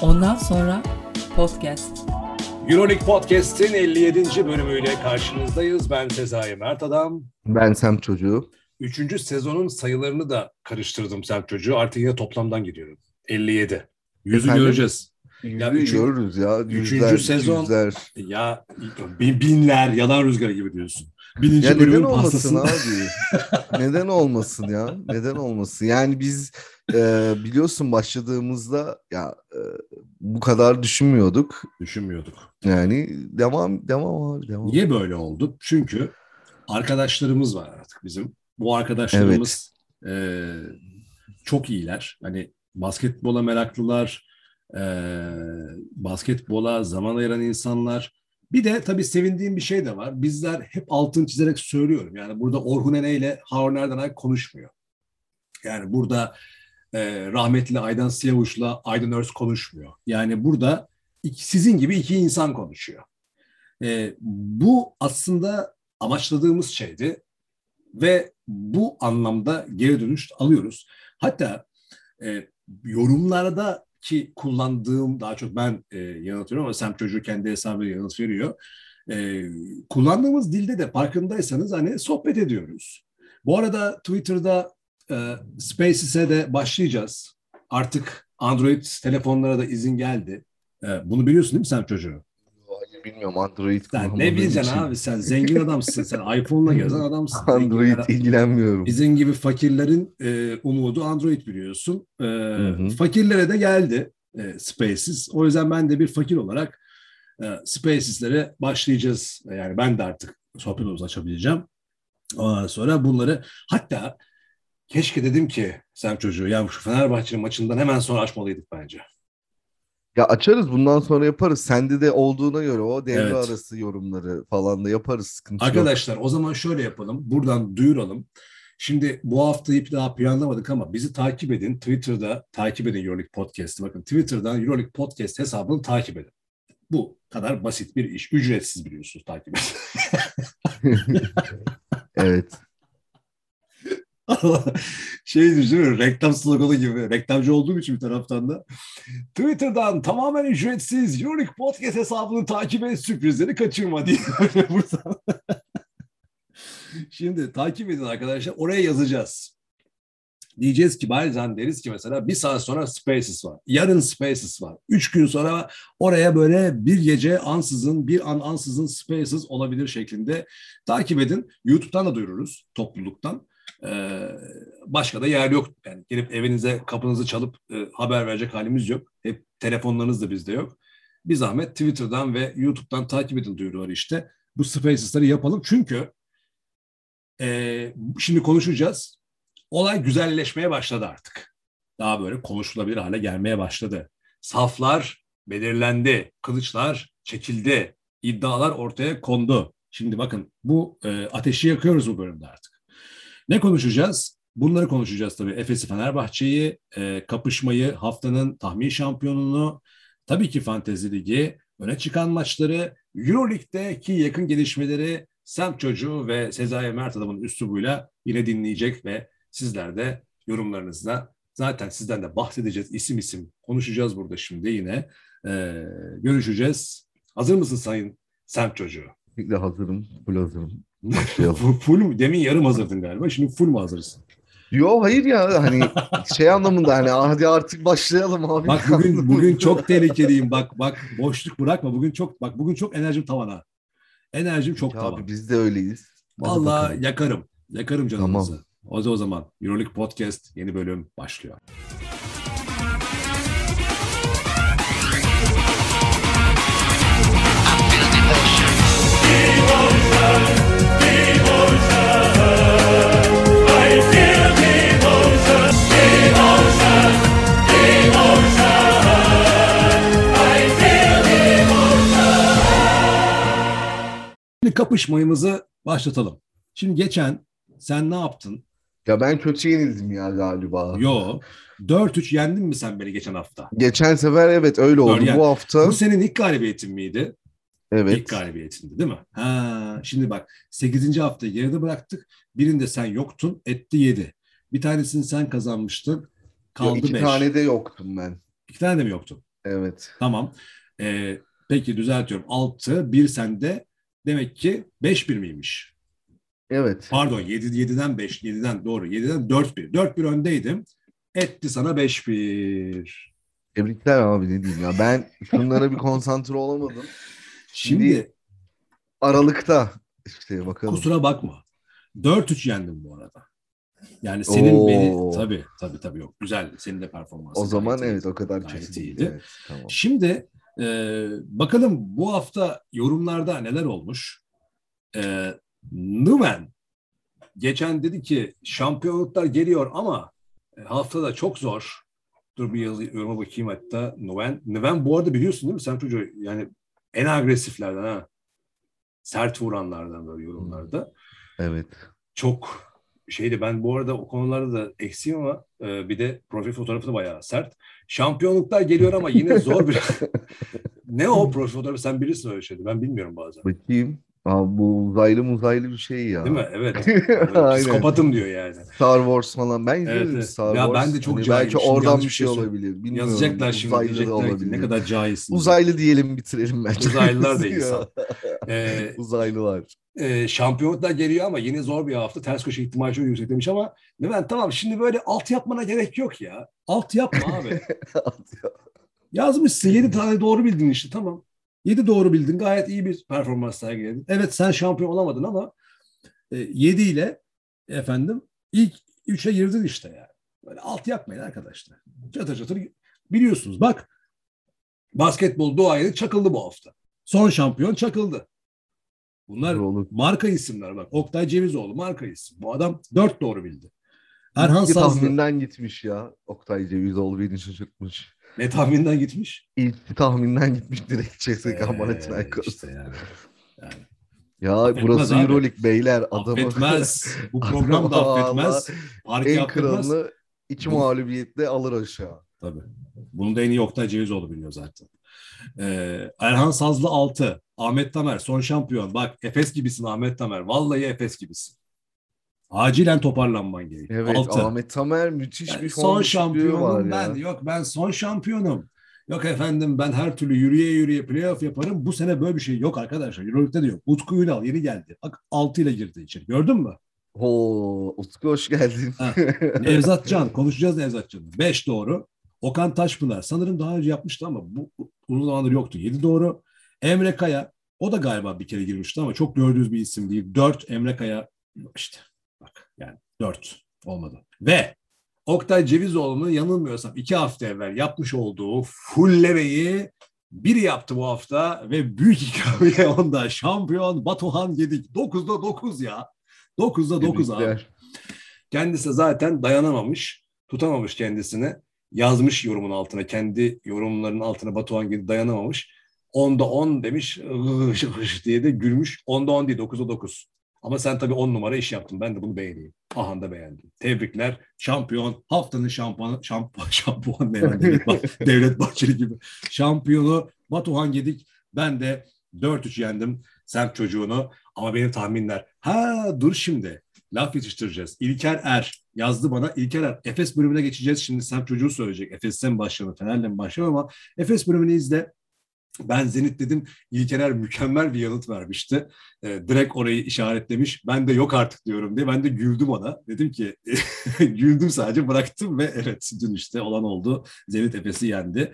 Ondan sonra podcast. Euroleague Podcast'in 57. bölümüyle karşınızdayız. Ben Sezai Mert Adam. Ben Semt Çocuğu. 3. sezonun sayılarını da karıştırdım Semt Çocuğu. Artık yine toplamdan gidiyorum. 57. Yüzü göreceğiz. Görürüz ya. Üçüncü sezon. Yüzler. Ya binler yalan rüzgarı gibi diyorsun. Birinci ya bölümün neden olmasın pastasını... abi? Neden olmasın ya? Neden olmasın? Yani biz biliyorsun başladığımızda bu kadar düşünmüyorduk. Yani devam abi. Devam. Niye böyle oldu? Çünkü arkadaşlarımız var artık bizim. Bu arkadaşlarımız çok iyiler. Hani basketbola meraklılar, basketbola zaman ayıran insanlar. Bir de tabii sevindiğim bir şey de var. Bizler hep altını çizerek söylüyorum. Yani burada Orhun Ene ile Harun Erdenay konuşmuyor. Yani burada rahmetli Aydan Siyavuş'la Aydın Örs konuşmuyor. Yani burada sizin gibi iki insan konuşuyor. Bu aslında amaçladığımız şeydi ve bu anlamda geri dönüş alıyoruz. Hatta yorumlardaki kullandığım, daha çok ben yanıtıyorum ama Semt Çocuğu kendi hesabıyla yanıt veriyor. Kullandığımız dilde de farkındaysanız hani sohbet ediyoruz. Bu arada Twitter'da Spaces'e de başlayacağız. Artık Android telefonlara da izin geldi. Bunu biliyorsun değil mi Semt Çocuğu? Bilmiyorum, Android sen ne bileceksin abi, sen zengin adamsın, sen iPhone'la gezen adamsın. Android ilgilenmiyorum. Bizim gibi fakirlerin umudu Android biliyorsun. Fakirlere de geldi Spaces. O yüzden ben de bir fakir olarak Spaces'lere başlayacağız. Yani ben de artık sohbetimizi açabileceğim. Ondan sonra bunları, hatta keşke dedim ki Semt Çocuğu, ya şu Fenerbahçe'nin maçından hemen sonra açmalıydık bence. Ya açarız, bundan sonra yaparız. Sende de olduğuna göre o devre arası yorumları falan da yaparız. Sıkıntı arkadaşlar yok. O zaman şöyle yapalım. Buradan duyuralım. Şimdi bu haftayı daha planlamadık ama bizi takip edin. Twitter'da takip edin Euroleague Podcast'ı. Bakın Twitter'dan Euroleague Podcast hesabını takip edin. Bu kadar basit bir iş. Ücretsiz, biliyorsunuz, takip edin. Evet. Şey düşünüyorum, reklam sloganı gibi. Reklamcı olduğum için bir taraftan da. Twitter'dan tamamen ücretsiz Euroleague Podcast hesabını takip et, sürprizleri kaçırma diye. Buradan. Şimdi takip edin arkadaşlar. Oraya yazacağız. Diyeceğiz ki, bazen deriz ki mesela bir saat sonra Spaces var. Yarın Spaces var. 3 gün sonra oraya böyle bir gece ansızın, bir an ansızın Spaces olabilir şeklinde takip edin. YouTube'dan da duyururuz, topluluktan. Başka da yer yok. Yani gelip evinize kapınızı çalıp haber verecek halimiz yok. Hep telefonlarınız da bizde yok. Bir zahmet Twitter'dan ve YouTube'dan takip edin duyuruları işte. Bu Spaces'ları yapalım çünkü şimdi konuşacağız. Olay güzelleşmeye başladı artık. Daha böyle konuşulabilir hale gelmeye başladı. Saflar belirlendi. Kılıçlar çekildi. İddialar ortaya kondu. Şimdi bakın, bu ateşi yakıyoruz bu bölümde artık. Ne konuşacağız? Bunları konuşacağız tabii. Efes'i, Fenerbahçe'yi, kapışmayı, haftanın tahmin şampiyonunu, tabii ki Fantezi Ligi, öne çıkan maçları, Euroleague'deki yakın gelişmeleri Semt Çocuğu ve Sezai Mert Adam'ın üslubuyla yine dinleyecek ve sizler de yorumlarınızla zaten sizden de bahsedeceğiz. İsim isim konuşacağız burada şimdi yine. Görüşeceğiz. Hazır mısın Sayın Semt Çocuğu? Hazırım. Full hazırım. Full mu? Demin yarım hazırdın galiba. Şimdi full mu hazırsın? Yo, hayır ya, hani şey anlamında, hani hadi artık başlayalım abi. Bak bugün çok tehlikeliyim. Bak boşluk bırakma. Bugün çok enerjim tavana. Enerjim çok tavan. Abi biz de öyleyiz. Vallahi yakarım. Yakarım canınızı. Tamam. O zaman Euroleague Podcast yeni bölüm başlıyor. Şimdi kapışmayımızı başlatalım. Şimdi geçen sen ne yaptın? Ya ben kötü yenildim ya galiba. Yo. 4-3 yendin mi sen beni geçen hafta? Geçen sefer evet öyle oldu. Yani, bu hafta. Bu senin ilk galibiyetin miydi? Evet. İlk galibiyetindi değil mi? Şimdi bak, 8. haftayı geride bıraktık. Birinde sen yoktun, etti 7. Bir tanesini sen kazanmıştın. Kaldı 5. 2 tane de yoktum ben. 2 tane de mi yoktun? Evet. Tamam. Peki düzeltiyorum. 6-1 sende. Demek ki 5-1 miymiş? Evet. Pardon 7'den 5. 7'den doğru. 7'den 4-1. 4-1 öndeydim. Etti sana 5-1. Tebrikler abi, ne diyeyim ya. Ben şunlara bir konsantre olamadım. Şimdi Şimdi Aralık'ta işte bakalım. kusura bakma. 4-3 yendim bu arada. Yani senin beni Oo. tabii yok. Güzeldi. Senin de O performansın zaman gayet evet, iyiydi. o kadar Gayet kötü değil. iyiydi. Evet, tamam. Şimdi bakalım bu hafta yorumlarda neler olmuş. Numen geçen dedi ki şampiyonluklar geliyor ama haftada çok zor. Dur bir yoruma bakayım hatta. Numen bu arada biliyorsun değil mi? Sen çocuğu yani en agresiflerden ha. Sert vuranlardan böyle yorumlarda. Evet. Çok şeydi, ben bu arada o konularda da eksiğim ama bir de profil fotoğrafı da bayağı sert. Şampiyonluklar geliyor ama yine zor bir... Ne o profil fotoğrafı, sen bilirsin öyle şeydi. Ben bilmiyorum bazen. Bakayım. Abi bu uzaylı bir şey Değil ya. mi? Evet. Böyle Aynen. psikopatım diyor yani. Star Wars falan. Ben Evet, izlemedim evet. Star Ya ben Wars. de çok Hani belki cahilim. Şimdi oradan yanlış bir bir şey şey söyle. olabilir. Bilmiyorum. Yazacaklar şimdi. Uzaylı da Diyecekler ki ne olabilir. kadar cahilsiniz diye. Uzaylı diyelim, bitirelim bence. Uzaylılar da Ya. insan. Ee, Uzaylılar. Şampiyonluklar geliyor ama yine zor bir hafta. Ters köşe ihtimali çok yüksek demiş ama ben tamam, şimdi böyle alt yapmana gerek yok ya. Alt yapma abi. Yazmışsın 7 tane doğru bildin işte, tamam. 7 doğru bildin, gayet iyi bir performans sergiledin. Evet sen şampiyon olamadın ama 7 ile efendim ilk 3'e girdin işte yani. Böyle alt yapmayın arkadaşlar. Çatır çatır biliyorsunuz. Bak basketbol duayeni çakıldı bu hafta. Son şampiyon çakıldı. Bunlar Olur. marka isimler bak. Oktay Cevizoğlu marka isim. Bu adam 4 doğru bildi. Erhan İlk Sazlı tahminden gitmiş ya. Oktay Cevizoğlu beni şaşırtmış. ne tahminden gitmiş? İlk tahminden gitmiş direkt CSKA Panathinaikos. İşte yani. Ya Affetmez burası abi. Euroleague beyler, adamı Affetmez. Bu program da adamı valla affetmez. Park en yaptırmaz. kralını iki Bu, mağlubiyetle alır aşağı. tabii. Bunu da en iyi Oktay Cevizoğlu biliyor zaten. Erhan Sazlı 6. Ahmet Tamer son şampiyon. Bak Efes gibisin Ahmet Tamer. Vallahi Efes gibisin. Acilen toparlanman gerekiyor. Evet, 6. Ahmet Tamer müthiş bir Son form düşüklüğü var şampiyonum ben. ya. Yok ben son şampiyonum. Yok efendim ben her türlü yürüye playoff yaparım. Bu sene böyle bir şey yok arkadaşlar. Euroleague'de de yok. Utku Ünal yeni geldi. Bak 6 ile girdi içeri. Gördün mü? Utku hoş geldin. Ha. Nevzat Can. Konuşacağız Nevzat Can'ı. 5 doğru. Okan Taşpınar. Sanırım daha önce yapmıştı ama bu uzun zamandır yoktu. 7 doğru. Emre Kaya. O da galiba bir kere girmişti ama çok gördüğünüz bir isim değil. 4 Emre Kaya. İşte bak yani 4 olmadı. Ve Oktay Cevizoğlu'nun yanılmıyorsam 2 hafta evvel yapmış olduğu fullemeyi biri yaptı bu hafta ve büyük ikramiye onda şampiyon Batuhan Gedik. 9'da 9 ya. 9'da 9 abi. Tebrikler. Kendisi zaten dayanamamış, tutamamış kendisini. Yazmış yorumun altına, kendi yorumlarının altına Batuhan Gedik dayanamamış. 10'da 10 demiş diye de gülmüş. 10'da 10 değil, 9'da 9. Ama sen tabii 10 numara iş yaptın. Ben de bunu beğeneyim. Aha da beğendim. Tebrikler. Şampiyon. Haftanın şampuan ne yani? Devlet Bahçeli gibi. Şampiyonu Batuhan Gedik. Ben de 4-3 yendim. Semt çocuğunu. Ama benim tahminler. Ha dur şimdi. Laf yetiştireceğiz. İlker Er yazdı bana. İlker Er. Efes bölümüne geçeceğiz. Şimdi Semt çocuğu söyleyecek. Efes'ten mi başlayalım? Fener'le mi başlayalım ama Efes bölümünü izle. Ben Zenit dedim. İlker mükemmel bir yanıt vermişti. Direkt orayı işaretlemiş. Ben de yok artık diyorum diye. Ben de güldüm ona. Dedim ki güldüm sadece, bıraktım ve evet dün işte olan oldu. Zenit Efes'i yendi.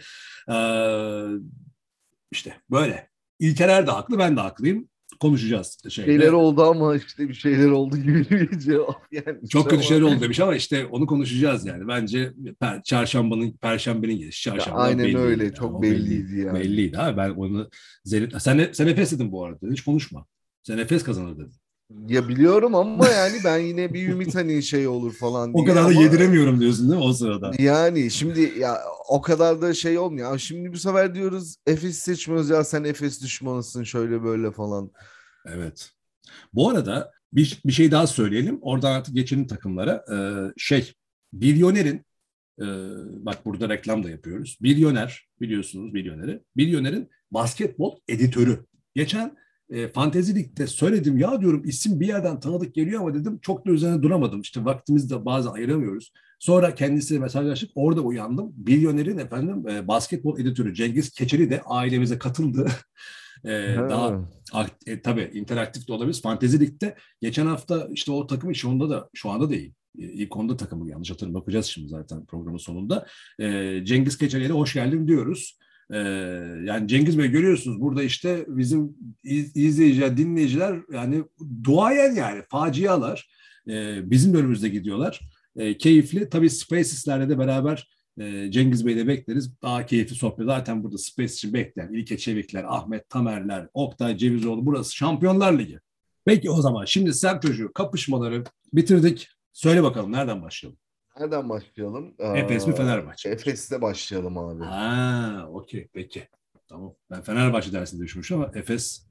İşte böyle. İlker de haklı, ben de haklıyım. Konuşacağız. Şeyler oldu ama işte bir şeyler oldu gibi bir cevap yani. Çok kötü şeyler oldu demiş ama işte onu konuşacağız yani. Bence Perşembenin gelişi. Çarşamba Aynen belliydi. öyle. Yani. Çok O belliydi yani. Belliydi abi. Ben onu sen Efes dedin bu arada. Hiç konuşma. Sen Efes kazanır dedin. Ya biliyorum ama yani ben yine bir ümit hani şey olur falan O diye kadar da ama yediremiyorum diyorsun değil mi o sırada? yani şimdi ya o kadar da şey olmuyor. Şimdi bu sefer diyoruz Efes seçmiyoruz ya, sen Efes düşmanısın şöyle böyle falan. Evet. Bu arada bir şey daha söyleyelim. Oradan artık geçelim takımlara. Bilyoner'in bak burada reklam da yapıyoruz. Bilyoner biliyorsunuz Bilyoner'i. Bilyoner'in basketbol editörü. Geçen Fantezi Lig'de söyledim ya diyorum isim bir yerden tanıdık geliyor ama dedim çok da üzerine duramadım. İşte vaktimizi de bazen ayıramıyoruz. Sonra kendisiyle mesajlaştık. Orada uyandım. Milyoner'in efendim basketbol editörü Cengiz Keçeli de ailemize katıldı. Daha tabii interaktif de olabilir. Fantezi Lig'de geçen hafta işte o takım şu anda da şu anda değil. İlk onda takımı yanlış hatırlamıyorum. Bakacağız şimdi zaten programın sonunda. Cengiz Keçeli'ye de hoş geldin diyoruz. Yani Cengiz Bey görüyorsunuz burada işte bizim izleyiciler, dinleyiciler yani duayen yani facialar bizim önümüzde gidiyorlar. Keyifli. Tabii Spaces'lerle de beraber Cengiz Bey'i de bekleriz. Daha keyifli sohbet. Zaten burada Space için bekleyen İlke Çevikler, Ahmet Tamerler, Oktay Cevizoğlu burası Şampiyonlar Ligi. Peki o zaman şimdi sen çocuğu kapışmaları bitirdik. Söyle bakalım nereden başlayalım? Nereden başlayalım? Efes mi Fenerbahçe? Efes'te başlayalım abi. Ha, okey peki. Tamam. Ben Fenerbahçe dersinde düşünmüşüm ama Efes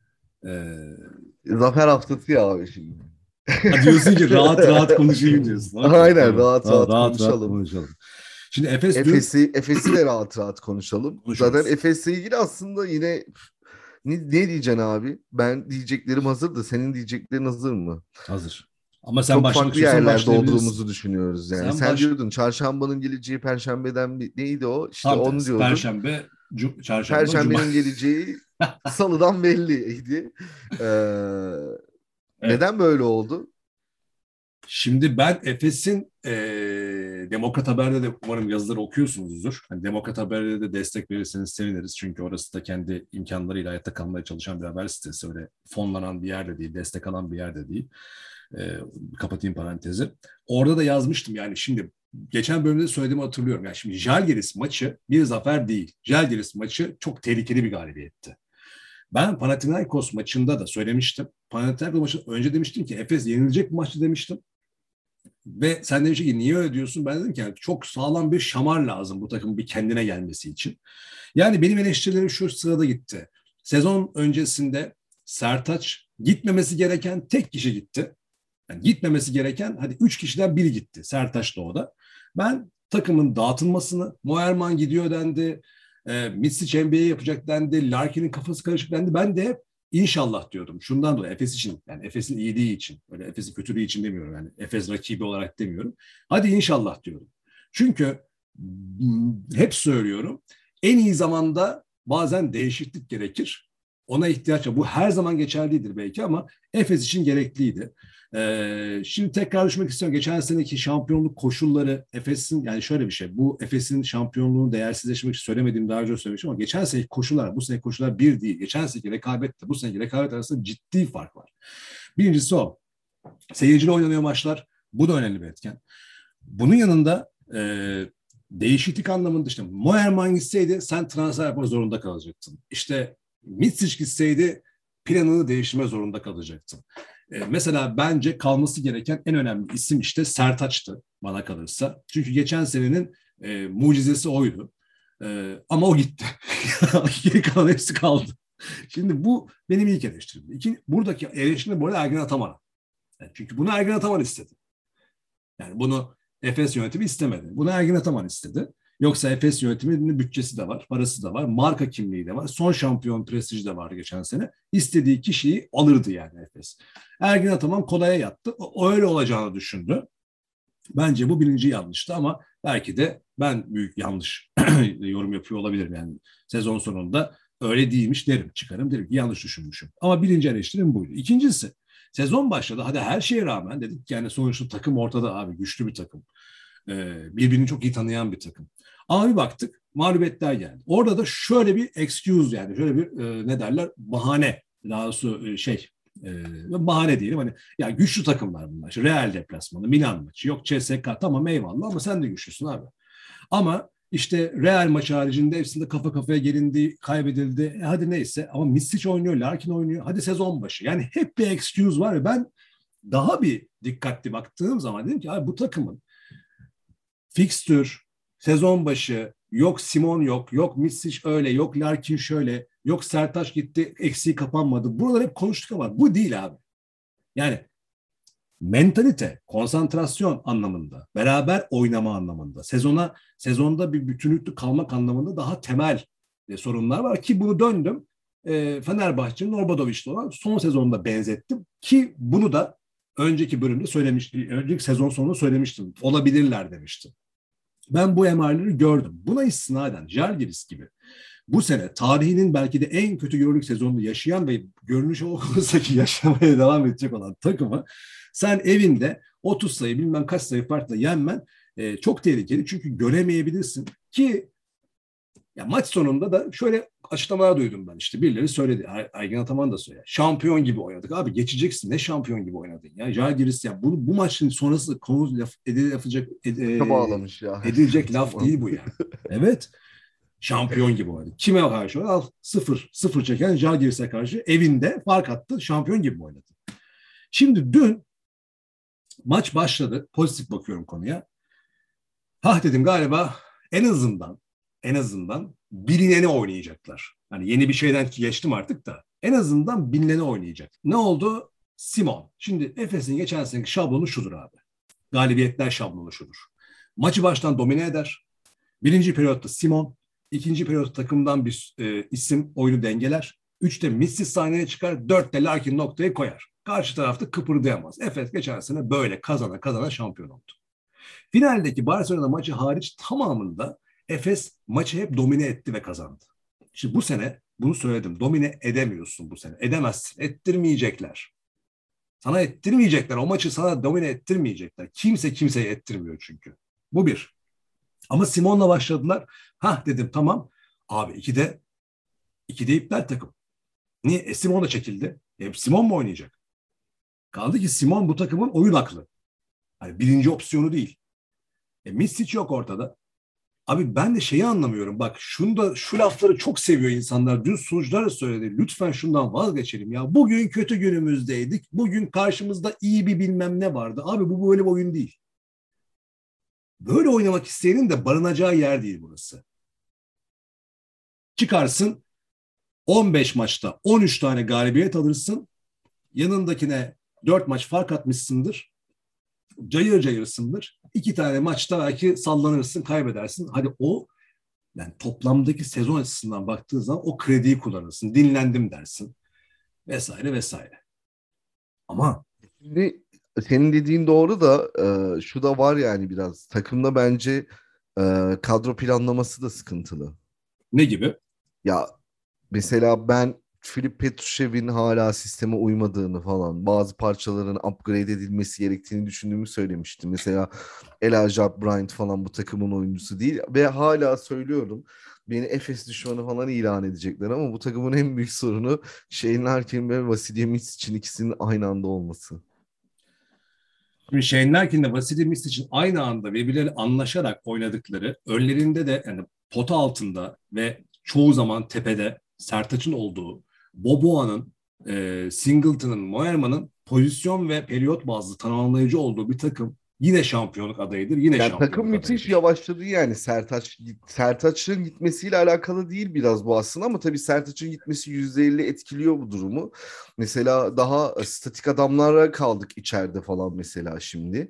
Zafer haftası ya abi şimdi. diyorsun ki rahat rahat konuşayım diyorsun. Okay, Aynen tamam. rahat konuşalım. Şimdi Efes'i de rahat konuşalım. Konuşuruz. Zaten Efes'le ilgili aslında yine ne diyeceksin abi? Ben diyeceklerim hazır da senin diyeceklerin hazır mı? Hazır. Ama sen çok farklı yerlerde olduğumuzu düşünüyoruz yani. Sen diyordun çarşambanın geleceği perşembeden neydi o? İşte tam onu diyordun. Perşembe, çarşamba, Perşembenin geleceği salıdan belliydi. Evet. Neden böyle oldu? Şimdi ben Efes'in Demokrat Haber'de de umarım yazıları okuyorsunuzdur. Hani Demokrat Haber'de de destek verirseniz seviniriz. Çünkü orası da kendi imkanlarıyla hayatta kalmaya çalışan bir haber sitesi. Öyle fonlanan bir yerde değil, destek alan bir yerde değil. Kapatayım parantezi. Orada da yazmıştım yani şimdi geçen bölümde söylediğimi hatırlıyorum. Yani şimdi Žalgiris maçı bir zafer değil. Žalgiris maçı çok tehlikeli bir galibiyetti. Ben Panathinaikos maçında da söylemiştim. Panathinaikos maçında önce demiştim ki Efes yenilecek bir maçtı demiştim. Ve sen demiştin ki niye öyle diyorsun? Ben dedim ki yani çok sağlam bir şamar lazım bu takımın bir kendine gelmesi için. Yani benim eleştirilerim şu sırada gitti. Sezon öncesinde Sertaç gitmemesi gereken tek kişi gitti. Yani gitmemesi gereken hadi 3 kişiden biri gitti. Sertaç da o da. Ben takımın dağıtılmasını, Moerman gidiyor dendi, Mitsic NBA yapacak dendi, Larkin'in kafası karışık dendi. Ben de hep İnşallah diyordum. Şundan dolayı Efes için, yani Efes'in iyiliği için, öyle Efes'in kötülüğü için demiyorum yani. Efes rakibi olarak demiyorum. Hadi inşallah diyorum. Çünkü hep söylüyorum. En iyi zamanda bazen değişiklik gerekir. Ona ihtiyaç var. Bu her zaman geçerlidir belki ama Efes için gerekliydi. Şimdi tekrar düşmek istiyorum. Geçen seneki şampiyonluk koşulları Efes'in yani şöyle bir şey. Bu Efes'in şampiyonluğunu değersizleştirmek için söylemediğim daha önce söylemiştim ama geçen seneki koşullar bu seneki koşullar bir değil. Geçen seneki rekabetle bu seneki rekabet arasında ciddi fark var. Birincisi o. Seyircili oynanıyor maçlar. Bu da önemli bir etken. Bunun yanında değişiklik anlamında işte Moerman gitseydi sen transfer yapmak zorunda kalacaktın. İşte Mitsic gitseydi planını değiştirme zorunda kalacaktın. Mesela bence kalması gereken en önemli isim işte Sertaç'tı bana kalırsa. Çünkü geçen senenin mucizesi oydu. Ama o gitti. Geri kalan hepsi kaldı. Şimdi bu benim ilk eleştirim. Buradaki eleştirim bu arada Ergin Ataman'a. Yani çünkü bunu Ergin Ataman istedi. Yani bunu Efes yönetimi istemedi. Bunu Ergin Ataman istedi. Yoksa Efes yönetiminin bütçesi de var, parası da var, marka kimliği de var. Son şampiyon prestiji de vardı geçen sene. İstediği kişiyi alırdı yani Efes. Ergin Ataman kolaya yattı. O öyle olacağını düşündü. Bence bu birinci yanlıştı ama belki de ben büyük yanlış yorum yapıyor olabilirim. Yani sezon sonunda öyle değilmiş derim, çıkarım derim ki yanlış düşünmüşüm. Ama birinci eleştirim buydu. İkincisi sezon başladı. Hadi her şeye rağmen dedik yani sonuçta takım ortada abi güçlü bir takım. Birbirini çok iyi tanıyan bir takım. Ama bir baktık mağlubiyetler geldi. Orada da şöyle bir excuse yani şöyle bir ne derler bahane daha doğrusu bahane diyelim hani ya güçlü takımlar bunlar. İşte Real deplasmanı, Milan maçı, yok CSKA tamam eyvallah ama sen de güçlüsün abi. Ama işte Real maçı haricinde hepsinde kafa kafaya gelindi, kaybedildi. Hadi neyse ama Mitsic oynuyor, Larkin oynuyor. Hadi sezon başı. Yani hep bir excuse var ve ben daha bir dikkatli baktığım zaman dedim ki abi bu takımın fikstür, sezon başı, yok Simon yok Mitsic öyle, yok Larkin şöyle, yok Sertaç gitti, eksiği kapanmadı. Buraları hep konuştuk ama bu değil abi. Yani mentalite, konsantrasyon anlamında, beraber oynama anlamında, sezonda bir bütünlüklü kalmak anlamında daha temel sorunlar var ki bunu döndüm. Fenerbahçe'nin Obradoviç'te olan son sezonunda benzettim. Ki bunu da önceki bölümde söylemiştim. Önceki sezon sonunda söylemiştim. Olabilirler demiştim. Ben bu emareleri gördüm. Buna istinaden Žalgiris gibi bu sene tarihinin belki de en kötü Euroleague sezonunu yaşayan ve görünüş olursa ki yaşamaya devam edecek olan takımı sen evinde 30 sayı bilmem kaç sayı farkla yenmen çok tehlikeli. Çünkü göremeyebilirsin ki ya maç sonunda da şöyle açıklamalar duydum ben işte. Birileri söyledi. Aygün Ataman da söyledi. Şampiyon gibi oynadık. Abi geçeceksin. Ne şampiyon gibi oynadın ya. Žalgiris ya. Bu maçın sonrası konu Bağlamış ya. edilecek laf değil bu yani. Evet. Şampiyon gibi oynadı. Kime karşı oynadı? Al 0 çeken Žalgiris'e karşı evinde fark attı. Şampiyon gibi oynadı. Şimdi dün maç başladı. Pozitif bakıyorum konuya. Dedim galiba en azından bilineni oynayacaklar. Hani yeni bir şeyden geçtim artık da en azından bilineni oynayacak. Ne oldu? Simon. Şimdi Efes'in geçen seneki şablonu şudur abi. Galibiyetler şablonu şudur. Maçı baştan domine eder. Birinci periyotta Simon, ikinci periyotta takımdan bir isim oyunu dengeler. 3'te Missis sahneye çıkar, 4'te Larkin noktayı koyar. Karşı tarafta kıpırdayamaz. Efes geçen sene böyle kazana şampiyon oldu. Finaldeki Barcelona maçı hariç tamamında Efes maçı hep domine etti ve kazandı. Şimdi bu sene bunu söyledim. Domine edemiyorsun bu sene. Edemezsin. Ettirmeyecekler. Sana ettirmeyecekler. O maçı sana domine ettirmeyecekler. Kimse kimseye ettirmiyor çünkü. Bu bir. Ama Simon'la başladılar. Dedim tamam. Abi 2'de iptal takım. Niye? Simon da çekildi. Simon mu oynayacak? Kaldı ki Simon bu takımın oyun aklı. Yani birinci opsiyonu değil. Misic yok ortada. Abi ben de şeyi anlamıyorum. Bak şu lafları çok seviyor insanlar. Dün sunucular da söyledi. Lütfen şundan vazgeçelim ya. Bugün kötü günümüzdeydik. Bugün karşımızda iyi bir bilmem ne vardı. Abi bu böyle bir oyun değil. Böyle oynamak isteyenin de barınacağı yer değil burası. Çıkarsın 15 maçta 13 tane galibiyet alırsın. Yanındakine 4 maç fark atmışsındır. Cayır cayırsındır. 2 tane maçta belki sallanırsın, kaybedersin. Yani toplamdaki sezon açısından baktığın zaman o krediyi kullanırsın. Dinlendim dersin. Vesaire vesaire. Ama Şimdi senin dediğin doğru da şu da var yani biraz. Takımda bence kadro planlaması da sıkıntılı. ne gibi? Ya mesela ben Filip Petrushev'in hala sisteme uymadığını falan, bazı parçaların upgrade edilmesi gerektiğini düşündüğümü söylemiştim. Mesela Elijah Bryant falan bu takımın oyuncusu değil ve hala söylüyorum. Beni Efes düşmanı falan ilan edecekler ama bu takımın en büyük sorunu Shane Larkin ve Vasilije Misic'in ikisinin aynı anda olması. Şimdi Shane Larkin'le Vasilije Misic'in aynı anda birbirleriyle anlaşarak oynadıkları, önlerinde de yani pota altında ve çoğu zaman tepede Sertaç'ın olduğu, Boboa'nın, Singleton'ın, Moerman'ın pozisyon ve periyot bazlı tamamlayıcı olduğu bir takım yine şampiyonluk adayıdır. Yani takım müthiş yavaşladı yani Sertaç'ın gitmesiyle alakalı değil biraz bu aslında ama tabii Sertaç'ın gitmesi %50 etkiliyor bu durumu. Mesela daha statik adamlara kaldık içeride falan mesela şimdi.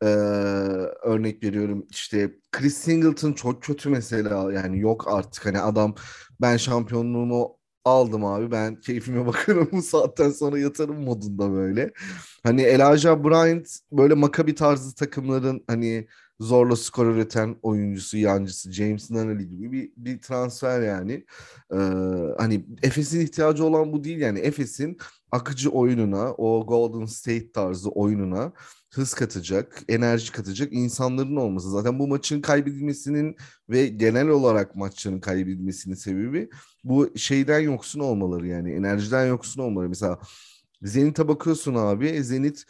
Örnek veriyorum işte Chris Singleton çok kötü mesela yani yok artık hani adam ben şampiyonluğumu aldım abi ben keyfime bakarım bu saatten sonra yatarım modunda böyle. Hani Elijah Bryant böyle Maccabi tarzı takımların hani zorla skor üreten oyuncusu, yancısı James Nunnally gibi bir transfer yani. Ee, Hani Efes'in ihtiyacı olan bu değil yani Efes'in akıcı oyununa, o Golden State tarzı oyununa hız katacak, enerji katacak insanların olması. Zaten bu maçın kaybedilmesinin ve genel olarak maçların kaybedilmesinin sebebi bu şeyden yoksun olmaları yani enerjiden yoksun olmaları. Mesela Zenit'e bakıyorsun abi. Zenit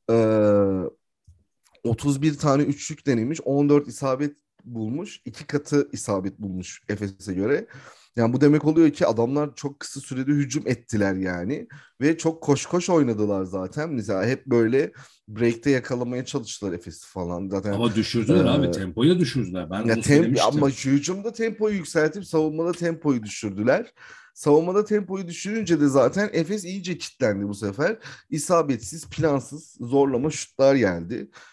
31 tane üçlük denemiş. 14 isabet bulmuş. 2 katı isabet bulmuş Efes'e göre. Yani bu demek oluyor ki adamlar çok kısa sürede hücum ettiler yani. Ve çok koş oynadılar zaten. Mesela hep böyle break'te yakalamaya çalıştılar Efes'i falan. Zaten ama düşürdüler abi. Tempoyu da düşürdüler. Ben onu söylemiştim. ama hücumda tempoyu yükseltip savunmada tempoyu düşürdüler. Savunmada tempoyu düşürünce de zaten Efes iyice kilitlendi bu sefer. İsabetsiz, plansız, zorlama şutlar geldi.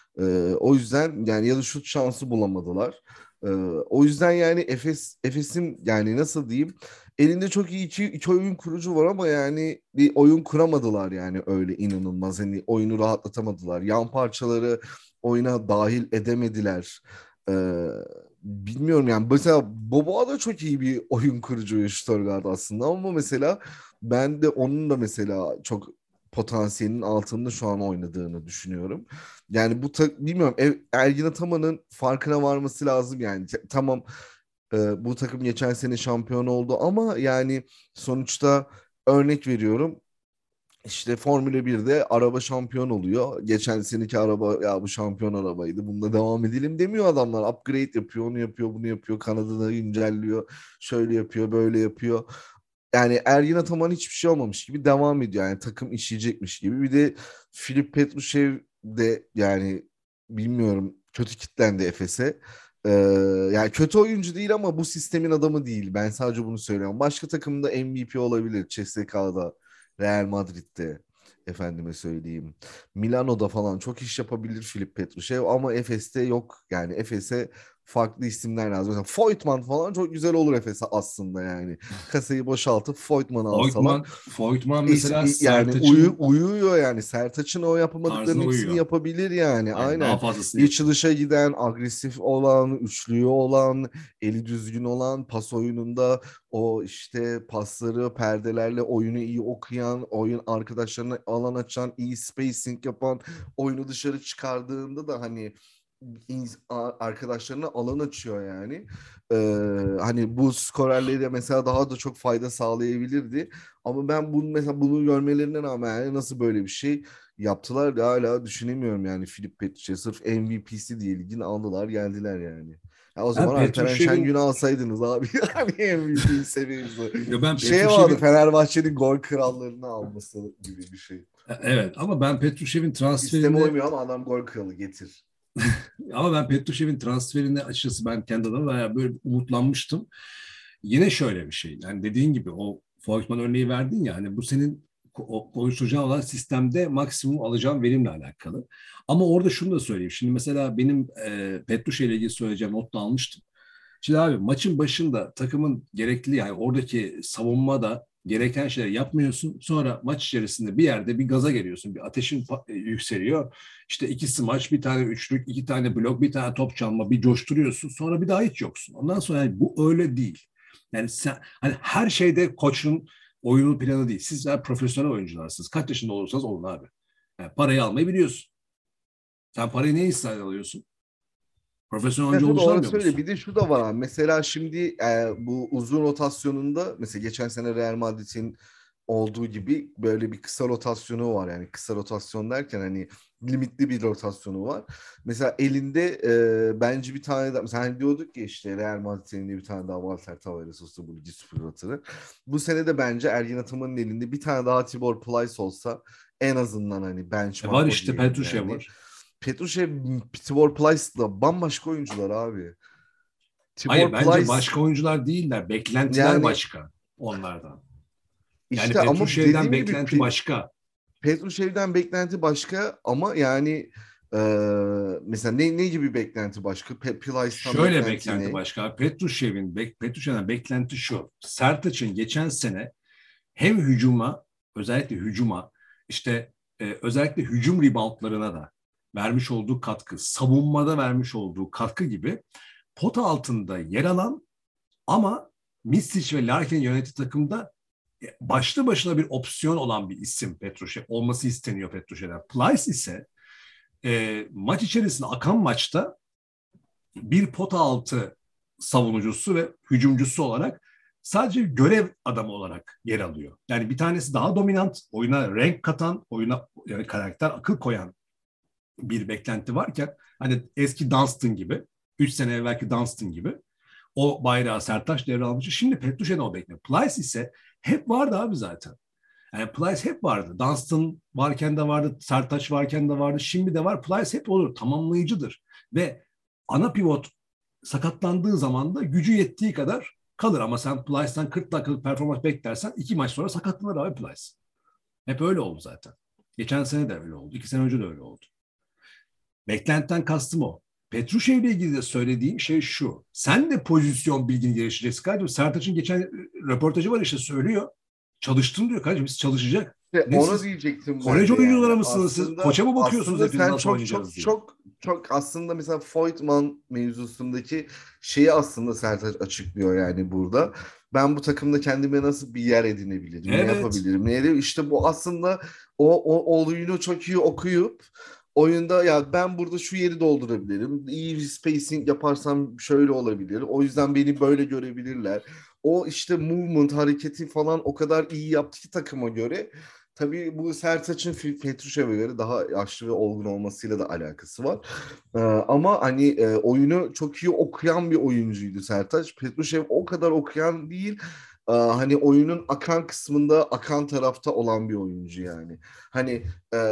O yüzden yani ya da şut şansı bulamadılar. O yüzden yani Efes'in yani nasıl diyeyim, elinde çok iyi iki oyun kurucu var ama yani bir oyun kuramadılar yani, öyle inanılmaz. Hani oyunu rahatlatamadılar. Yan parçaları oyuna dahil edemediler. Ee, Bilmiyorum yani, mesela Boboa da çok iyi bir oyun kurucu Stuttgart aslında, ama mesela ben de onun da mesela çok potansiyelinin altında şu an oynadığını düşünüyorum. Yani bilmiyorum, Ergin Ataman'ın farkına varması lazım yani. Tamam, bu takım geçen sene şampiyon oldu ama yani sonuçta, örnek veriyorum, işte Formula 1'de araba şampiyon oluyor. Geçen seneki araba ya bu şampiyon arabaydı, bununla devam edelim demiyor adamlar. Upgrade yapıyor, onu yapıyor, bunu yapıyor, kanadını güncelliyor, şöyle yapıyor, böyle yapıyor. Yani Ergin Ataman hiçbir şey olmamış gibi devam ediyor. Yani takım işleyecekmiş gibi. Bir de Filip Petrushev de yani bilmiyorum, kötü kitlendi Efes'e. Ee, Yani kötü oyuncu değil ama bu sistemin adamı değil. Ben sadece bunu söylüyorum. Başka takımda MVP olabilir. CSKA'da, Real Madrid'de, efendime söyleyeyim, Milano'da falan çok iş yapabilir Filip Petrushev, ama Efes'te yok. Yani Efes'e farklı isimler lazım. Mesela Voigtman falan çok güzel olur Efes'e aslında yani. Kasayı boşaltıp Voigtman'ı alsalar. Voigtman mesela Yani Sertaç'ın uyuyor yani. Sertaç'ın o yapamadıklarının tarzına hepsini uyuyor. yapabilir yani. Aynen, daha Aynen. fazlasını İç yapıyor. dışa giden, agresif olan, üçlüğü olan, eli düzgün olan, pas oyununda o işte pasları, perdelerle oyunu iyi okuyan, oyun arkadaşlarına alan açan, iyi spacing yapan, oyunu dışarı çıkardığında da hani arkadaşlarına alan açıyor yani. Hani bu skorerlere mesela daha da çok fayda sağlayabilirdi. Ama ben bunu görmelerine rağmen yani nasıl böyle bir şey yaptılar da hala düşünemiyorum yani. Filip Petrucci sırf MVP'si diye ligin aldılar geldiler yani. Ya o Ben zaman Alperen Petrushev'in Şengün'ü alsaydınız abi. Hani MVP seviyesi. ya ben Şey vardı, Petrushev'in Fenerbahçe'nin gol krallığını alması gibi bir şey. evet, ama ben Petrushev'in Sisteme transferinde uymuyor ama adam gol kralı, getir. açıkçası ben kendi adıma bayağı böyle umutlanmıştım. Yine şöyle bir şey. Yani dediğin gibi o Voigtman örneği verdin ya, hani bu senin oluşturacağın olan sistemde maksimum alacağın verimle alakalı. Ama orada şunu da söyleyeyim. Şimdi mesela benim Petrushev ile ilgili söyleyeceğim not da almıştım. Şimdi abi, maçın başında takımın gerekli, yani oradaki savunmada gereken şeyleri yapmıyorsun. Sonra maç içerisinde bir yerde bir gaza geliyorsun. Bir ateşin yükseliyor. İşte iki smaç, bir tane üçlük, iki tane blok, bir tane top çalma, bir coşturuyorsun. Sonra bir daha hiç yoksun. Ondan sonra yani bu öyle değil. Yani sen hani her şeyde koçun oyunun planı değil. Sizler profesyonel oyuncularsınız. Kaç yaşında olursanız olun abi. Yani parayı almayı biliyorsun. Sen parayı neye istihare alıyorsun? Profesyonel Ya oyuncu tabii olunca orası almıyor öyle. musun? Bir de şu da var abi. Mesela şimdi bu uzun rotasyonunda, mesela geçen sene Real Madrid'in olduğu gibi böyle bir kısa rotasyonu var. Yani kısa rotasyon derken hani limitli bir rotasyonu var. Mesela elinde bence bir tane daha, mesela hani diyorduk ya işte Real Madrid'in elinde bir tane daha Walter Tavares olsa bu ligi süper. Bu sene de bence Ergin Ataman'ın elinde bir tane daha Tibor Plyce olsa, en azından hani Var benchmark o işte, diyelim Petrushev yani. var. Petrushev, Tibor Plyce'la bambaşka oyuncular abi. Hayır, Tibor bence Plyce başka oyuncular değiller. Beklentiler yani başka onlardan. Yani işte, ama Petrushev'den dediğim gibi beklenti başka. Petrushev'den beklenti başka, ama yani e, mesela ne gibi beklenti başka? Plyce'tan Şöyle beklenti beklenti ne? başka. Petrusev'den beklenti şu. Sertaç'ın geçen sene hem hücuma, özellikle hücuma, işte özellikle hücum reboundlarına da vermiş olduğu katkı, savunmada vermiş olduğu katkı gibi pota altında yer alan ama Misic ve Larkin yönetici takımda başlı başına bir opsiyon olan bir isim Petrushev. Olması isteniyor Petrushev'den. Plyce ise maç içerisinde akan maçta bir pota altı savunucusu ve hücumcusu olarak sadece görev adamı olarak yer alıyor. Yani bir tanesi daha dominant, oyuna renk katan, oyuna yani karakter, akıl koyan bir beklenti varken, hani eski Dunstan gibi, 3 sene evvelki Dunstan gibi o bayrağı Sertaç devralmıştı. Şimdi Petrushen'e o bekliyor. Plyce ise hep vardı abi zaten. Yani Plyce hep vardı. Dunstan varken de vardı, Sertaç varken de vardı, şimdi de var. Plyce hep olur, tamamlayıcıdır. Ve ana pivot sakatlandığı zaman da gücü yettiği kadar kalır. Ama sen Plyce'den 40 dakikalık performans beklersen 2 maç sonra sakatlanır abi Plyce. Hep öyle oldu zaten. Geçen sene de öyle oldu. 2 sene önce de öyle oldu. Beklentiden kastım o. Petruşev ile ilgili de söylediğim şey şu. Sen de pozisyon bilgini geliştireceksin kardeşim. Sertaç'ın geçen röportajı var işte söylüyor. Çalıştın diyor kardeşim biz çalışacak. Ne Onu siz diyecektim ben kolej de yani. oyuncuları mısınız siz? Koça mı bakıyorsunuz hepiniz Sen nasıl çok oynayacağız diye? çok aslında mesela Voigtman mevzusundaki şeyi aslında Sertaç açıklıyor yani burada. Ben bu takımda kendime nasıl bir yer edinebilirim, ne Evet. yapabilirim, ne işte bu aslında o oyunu çok iyi okuyup oyunda ya ben burada şu yeri doldurabilirim. İyi bir spacing yaparsam şöyle olabilir. O yüzden beni böyle görebilirler. O işte movement, hareketi falan o kadar iyi yaptı ki takıma göre. Tabii bu Sertaç'ın Petruşev'e göre daha yaşlı ve olgun olmasıyla da alakası var. Ama hani oyunu çok iyi okuyan bir oyuncuydu Sertaç. Petruşev o kadar okuyan değil. Hani oyunun akan kısmında akan tarafta olan bir oyuncu yani. Hani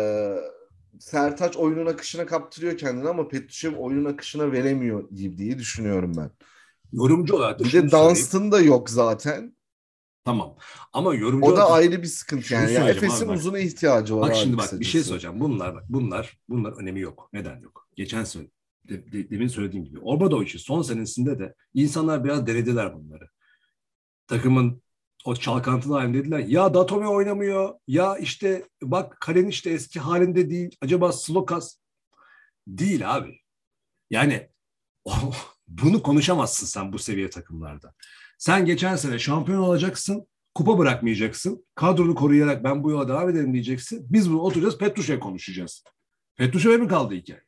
Sertaç oyunun akışına kaptırıyor kendini ama Petruşev oyunun akışına veremiyor diye düşünüyorum ben. Yorumcu olarak da Bir şunu de söyleyeyim. Dunstan da yok zaten. Tamam. Ama yorumcu O da olarak da ayrı bir sıkıntı şunu yani. Ya söyleyeceğim abi Efes'in bak. uzuna ihtiyacı var Bak abi şimdi bak bir şey kısacası. söyleyeceğim. Bunlar önemi yok. Neden yok? Geçen sene demin söylediğim gibi. Obradovic'in son senesinde de insanlar biraz denediler bunları. Takımın o çalkantılı halinde dediler. Ya Datome oynamıyor. Ya işte bak Kalen işte eski halinde değil. Acaba Slokas değil abi. Yani bunu konuşamazsın sen bu seviye takımlarda. Sen geçen sene şampiyon olacaksın. Kupa bırakmayacaksın. Kadronu koruyarak ben bu yola devam ederim diyeceksin. Biz bunu oturacağız Petruşev'e konuşacağız. Petruşev'e mi kaldı hikaye?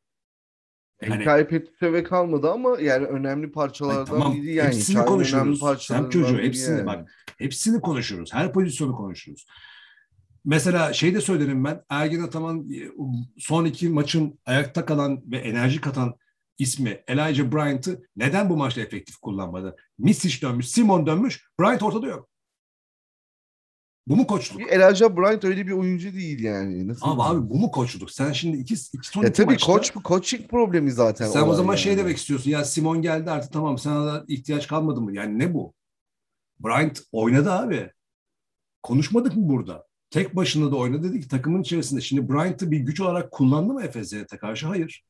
Yani Hikaye Petrusev'e kalmadı ama yani önemli ay parçalardan tamam biri yani. hepsini Hikayenin önemli konuşuruz. Sem çocuğu parçalarından biri hepsini yani. bak hepsini konuşuruz. Her pozisyonu konuşuruz. Mesela şey de söylerim ben. Ergin Ataman son iki maçın ayakta kalan ve enerji katan ismi Elijah Bryant'ı neden bu maçta efektif kullanmadı? Misic dönmüş, Simon dönmüş, Bryant ortada yok. Bu mu koçluk? Elijah Bryant öyle bir oyuncu değil yani. Nasıl Abi, diyeyim? abi bu mu koçluk? Sen şimdi son Ya iki tabii maçta coaching problemi zaten sen o olay zaman şey yani. demek istiyorsun. Ya Simon geldi artık tamam sana da ihtiyaç kalmadı mı? Yani ne bu? Bryant oynadı abi. Konuşmadık mı burada? Tek başına da oynadı dedi ki takımın içerisinde. Şimdi Bryant'ı bir güç olarak kullandı mı Efes Zenit'e karşı? Hayır.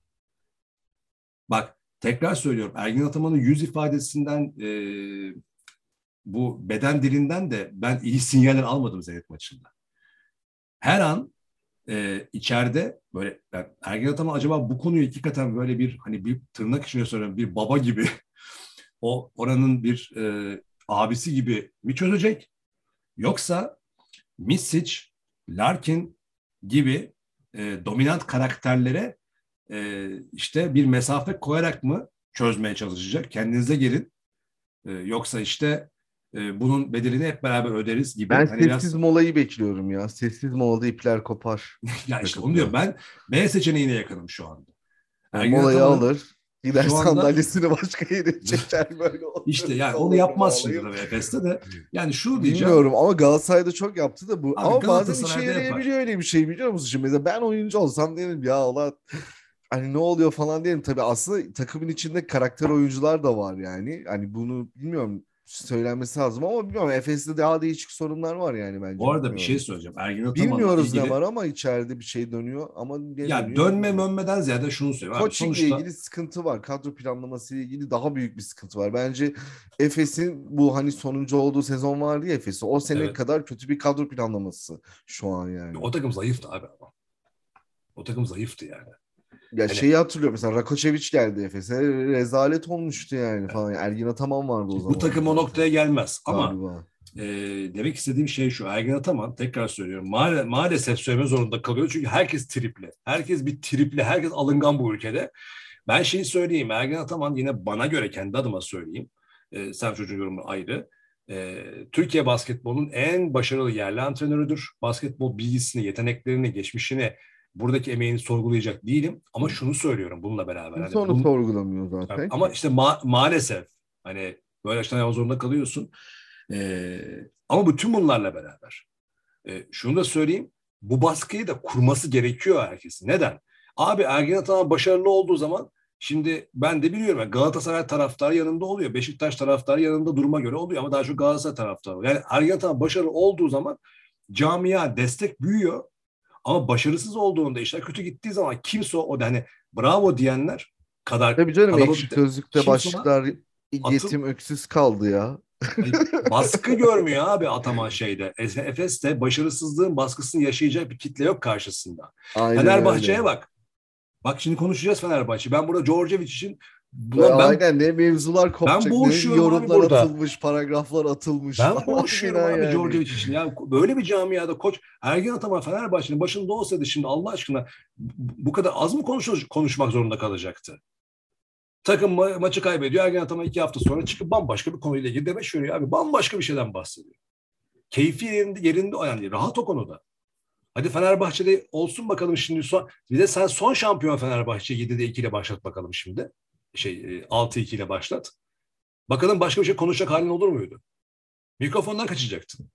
Bak tekrar söylüyorum. Ergin Ataman'ın yüz ifadesinden bu beden dilinden de ben iyi sinyaller almadım Zenit maçında. Her an içeride böyle yani Ergin Ataman acaba bu konuyu hakikaten böyle bir hani bir tırnak içine söylüyorum bir baba gibi o oranın bir abisi gibi mi çözecek? Yoksa Misic, Larkin gibi dominant karakterlere işte bir mesafe koyarak mı çözmeye çalışacak? Kendinize gelin. Yoksa işte bunun bedelini hep beraber öderiz gibi. Ben Hani sessiz biraz molayı bekliyorum ya. Sessiz molada ipler kopar ya işte onu diyorum takımda. ben B seçeneğine yakınım şu anda. Yani Ergin molayı Ataman'ın alır. Gider şu anda sandalyesini başka yere çeker böyle işte oturur yani onu kollarını yapmaz şimdi bağlayıp. tabii Efes'te de. Yani şunu diyeceğim. Bilmiyorum ama Galatasaray'da çok yaptı da bu. Abi Ama bazen işe Galatasaray'da yapar. yarayabiliyor öyle bir şey biliyor musun? Şimdi mesela ben oyuncu olsam derim ya ulan hani ne oluyor falan diyelim. Tabii aslında takımın içinde karakter oyuncular da var yani. Hani bunu bilmiyorum söylenmesi lazım ama bilmiyorum. Efes'te daha değişik sorunlar var yani Bu bence arada bir şey bilmiyorum. söyleyeceğim. Ergin Ataman'la Bilmiyoruz ne ilgili var ama içeride bir şey dönüyor. Ama ne ya dönüyor dönme bilmiyorum. mönmeden ziyade şunu söylüyorum. Abi Coaching'le sonuçta ilgili sıkıntı var. Kadro planlaması ile ilgili daha büyük bir sıkıntı var. Bence Efes'in bu hani sonuncu olduğu sezon vardı ya Efes'in. O sene evet kadar kötü bir kadro planlaması şu an yani. o takım zayıftı abi ama. O takım zayıftı yani. Ya Hani şeyi hatırlıyorum mesela Rakočević geldi Efes'e rezalet olmuştu yani falan. Ergin Ataman vardı o bu zaman takım o zaten noktaya gelmez ama galiba. e, demek istediğim şey şu. Ergin Ataman tekrar söylüyorum. Maalesef söylemek zorunda kalıyor. Çünkü herkes tripli. Herkes bir tripli. Herkes alıngan bu ülkede. Ben şeyi söyleyeyim. Ergin Ataman yine bana göre kendi adıma söyleyeyim. Sen çocuğun yorumu ayrı. Türkiye basketbolunun en başarılı yerli antrenörüdür. Basketbol bilgisini, yeteneklerini, geçmişini, buradaki emeğini sorgulayacak değilim. Ama şunu söylüyorum bununla beraber. Kimse Hani onu sorgulamıyor zaten ama ki. işte maalesef hani böyle açıdan zorunda kalıyorsun. Ama bütün bunlarla beraber şunu da söyleyeyim. Bu baskıyı da kurması gerekiyor herkesin. Neden? Abi Ergin Ataman başarılı olduğu zaman şimdi ben de biliyorum yani Galatasaray taraftarı yanında oluyor. Beşiktaş taraftarı yanında duruma göre oluyor ama daha çok Galatasaray taraftarı oluyor. Yani Ergin Ataman başarılı olduğu zaman camia destek büyüyor. Ama başarısız olduğunda işler kötü gittiği zaman kimse o da hani bravo diyenler kadar Tabii canım, Ekşi kalabalık. Sözlük'te Kimse ona başlıklar yetim öksüz kaldı ya. baskı görmüyor abi Ataman şeyde. Efes'te başarısızlığın baskısını yaşayacak bir kitle yok karşısında. Aynen Fenerbahçe'ye öyle. bak. Bak şimdi konuşacağız Fenerbahçe. Ben burada Djordjevic için ulan Aynen, ne mevzular ben kopacak, ne boğuşuyorum abi yorumlar burada. atılmış, paragraflar atılmış Ben falan boğuşuyorum filan abi yani. Djordjevic için. Ya böyle bir camiada koç Ergin Ataman Fenerbahçe'nin başında olsaydı şimdi Allah aşkına bu kadar az mı konuşmak zorunda kalacaktı? Takım maçı kaybediyor. Ergin Ataman 2 hafta sonra çıkıp bambaşka bir konuyla ilgili demeç veriyor abi. Bambaşka bir şeyden bahsediyor. Keyfi yerinde o yani, rahat o konuda. Hadi Fenerbahçe'de olsun bakalım şimdi bir de sen son şampiyon Fenerbahçe 7'de 2 ile başlat bakalım şimdi. 6-2 ile başlat. Bakalım başka bir şey konuşacak halin olur muydu? Mikrofondan kaçacaktın.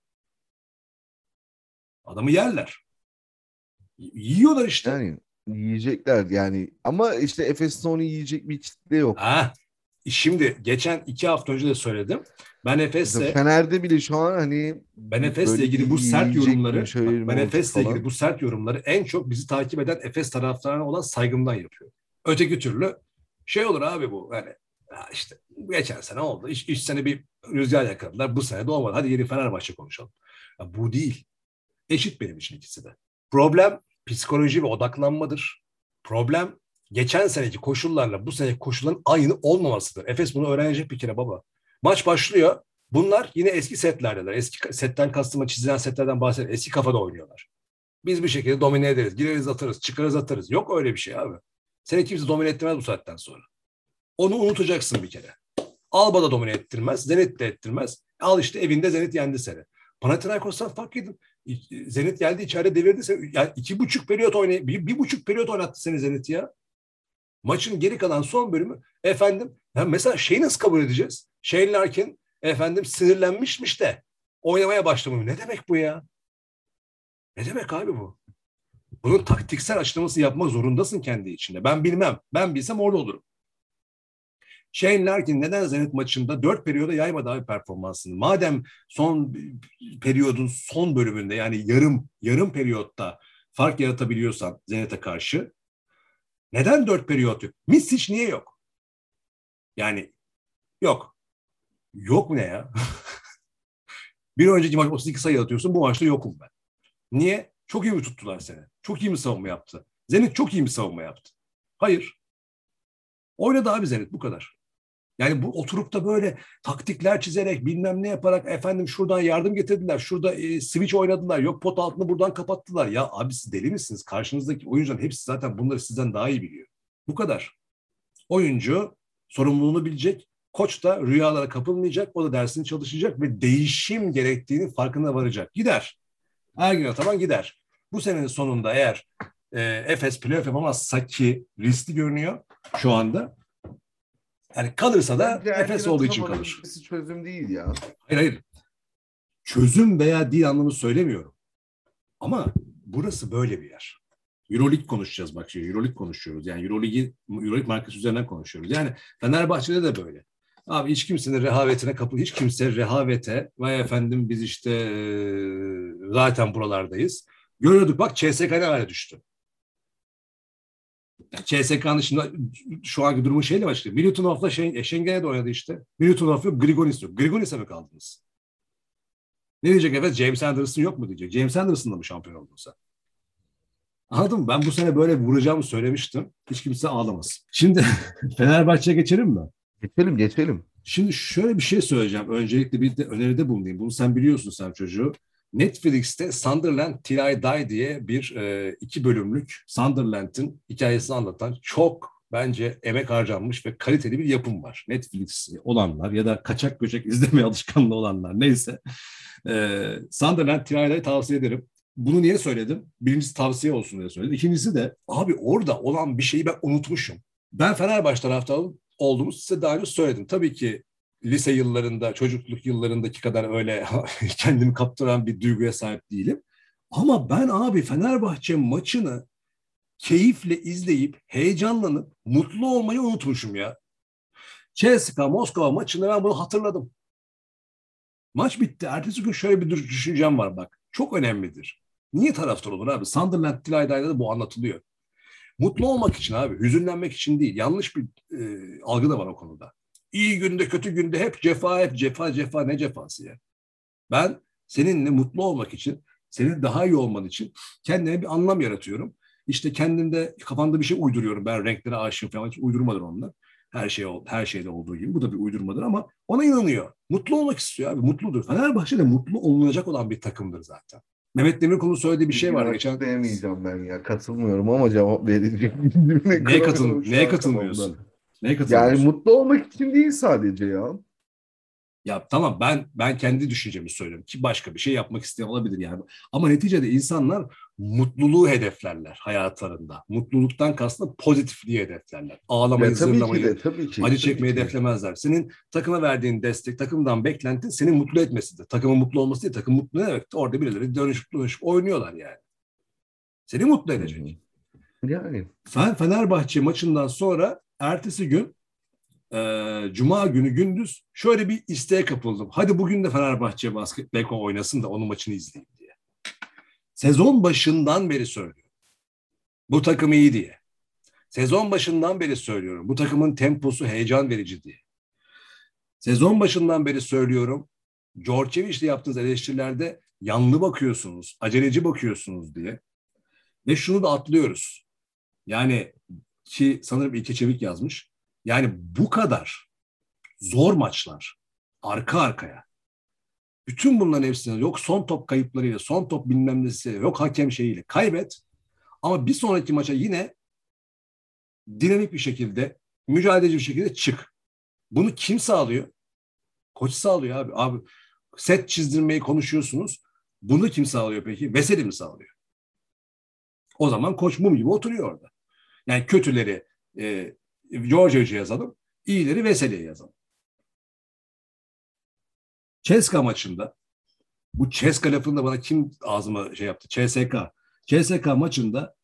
Adamı yerler. Yiyorlar işte. Yani yiyecekler yani, ama işte Efes'te onu yiyecek bir kitle yok. Şimdi geçen 2 hafta önce de söyledim. Ben Mesela Efes'le Fener'de bile şu an hani böyle ilgili bu sert yiyecek mi, yorumları, şöyle mi ben olacak Efes'le ilgili falan. bu sert yorumları en çok bizi takip eden Efes taraftarına olan saygımdan yapıyor. Öteki türlü şey olur abi bu. Yani işte geçen sene oldu. 3 sene bir rüzgar yakaladılar. Bu sene de olmadı. Hadi yeni Fenerbahçe konuşalım. Ya bu değil. Eşit benim için ikisi de. Problem psikoloji ve odaklanmadır. Problem geçen seneki koşullarla bu seneki koşulların aynı olmamasıdır. Efes bunu öğrenecek bir kere baba. Maç başlıyor. Bunlar yine eski setlerdeler. Eski setten kastımı çizilen setlerden bahsediyorum. Eski kafada oynuyorlar. Biz bir şekilde domine ederiz. Gireriz atarız, çıkarız atarız. Yok öyle bir şey abi. Seni kimse domine ettirmez bu saatten sonra. Onu unutacaksın bir kere. Alba da domine ettirmez. Zenit de ettirmez. Al işte evinde Zenit yendi seni. Panathinaikos'tan fark edin. Zenit geldi içeride devirdi seni. Yani 2,5 periyot oynayıp 1,5 periyot oynattı seni Zenit ya. Maçın geri kalan son bölümü efendim ya mesela şeyi nasıl kabul edeceğiz? Shane Larkin efendim sinirlenmişmiş de oynamaya başlamış. Ne demek bu ya? Ne demek abi bu? Bunun taktiksel açıklaması yapmak zorundasın kendi içinde. Ben bilmem. Ben bilsem orada olurum. Shane Larkin neden Zenit maçında 4 periyoda yaymadı abi performansını? Madem son periyodun son bölümünde yani yarım periyotta fark yaratabiliyorsan Zenit'e karşı neden 4 periyot yok? Misic niye yok? Yani yok. Yok ne ya? Bir önceki maç 32 sayı atıyorsun, bu maçta yokum ben. Niye? Çok iyi mi tuttular seni? Çok iyi mi savunma yaptı? Zenit çok iyi mi savunma yaptı? Hayır. Oynadı abi Zenit, bu kadar. Yani bu oturup da böyle taktikler çizerek bilmem ne yaparak efendim şuradan yardım getirdiler. Şurada switch oynadılar. Yok pot altını buradan kapattılar. Ya abi siz deli misiniz? Karşınızdaki oyuncuların hepsi zaten bunları sizden daha iyi biliyor. Bu kadar. Oyuncu sorumluluğunu bilecek. Koç da rüyalara kapılmayacak. O da dersini çalışacak ve değişim gerektiğini farkına varacak. Gider. Ergin Ataman gider. Bu senenin sonunda eğer Efes playoff yapamazsa ki riskli görünüyor şu anda. Yani kalırsa da Bence Efes Ergin olduğu için Ataman'ın kalır. gitmesi çözüm değil ya. Hayır. Çözüm veya değil anlamını söylemiyorum. Ama burası böyle bir yer. Euroleague konuşacağız bak şimdi. Euroleague konuşuyoruz. Yani Euroleague markası üzerinden konuşuyoruz. Yani Fenerbahçe'de de böyle. Abi hiç kimsenin rehavetine hiç kimse rehavete vay efendim biz işte zaten buralardayız. Görüyorduk bak CSK ne hale düştü. Yani CSK'nın şimdi şu anki durumu şeyle başlıyor. Milutinov'la Şengen'e de oynadı işte. Milutinov yok, Grigonis yok. Grigonis'e mi kaldınız? Ne diyecek evet? James Anderson yok mu diyecek. James Anderson'la mı şampiyon oldun sen? Anladın mı? Ben bu sene böyle vuracağımı söylemiştim. Hiç kimse ağlamasın. Şimdi Fenerbahçe'ye geçelim mi? Geçelim. Şimdi şöyle bir şey söyleyeceğim. Öncelikle bir de öneride bulunayım. Bunu sen biliyorsun sen çocuğu. Netflix'te Sunderland Till I Die diye bir 2 bölümlük Sunderland'in hikayesini anlatan çok bence emek harcanmış ve kaliteli bir yapım var. Netflix olanlar ya da kaçak göçek izleme alışkanlığı olanlar neyse. Sunderland Till I Die'yi tavsiye ederim. Bunu niye söyledim? Birincisi tavsiye olsun diye söyledim. İkincisi de abi orada olan bir şeyi ben unutmuşum. Ben Fenerbahçe taraftarı olduğumu size daha önce söyledim. Tabii ki lise yıllarında, çocukluk yıllarındaki kadar öyle kendimi kaptıran bir duyguya sahip değilim. Ama ben abi Fenerbahçe maçını keyifle izleyip, heyecanlanıp, mutlu olmayı unutmuşum ya. CSKA Moskova maçında ben bunu hatırladım. Maç bitti. Ertesi gün şöyle bir düşüncem var bak. Çok önemlidir. Niye taraftar olur abi? Sunderland Till I Die'da da bu anlatılıyor. Mutlu olmak için abi, hüzünlenmek için değil. Yanlış bir algı da var o konuda. İyi günde kötü günde hep cefa, hep cefa, cefa, ne cefası ya. Ben seninle mutlu olmak için, senin daha iyi olman için kendime bir anlam yaratıyorum. İşte kendimde, kafamda bir şey uyduruyorum. Ben renklere aşığım falan, hiç uydurmadır onlar. Her şeyde olduğu gibi. Bu da bir uydurmadır ama ona inanıyor. Mutlu olmak istiyor abi, mutludur. Fenerbahçe de mutlu olunacak olan bir takımdır zaten. Mehmet Demirkol'un söylediği bir şey var geçen. Diyemeyeceğim ben ya. Katılmıyorum ama cevap vereceğim. Neye katılmıyorsun? Neye Yani katılmıyorsun? mutlu olmak için değil sadece ya. Ya tamam, ben kendi düşüncemi söylüyorum ki başka bir şey yapmak isteyen olabilir yani. Ama neticede insanlar mutluluğu hedeflerler hayatlarında. Mutluluktan kastım pozitifliği hedeflerler. Ağlamayı, Ya tabii ki zırlamayı, de tabii ki. acı Tabii çekmeyi ki. hedeflemezler. Senin takıma verdiğin destek, takımdan beklentin seni mutlu etmesidir. Takımın mutlu olması değil, takım mutlu ne demek? Orada birileri dönüşüp oynuyorlar yani. Seni mutlu Hı hı. edecek. Yani. Fenerbahçe maçından sonra ertesi gün Cuma günü gündüz şöyle bir isteğe kapıldım. Hadi bugün de Fenerbahçe basketbol oynasın da onun maçını izleyeyim diye. Sezon başından beri söylüyorum. Bu takım iyi diye. Sezon başından beri söylüyorum. Bu takımın temposu heyecan verici diye. Sezon başından beri söylüyorum. Djordjevic'le yaptığınız eleştirilerde yanlı bakıyorsunuz, aceleci bakıyorsunuz diye. Ve şunu da atlıyoruz. Yani ki sanırım İlke Çevik yazmış. Yani bu kadar zor maçlar arka arkaya. Bütün bunların hepsini yok son top kayıplarıyla, son top bilmem nesi, yok hakem şeyiyle kaybet. Ama bir sonraki maça yine dinamik bir şekilde, mücadeleci bir şekilde çık. Bunu kim sağlıyor? Koç sağlıyor abi. Abi set çizdirmeyi konuşuyorsunuz. Bunu kim sağlıyor peki? Veseli mi sağlıyor? O zaman koç mum gibi oturuyor orada. Yani kötüleri George Hoca'ya yazalım, iyileri Veseli'ye yazalım. CSKA maçında, bu CSKA lafını da bana kim ağzıma şey yaptı? CSK. CSK maçında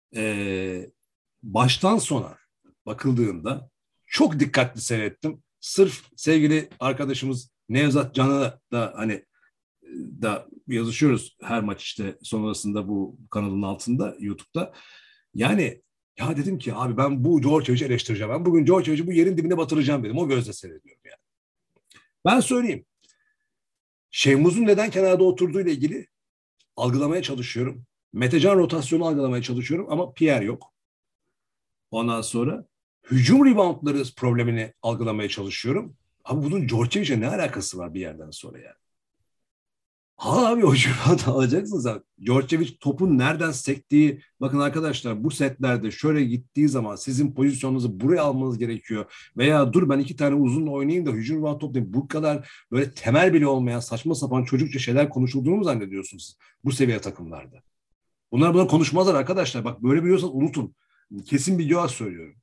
baştan sona bakıldığında çok dikkatli seyrettim. Sırf sevgili arkadaşımız Nevzat Can'a da hani da yazışıyoruz her maç işte sonrasında bu kanalın altında YouTube'da. Yani ya dedim ki abi ben bu Djordjevic'i eleştireceğim. Ben bugün Djordjevic'i bu yerin dibine batıracağım dedim. O gözle seyrediyorum yani. Ben söyleyeyim. Şehmuz'un neden kenarda oturduğu ile ilgili algılamaya çalışıyorum. Metecan rotasyonu algılamaya çalışıyorum ama Pierre yok. Ondan sonra hücum reboundları problemini algılamaya çalışıyorum. Abi bunun Djordjevic'e ne alakası var bir yerden sonra yani? Abi o rebound alacaksın sen. Djordjevic topun nereden sektiği, bakın arkadaşlar bu setlerde şöyle gittiği zaman sizin pozisyonunuzu buraya almanız gerekiyor. Veya dur ben 2 tane uzun oynayayım da hücum rebound toplayayım. Bu kadar böyle temel bile olmayan saçma sapan çocukça şeyler konuşulduğunu mu zannediyorsunuz bu seviye takımlarda? Bunlar konuşmazlar arkadaşlar. Bak böyle biliyorsanız unutun. Kesin bir cevap söylüyorum.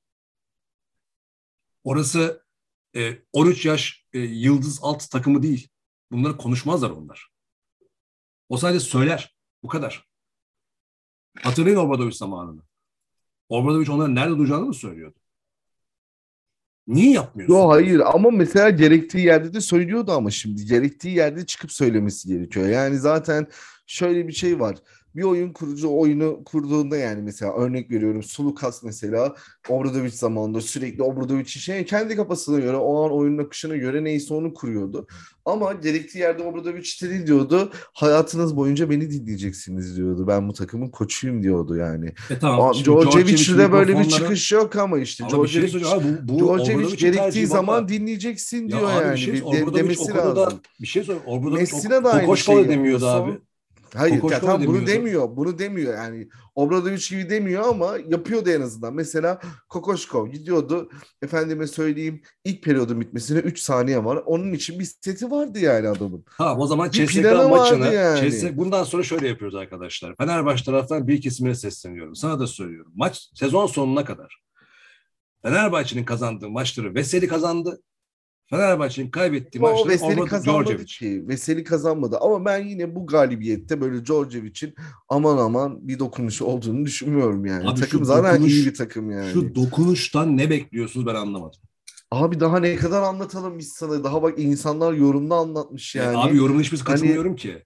Orası 13 yaş yıldız alt takımı değil. Bunları konuşmazlar onlar. O sadece söyler. Bu kadar. Hatırlayın Obradoviç zamanını. Obradoviç onların nerede duracağını mı söylüyordu? Niye yapmıyorsun? Yok hayır ama mesela gerektiği yerde de söylüyordu ama şimdi gerektiği yerde çıkıp söylemesi gerekiyor. Yani zaten şöyle bir şey var. Bir oyun kurucu oyunu kurduğunda yani mesela örnek veriyorum Sulukas mesela Obradoviç zamanında sürekli Obradoviç'in kendi kafasına göre o an oyunun akışına göre neyse onu kuruyordu. Ama gerektiği yerde Obradoviç de diyordu hayatınız boyunca beni dinleyeceksiniz diyordu. Ben bu takımın koçuyum diyordu yani. Tamam. Djordjevic'de böyle bir çıkış yok ama işte ama bir şey söyleyeceğim. Bu Djordjevic gerektiği tercihi zaman baba. dinleyeceksin Ya diyor abi yani. bir şey Bir demesi lazım. bir şey söyle. Obradoviç Messina da aynı Kokoşkov şeyi da demiyordu yapıyor. abi. Hayır ya Kokoşkov da tam bunu demiyordu. demiyor. Bunu demiyor yani. Obradoviç gibi demiyor ama yapıyordu en azından. Mesela Kokoşkov gidiyordu. Efendime söyleyeyim ilk periyodun bitmesine 3 saniye var. Onun için bir seti vardı yani adamın. Ha o zaman Bir CSK planı vardı maçını yani. bundan sonra şöyle yapıyoruz arkadaşlar. Fenerbahçe taraftan bir kesimine sesleniyorum. Sana da söylüyorum. Maç sezon sonuna kadar Fenerbahçe'nin kazandığı maçları Veseli kazandı. Fenerbahçe'nin kaybettiği Ama o maçları Veseli kazanmadı Djordjevic. ki. Veseli kazanmadı. Ama ben yine bu galibiyette böyle Djordjevic'in aman aman bir dokunuşu olduğunu düşünmüyorum yani. Abi Takım zaten iyi bir takım yani. Şu dokunuştan ne bekliyorsunuz ben anlamadım. Abi daha ne kadar anlatalım biz sana. Daha bak insanlar yorumda anlatmış yani. Abi yorumuna hiçbir Hani katılmıyorum ki.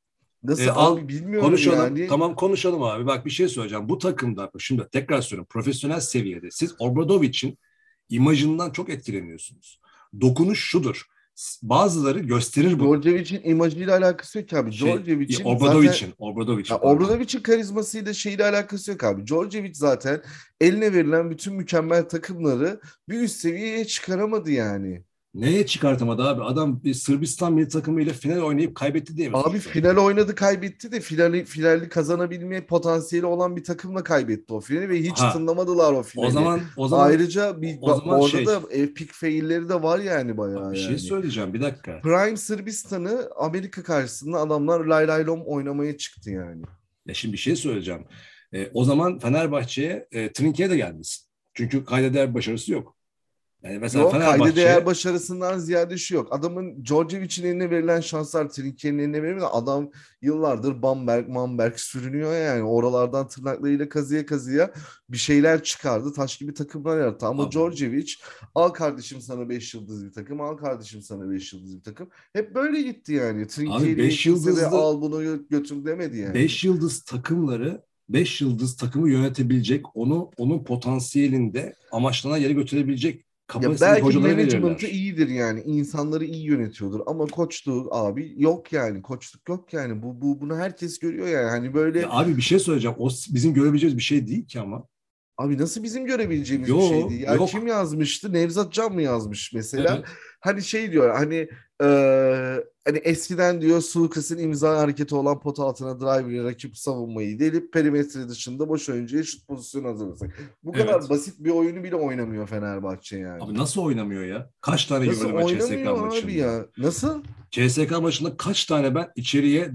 Nasıl Al abi bilmiyorum konuşalım. yani. Tamam konuşalım abi. Bak bir şey söyleyeceğim. Bu takımda şimdi tekrar söylüyorum. Profesyonel seviyede siz Obradovic'in imajından çok etkileniyorsunuz. Dokunuş şudur. Bazıları gösterir bunu. Djordjevic'in imajıyla alakası yok ki abi. Djordjevic'in zaten Obradovic'in pardon. Obradovic'in karizmasıyla şeyle alakası yok abi. Djordjevic zaten eline verilen bütün mükemmel takımları bir üst seviyeye çıkaramadı yani. Neye çıkartamadı abi? Adam bir Sırbistan milli takımıyla final oynayıp kaybetti diye mi Abi suçlu? final oynadı kaybetti de finali kazanabilme potansiyeli olan bir takımla kaybetti o finali ve hiç Ha, tınlamadılar o o finali. zaman o zaman Ayrıca o zaman orada da epic fail'leri de var yani bayağı bir şey yani. söyleyeceğim bir dakika. Prime Sırbistan'ı Amerika karşısında adamlar lay lay lom oynamaya çıktı yani. Ya şimdi bir şey söyleyeceğim. O zaman Fenerbahçe'ye Trinki'ye de gelmesin. Çünkü kayda değer başarısı yok. Yani mesela Yok, kayda değer Fenerbahçe başarısından ziyade şu yok. Adamın Djordjevic'in eline verilen şanslar Trinkier'in eline verilmiyor. Adam yıllardır Bamberg sürünüyor yani. Oralardan tırnaklarıyla kazıya kazıya bir şeyler çıkardı. Taş gibi takımlar yarattı. Ama abi, Djordjevic al kardeşim sana 5 yıldız bir takım. Al kardeşim sana 5 yıldız bir takım. Hep böyle gitti yani. abi Trinkier'e 5 kimse de yıldızlı al bunu götür demedi yani. 5 yıldız takımları 5 yıldız takımı yönetebilecek, onun potansiyelinde amaçlanan yere götürebilecek Ya kapasiteli belki hocaları management'ı verirler. iyidir yani. İnsanları iyi yönetiyordur ama koçluğu abi yok yani. Koçluk yok yani. Bunu herkes görüyor yani. Hani Ya böyle abi bir şey söyleyeceğim. O bizim görebileceğimiz bir şey değil ki ama. abi nasıl bizim görebileceğimiz bir şeydi? Yok, Ya kim yok. yazmıştı? Nevzat Can mı yazmış mesela? Evet. Hani şey diyor hani hani eskiden diyor Sulukas'ın imza hareketi olan pot altına driver'ı rakip savunmayı delip perimetre dışında boş oyuncuya şut pozisyonu hazırlasak. Bu kadar Evet. basit bir oyunu bile oynamıyor Fenerbahçe Abi yani. nasıl oynamıyor ya? Kaç tane Nasıl gördüm ben CSK oynamıyor abi maçında? ya? Nasıl? CSK maçında kaç tane ben içeriye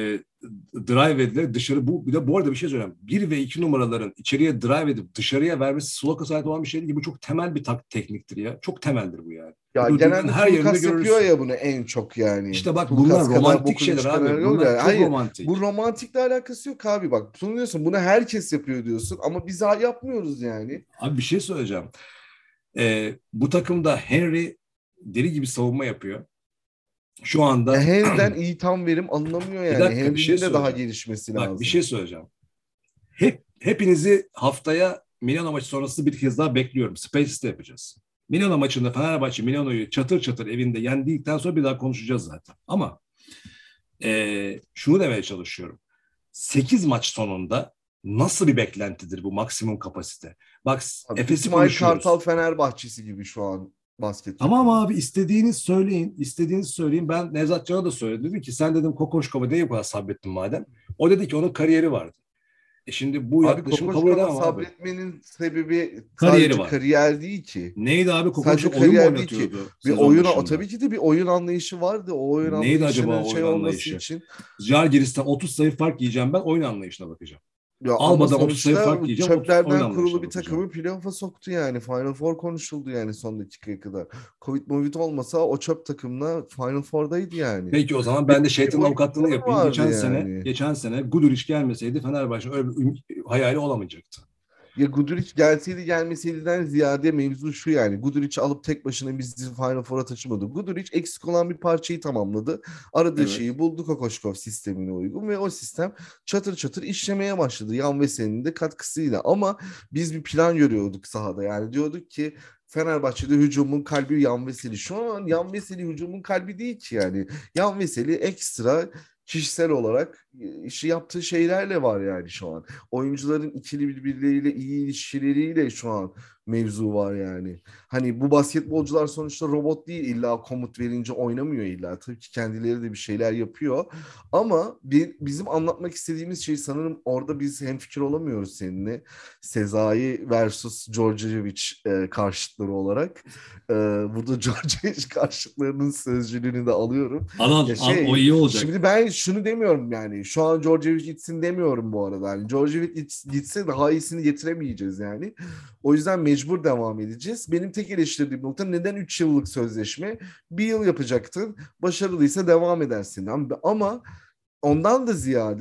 drive edilir dışarı bu bir de bu arada bir şey söyleyeyim. 1 ve 2 numaraların içeriye drive edip dışarıya vermesi Sulokas'a ait olan bir şey değil ki. Bu çok temel bir tekniktir ya. Çok temeldir bu yani. Ya Bunu dünyanın genelde her yerinde Tsulukas yapıyor görürsün. ya bunu en çok yani. İşte bak bunlar Tsulukas kadar romantik bokunu şeyler çıkaran abi. yok Bunlar ya. çok Hayır, bu romantik. romantikle alakası yok abi bak. Bunu diyorsun, bunu herkes yapıyor diyorsun ama biz yapmıyoruz yani. Abi bir şey söyleyeceğim. Bu takımda Henry deli gibi savunma yapıyor. Şu Ya anda Henry'den iyi tam verim alınamıyor bir yani. dakika bir şey Henry'nin de daha söyleyeceğim. gelişmesi Bak bir lazım. şey söyleyeceğim. Hepinizi haftaya Milano maçı sonrası bir kez daha bekliyorum. Space'de yapacağız. Milano maçında Fenerbahçe Milano'yu çatır çatır evinde yendikten sonra bir daha konuşacağız zaten. Ama şunu demeye çalışıyorum. 8 maç sonunda nasıl bir beklentidir bu maksimum kapasite? Bak Abi, Efes'i İsmail Kartal konuşuyoruz. Fenerbahçesi gibi şu an basket Tamam takımı. abi istediğiniz söyleyin. İstediğiniz söyleyin. Ben Nevzat Can'a da söyledim. Dedim ki sen dedim Kokoşkov'a niye bu kadar sabrettin madem? O dedi ki onun kariyeri vardı. Şimdi bu Abi yaklaşımı kabul Kokoşkov'a edemem abi. sabretmenin sebebi Kariyeri sadece var. kariyer değil ki. Neydi abi Sadece Kokoşkov oyun mu kariyer değil ki. oynatıyordu Bir sezon oyuna, o başında? tabii ki de bir oyun anlayışı vardı. O oyun Neydi acaba anlayışının o şey oyun olması anlayışı? için. Žalgiris'ten 30 sayı fark yiyeceğim ben oyun anlayışına bakacağım. Ya ama Alba'dan 30 sayı sonuçta fark yiyeceğim oyun çöplerden kurulu anlayışına bir bakacağım. takımı playoff'a soktu yani. Final Four konuşuldu yani son dakikaya kadar. Covid olmasa o çöp takımla Final Four'daydı yani. Peki o zaman ben de Belli bir şeytanın avukatlığını oyuncular yapayım. vardı yani. Geçen sene Guduric gelmeseydi Fenerbahçe'nin öyle bir hayali olamayacaktı. Ya Guduric gelseydi gelmeseydiden ziyade mevzu şu yani. Guduric'i alıp tek başına bizi Final Four'a taşımadı. Guduric eksik olan bir parçayı tamamladı. Aradığı Evet. şeyi buldu Kokoşkov sistemine uygun ve o sistem çatır çatır işlemeye başladı. Yan ve senin de katkısıyla. Ama biz bir plan görüyorduk sahada. Yani diyorduk ki Fenerbahçe'de hücumun kalbi Yan Veseli. Şu an Yan Veseli hücumun kalbi değil ki yani. Yan Veseli ekstra kişisel olarak işi yaptığı şeylerle var yani şu an. Oyuncuların ikili birbirleriyle iyi ilişkileriyle şu an mevzu var yani. Hani bu basketbolcular sonuçta robot değil, illa komut verince oynamıyor illa. Tabii ki kendileri de bir şeyler yapıyor. Ama bizim anlatmak istediğimiz şey sanırım orada biz hemfikir olamıyoruz seninle. Sezai versus Djordjevic karşıtları olarak. Burada Djordjevic karşıtlarının sözcülüğünü de alıyorum. Al Ya o iyi olacak. şimdi ben şunu demiyorum yani. Şu an Djordjevic gitsin demiyorum bu arada. Yani Djordjevic gitse daha iyisini getiremeyeceğiz yani. O yüzden mecbur devam edeceğiz. Benim tek eleştirdiğim nokta neden 3 yıllık sözleşme? Bir yıl yapacaktın. Başarılıysa devam edersin. Ama ondan da ziyade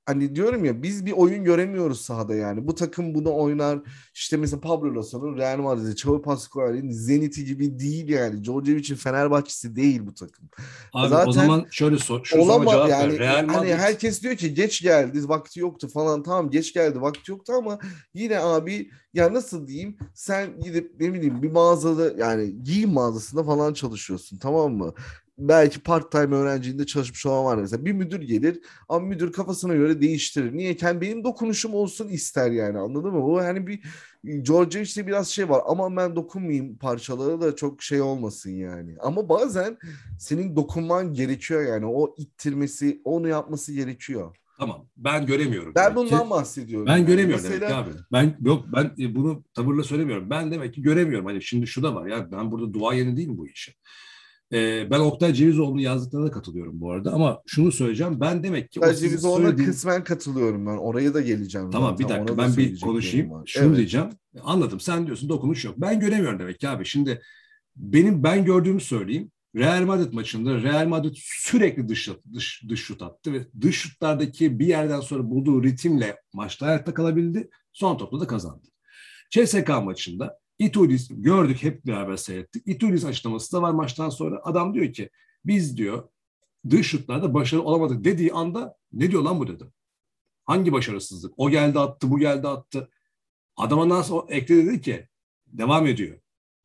hani diyorum ya, biz bir oyun göremiyoruz sahada yani. Bu takım bunu oynar. İşte mesela Pablo Lasso'nun Real Madrid'i, Xavi Pascual'in Zenit'i gibi değil yani. Djordjevic'in Fenerbahçe'si değil bu takım. Abi o Zaten zaman şöyle şu soruma olama cevap ver. yani, Real hani Madrid herkes diyor ki geç geldi, vakti yoktu falan. Tamam, geç geldi, vakti yoktu ama yine abi, ya nasıl diyeyim, sen gidip ne bileyim bir mağazada, yani giyim mağazasında falan çalışıyorsun, tamam mı? Belki part time öğrenciliğinde çalışmış olan var mesela. Bir müdür gelir ama müdür kafasına göre değiştirir. Niye? Benim dokunuşum olsun ister yani, anladın mı? O hani bir Georgia işte biraz şey var. Ama ben dokunmayayım parçalara da çok şey olmasın yani. Ama bazen senin dokunman gerekiyor yani. O ittirmesi, onu yapması gerekiyor. tamam, ben göremiyorum Ben demek ki. bundan bahsediyorum Ben yani. göremiyorum demek ki Mesela abi. Ben yok, ben bunu tavırla söylemiyorum. Ben demek ki göremiyorum. Hani şimdi şu da var ya, ben burada duayeni değilim bu işi. Ben Oktay Cevizoğlu'nun yazdıklarına da katılıyorum bu arada. Ama şunu söyleyeceğim. Ben demek ki o sadece sizin biz ona söylediğin. kısmen katılıyorum ben. Oraya da geleceğim Tamam, bir zaten. dakika, Ona da ben bir söyleyeceklerim konuşayım. var. Şunu Evet. diyeceğim. Anladım, sen diyorsun dokunuş yok. Ben göremiyorum demek ki abi. Şimdi ben gördüğümü söyleyeyim. Real Madrid maçında Real Madrid sürekli dış şut attı ve dış şutlardaki bir yerden sonra bulduğu ritimle maçta ayakta kalabildi. Son topla da kazandı. CSKA maçında Ituris gördük, hep beraber seyrettik. Ituris açıklaması da var maçtan sonra. Adam diyor ki biz diyor dış şutlarda başarılı olamadık dediği anda ne diyor lan bu dedim. Hangi başarısızlık? O geldi attı, bu geldi attı. Adama nasıl ekledi, dedi ki devam ediyor.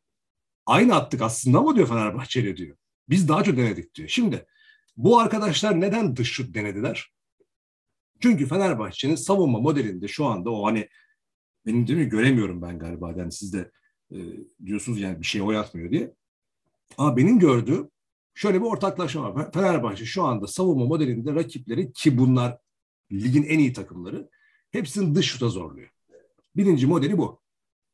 Aynı attık aslında ama diyor Fenerbahçe'yle diyor. Biz daha çok denedik diyor. Şimdi bu arkadaşlar neden dış şut denediler? Çünkü Fenerbahçe'nin savunma modelinde şu anda o hani benim değil mi göremiyorum ben galiba. Yani siz de e, diyorsunuz yani bir şey oynatmıyor diye. Ama benim gördüğüm şöyle bir ortaklaşma var. Fenerbahçe şu anda savunma modelinde rakipleri, ki bunlar ligin en iyi takımları, hepsini dış şuta zorluyor. Birinci modeli bu.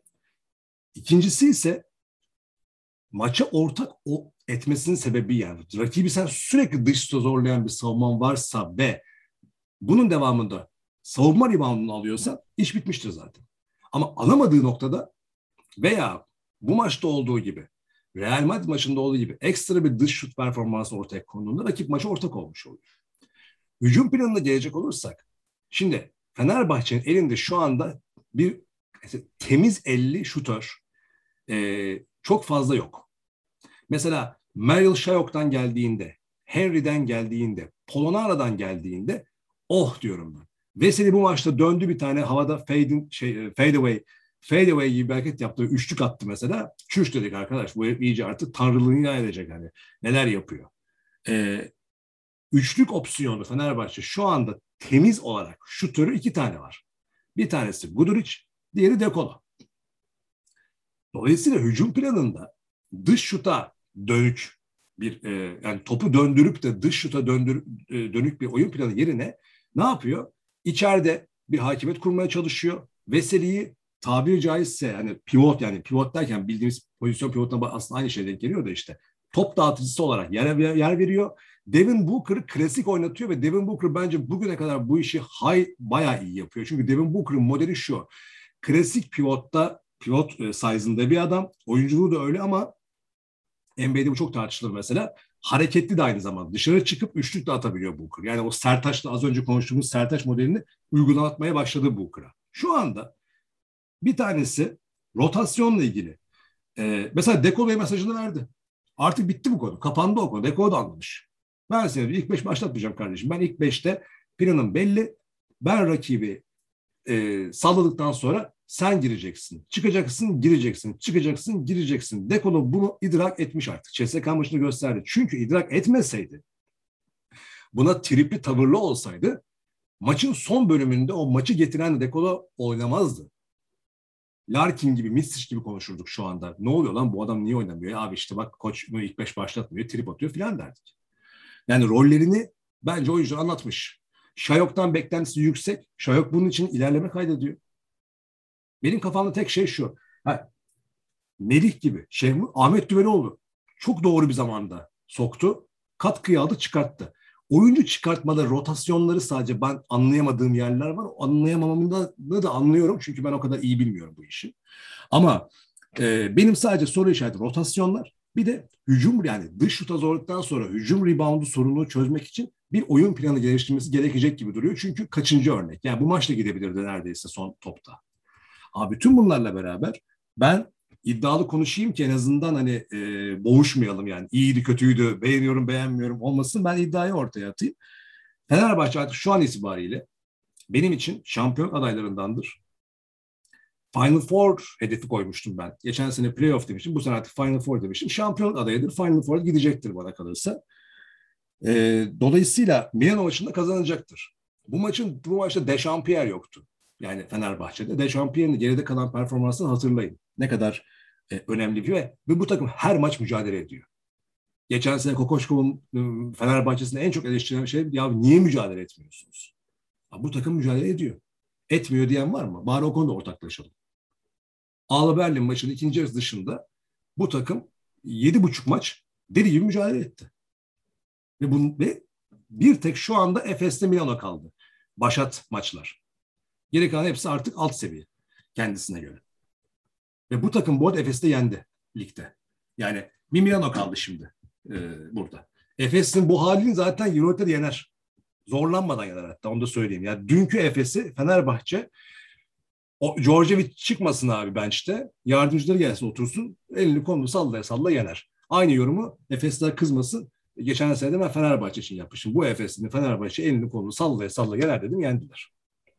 İkincisi ise maça ortak etmesinin sebebi, yani rakibi sen sürekli dış şuta zorlayan bir savunman varsa ve bunun devamında savunma reboundunu alıyorsa iş bitmiştir zaten. Ama alamadığı noktada veya bu maçta olduğu gibi, Real Madrid maçında olduğu gibi ekstra bir dış şut performansı ortaya konduğunda rakip maça ortak olmuş oluyor. Hücum planına gelecek olursak, şimdi Fenerbahçe'nin elinde şu anda bir temiz elli şutör çok fazla yok. Mesela Meryl Shayok'tan geldiğinde, Henry'den geldiğinde, Polonara'dan geldiğinde oh diyorum ben. Veseli bu maçta döndü, bir tane havada fade away gibi bir hareket yaptı. Üçlük attı mesela. Çüş dedik arkadaş. Bu iyice artık tanrılığını ilan edecek hani. Neler yapıyor. Üçlük opsiyonu Fenerbahçe şu anda temiz olarak şutörü iki tane var. Bir tanesi Guduric, diğeri De Colo. Dolayısıyla hücum planında dış şuta dönük bir yani topu döndürüp de dış şuta dönük bir oyun planı yerine ne yapıyor? İçeride bir hakimiyet kurmaya çalışıyor. Veseli'yi tabiri caizse yani pivot derken bildiğimiz pozisyon pivotuna aslında aynı şey denk geliyor da işte top dağıtıcısı olarak yer veriyor. Devin Booker'ı klasik oynatıyor ve Devin Booker bence bugüne kadar bu işi bayağı iyi yapıyor. Çünkü Devin Booker'ın modeli şu. Klasik pivot size'ında bir adam. Oyunculuğu da öyle ama NBA'de bu çok tartışılır mesela. Hareketli de aynı zamanda. Dışarı çıkıp üçlük de atabiliyor Booker. Yani o Sertaç'la az önce konuştuğumuz Sertaç modelini uygulatmaya başladı Booker'a. Şu anda bir tanesi rotasyonla ilgili. Mesela Dekolo'ya mesajını verdi. Artık bitti bu konu. Kapandı o konu. Dekolo da anlamış. Ben seni ilk 5 başlatmayacağım kardeşim. Ben ilk 5'te planım belli. Ben rakibi salladıktan sonra sen gireceksin. Çıkacaksın, gireceksin. Çıkacaksın, gireceksin. Dekolo bunu idrak etmiş artık. CSKA maçını gösterdi. Çünkü idrak etmeseydi, buna tripli tavırlı olsaydı maçın son bölümünde o maçı getiren Dekolo oynamazdı. Larkin gibi, Mitsic gibi konuşurduk şu anda. Ne oluyor lan, bu adam niye oynamıyor? Ya abi işte bak koç bunu ilk 5 başlatmıyor, trip atıyor filan derdik. Yani rollerini bence oyuncular anlatmış. Şayok'tan beklentisi yüksek. Şayok bunun için ilerleme kaydediyor. Benim kafamda tek şey şu. Melih gibi, Ahmet Düvelioğlu çok doğru bir zamanda soktu. Katkıyı aldı, çıkarttı. Oyuncu çıkartmada rotasyonları sadece ben anlayamadığım yerler var. Anlayamamamı da anlıyorum. Çünkü ben o kadar iyi bilmiyorum bu işi. Ama benim sadece soru işareti rotasyonlar. Bir de hücum, yani dış şuta zorluktan sonra hücum reboundu sorununu çözmek için bir oyun planı geliştirmesi gerekecek gibi duruyor. Çünkü kaçıncı örnek? Yani bu maçla gidebilirdi neredeyse son topta. Ama bütün bunlarla beraber ben iddialı konuşayım ki en azından hani boğuşmayalım yani. İyiydi, kötüydü, beğeniyorum, beğenmiyorum olmasın. Ben iddiayı ortaya atayım. Fenerbahçe artık şu an itibariyle benim için şampiyon adaylarındandır. Final Four hedefi koymuştum ben. Geçen sene playoff demiştim. Bu sene artık Final Four demiştim. Şampiyon adayıdır. Final Four gidecektir bana kalırsa. Dolayısıyla Milano maçında kazanacaktır. Bu maçta Dechampierre yoktu. Yani Fenerbahçe'de. Dechampierre'in geride kalan performansını hatırlayın. Ne kadar önemli bir ve bu takım her maç mücadele ediyor. Geçen sene Kokoşkov'un Fenerbahçe'sinde en çok eleştirilen şey ya niye mücadele etmiyorsunuz? Ya, bu takım mücadele ediyor. Etmiyor diyen var mı? Bari o konuda ortaklaşalım. Ağla Berlin maçının ikinci yarısı dışında bu takım 7,5 maç deli gibi mücadele etti. Ve bir tek şu anda Efes'te Milano kaldı. Başat maçlar. Geri kalan hepsi artık alt seviye kendisine göre. Ve bu takım bu arada Efes'te yendi ligde. Yani bir Milano kaldı şimdi burada. Efes'in bu halini zaten Euroleague'de yener. Zorlanmadan yener hatta onu da söyleyeyim. Yani dünkü Efes'i Fenerbahçe o Djordjevic çıkmasın abi bench'te. Yardımcıları gelsin otursun. Elini kolunu sallaya salla yener. Aynı yorumu Efes'ler kızmasın. Geçen sene de ben Fenerbahçe için yapmışım. Bu Efes'in Fenerbahçe elini kolunu sallaya salla yener dedim yendiler.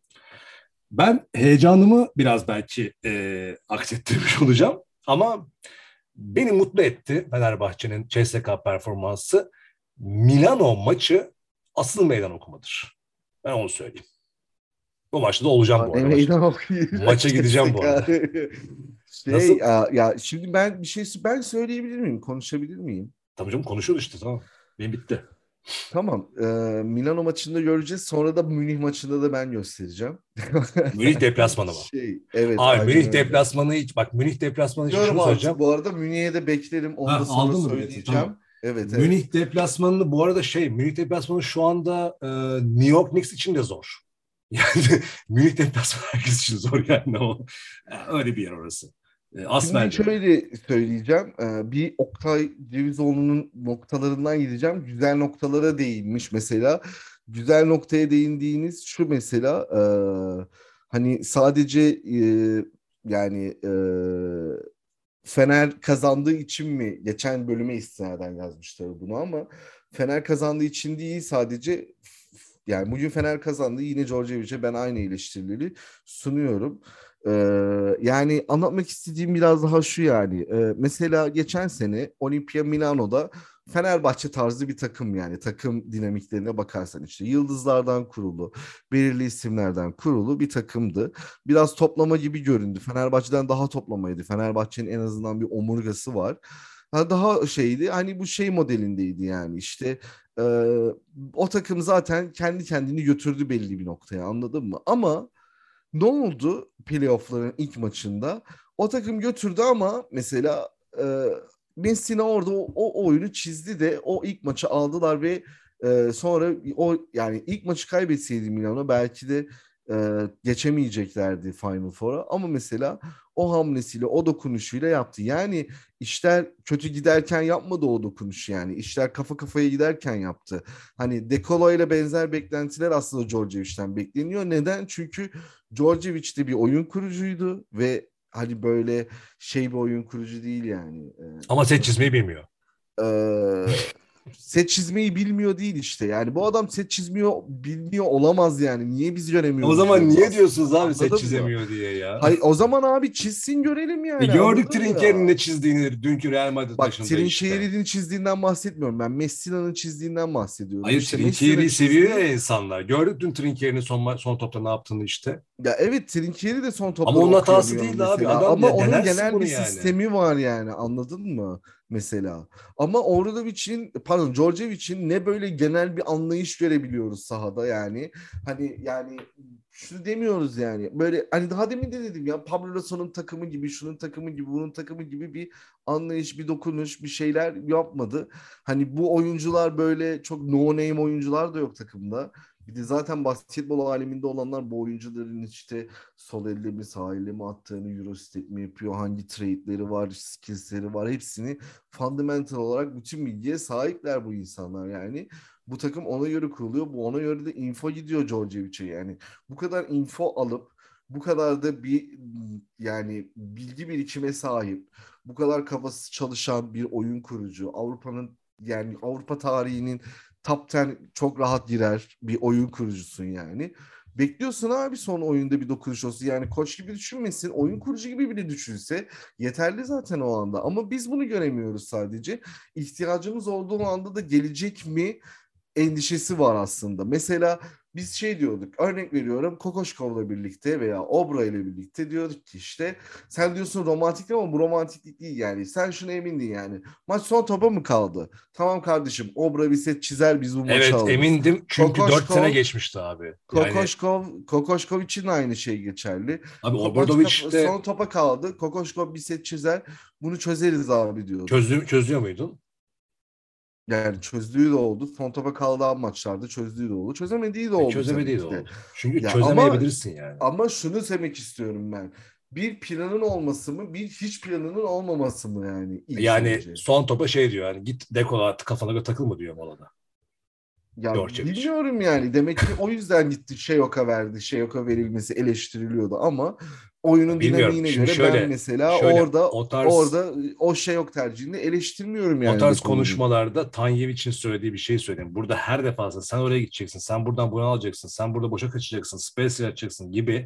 Ben heyecanımı biraz belki aksettirmiş olacağım. Ama beni mutlu etti Fenerbahçe'nin CSKA performansı. Milano maçı asıl meydan okumadır. Ben onu söyleyeyim. Bu maçta da olacağım bu arada. Meydan okuyayım. Maça gideceğim bu arada. Nasıl? Ya şimdi ben ben söyleyebilir miyim? Konuşabilir miyim? Tabii canım konuşuyoruz işte tamam. Benim bitti. Tamam. Milano maçında göreceğiz. Sonra da Münih maçında da ben göstereceğim. Münih deplasmanı mı? Evet. Abi Münih deplasmanı hiç bak Münih deplasmanı için şunu söyleyeceğim. Bu arada Münih'e de beklerim. Onu da sonra söyleyeceğim. Tamam. Evet. Münih deplasmanını bu arada Münih deplasmanı şu anda New York Knicks için de zor. Yani Münih deplasmanı herkes için zor yani o. Öyle bir yer orası. Şimdi şöyle söyleyeceğim. Bir Oktay Cevizoğlu'nun noktalarından gideceğim. Güzel noktalara değinmiş mesela. Güzel noktaya değindiğiniz şu mesela hani sadece yani Fener kazandığı için mi geçen bölüme istinaden yazmışlar bunu ama Fener kazandığı için değil sadece yani bugün Fener kazandı yine Djordjevic'e ben aynı eleştirileri sunuyorum. Yani anlatmak istediğim biraz daha şu yani. Mesela geçen sene Olimpia Milano'da Fenerbahçe tarzı bir takım yani takım dinamiklerine bakarsan işte yıldızlardan kurulu, belirli isimlerden kurulu bir takımdı. Biraz toplama gibi göründü. Fenerbahçe'den daha toplamaydı. Fenerbahçe'nin en azından bir omurgası var. Daha şeydi hani bu şey modelindeydi yani işte e, o takım zaten kendi kendini götürdü belli bir noktaya anladın mı? Ama ne oldu playoff'ların ilk maçında? O takım götürdü ama mesela Messina orada o oyunu çizdi de o ilk maçı aldılar ve sonra o yani ilk maçı kaybetseydi Milano belki de geçemeyeceklerdi Final Four'a ama mesela o hamlesiyle o dokunuşuyla yaptı. Yani işler kötü giderken yapmadı o dokunuş yani. İşler kafa kafaya giderken yaptı. Hani De Colo ile benzer beklentiler aslında Djordjevic'ten bekleniyor. Neden? Çünkü Djordjevic de bir oyun kurucuydu ve hani böyle bir oyun kurucu değil yani. Ama set çizmeyi bilmiyor. Set çizmeyi bilmiyor değil işte. Yani bu adam set çizmiyor, bilmiyor olamaz yani. Niye biz göremiyoruz? O zaman niye diyorsunuz abi set çizemiyor mı? diye ya? Hayır o zaman abi çizsin görelim yani. Gördük Trinker'in ne çizdiğini dünkü Real Madrid maçında işte. Bak Trinker'in çizdiğinden bahsetmiyorum. Ben Messina'nın çizdiğinden bahsediyorum. Hayır işte Trinker'i seviyor ya insanlar. Gördük dün Trinker'in son topta ne yaptığını işte. Ya evet Trinker'i de son topta ama onun hatası değil mesela. abi. Adam ama onun genel bir yani. sistemi var yani anladın mı? Mesela. Ama Djordjevic'in ne böyle genel bir anlayış görebiliyoruz sahada yani. Hani yani şunu demiyoruz yani. Böyle hani daha demin de dedim ya Pablo Lasso'nun takımı gibi, şunun takımı gibi, bunun takımı gibi bir anlayış, bir dokunuş, bir şeyler yapmadı. Hani bu oyuncular böyle çok no name oyuncular da yok takımda. Bir de zaten basketbol aleminde olanlar bu oyuncuların işte sol elle mi sağ elle mi attığını, Eurostep mi yapıyor, hangi trade'leri var, skills'leri var, hepsini fundamental olarak bütün bilgiye sahipler bu insanlar yani. Bu takım ona göre kuruluyor. Bu ona göre de info gidiyor Djordjevic'e yani. Bu kadar info alıp bu kadar da bir yani bilgi birikime sahip, bu kadar kafası çalışan bir oyun kurucu, Avrupa'nın yani Avrupa tarihinin top 10 çok rahat girer bir oyun kurucusun yani. Bekliyorsun abi son oyunda bir dokunuş olsun. Yani koç gibi düşünmesin, oyun kurucu gibi bile düşünse yeterli zaten o anda. Ama biz bunu göremiyoruz sadece. İhtiyacımız olduğu anda da gelecek mi endişesi var aslında. Mesela biz şey diyorduk, örnek veriyorum, Kokoşkov'la birlikte veya Obra ile birlikte diyorduk ki işte sen diyorsun romantik ama bu romantiklik değil yani. Sen şuna emindin yani. Maç son topa mı kaldı? Tamam kardeşim, Obra bir set çizer, biz bu maçı Evet, alırız. emindim çünkü 4 sene Kokoşkov geçmişti abi. Yani Kokoşkov için de aynı şey geçerli. abi Maç Obradoviç de son topa kaldı. Kokoşkov bir set çizer. Bunu çözeriz abi diyorduk. çözüyor muydun? Yani çözdüğü de oldu. Son topa kaldığı maçlarda çözdüğü de oldu. Çözemediği de oldu tabii Çözemediği de ki de. oldu. Çünkü Ya ama çözemeyebilirsin yani. şunu demek istiyorum ben. Bir planın olması mı, bir hiç planının olmaması mı yani ilk Yani önce? son topa şey diyor yani git dekola kafana göre takılma diyor molada. Ya Djordjevic. bilmiyorum yani. Demek ki o yüzden gitti Şeyok'a verdi. Şeyok'a verilmesi eleştiriliyordu ama oyunun Bilmiyorum. dinamiğine Şimdi göre ben şöyle mesela şöyle orada o tarz orada o Şeyok tercihini eleştirmiyorum o yani tarz Dekol'un. konuşmalarda Tanyevic'in söylediği bir şey söyleyeyim. Burada her defasında sen oraya gideceksin, sen buradan bunu alacaksın, sen burada boşa kaçacaksın, space yapacaksın gibi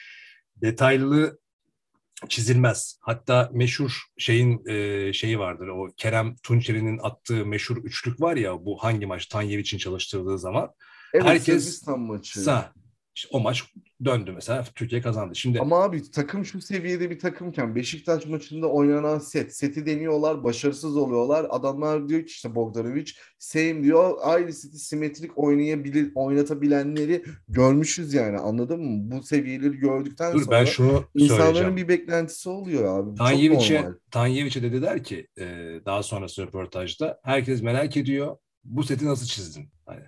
detaylı çizilmez. Hatta meşhur şeyi vardır. O Kerem Tunçeri'nin attığı meşhur üçlük var ya, bu hangi maç Tanyevic'in çalıştırdığı zaman Evet, herkes Sırbistan maçı. sağ. İşte o maç döndü mesela. Türkiye kazandı. Şimdi Ama abi takım şu seviyede bir takımken Beşiktaş maçında oynanan seti deniyorlar, başarısız oluyorlar. Adamlar diyor ki işte Bogdanovic same diyor, aynı seti simetrik oynatabilenleri görmüşüz yani, anladın mı? Bu seviyeleri gördükten dur ben sonra şunu insanların söyleyeceğim. bir beklentisi oluyor abi. Bu çok normal. Tanyevic'e de dediler ki daha sonrası röportajda herkes merak ediyor. Bu seti nasıl çizdin? Hani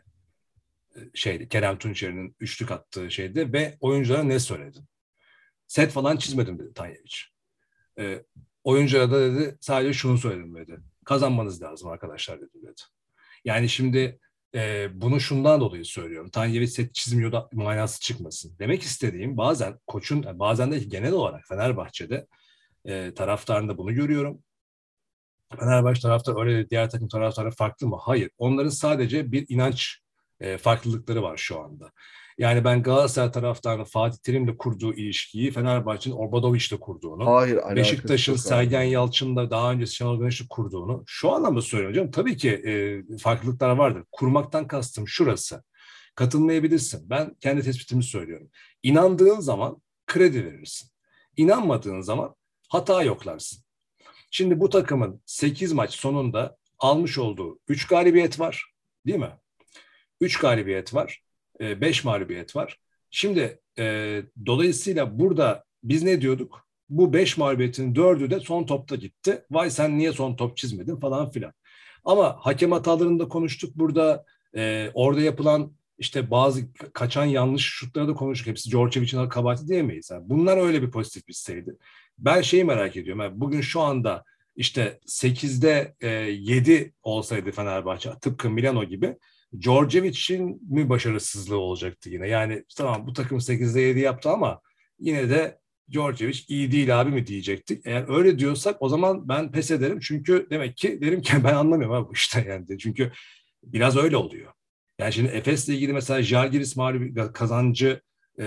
Kerem Tunçeri'nin üçlük attığı şeyde ve oyunculara ne söyledin? Set falan çizmedim dedi Tanyevic. E, oyunculara da dedi sadece şunu söyledim dedi. Kazanmanız lazım arkadaşlar dedi. Yani şimdi bunu şundan dolayı söylüyorum. Tanyevic set çizmiyor da manası çıkmasın. Demek istediğim bazen koçun, bazen de genel olarak Fenerbahçe'de taraftarında bunu görüyorum. Fenerbahçe taraftarı öyle de diğer takım taraftarı farklı mı? Hayır. Onların sadece bir inanç farklılıkları var şu anda. Yani ben Galatasaray taraftarının Fatih Terim'le kurduğu ilişkiyi Fenerbahçe'nin Obradoviç'le kurduğunu, Hayır, alakası Beşiktaş'ın yok abi. Sergen Yalçın'la daha önce Şenol Güneş'le kurduğunu şu anlamda söylüyorum canım. Tabii ki farklılıklar vardır. Kurmaktan kastım şurası. Katılmayabilirsin. Ben kendi tespitimi söylüyorum. İnandığın zaman kredi verirsin. İnanmadığın zaman hata yoklarsın. Şimdi bu takımın 8 maç sonunda almış olduğu 3 galibiyet var. Değil mi? 3 galibiyet var. 5 mağlubiyet var. Şimdi dolayısıyla burada biz ne diyorduk? Bu 5 mağlubiyetin 4'ü de son topta gitti. Vay sen niye son top çizmedin falan filan. Ama hakem hatalarını da konuştuk burada. Orada yapılan işte bazı kaçan yanlış şutları da konuştuk. Hepsi Djordjevic'in kabahati diyemeyiz. Yani bunlar öyle bir pozitif bitseydi. Ben şeyi merak ediyorum. Yani bugün şu anda işte 8'de 7 olsaydı Fenerbahçe tıpkı Milano gibi Djordjevic'in mi başarısızlığı olacaktı yine? Yani tamam bu takım 8'de 7 yaptı ama yine de Djordjevic iyi değil abi mi diyecektik. Eğer öyle diyorsak o zaman ben pes ederim. Çünkü demek ki derim ki ben anlamıyorum abi bu işte yani. Çünkü biraz öyle oluyor. Yani şimdi Efes'le ilgili mesela Žalgiris kazancı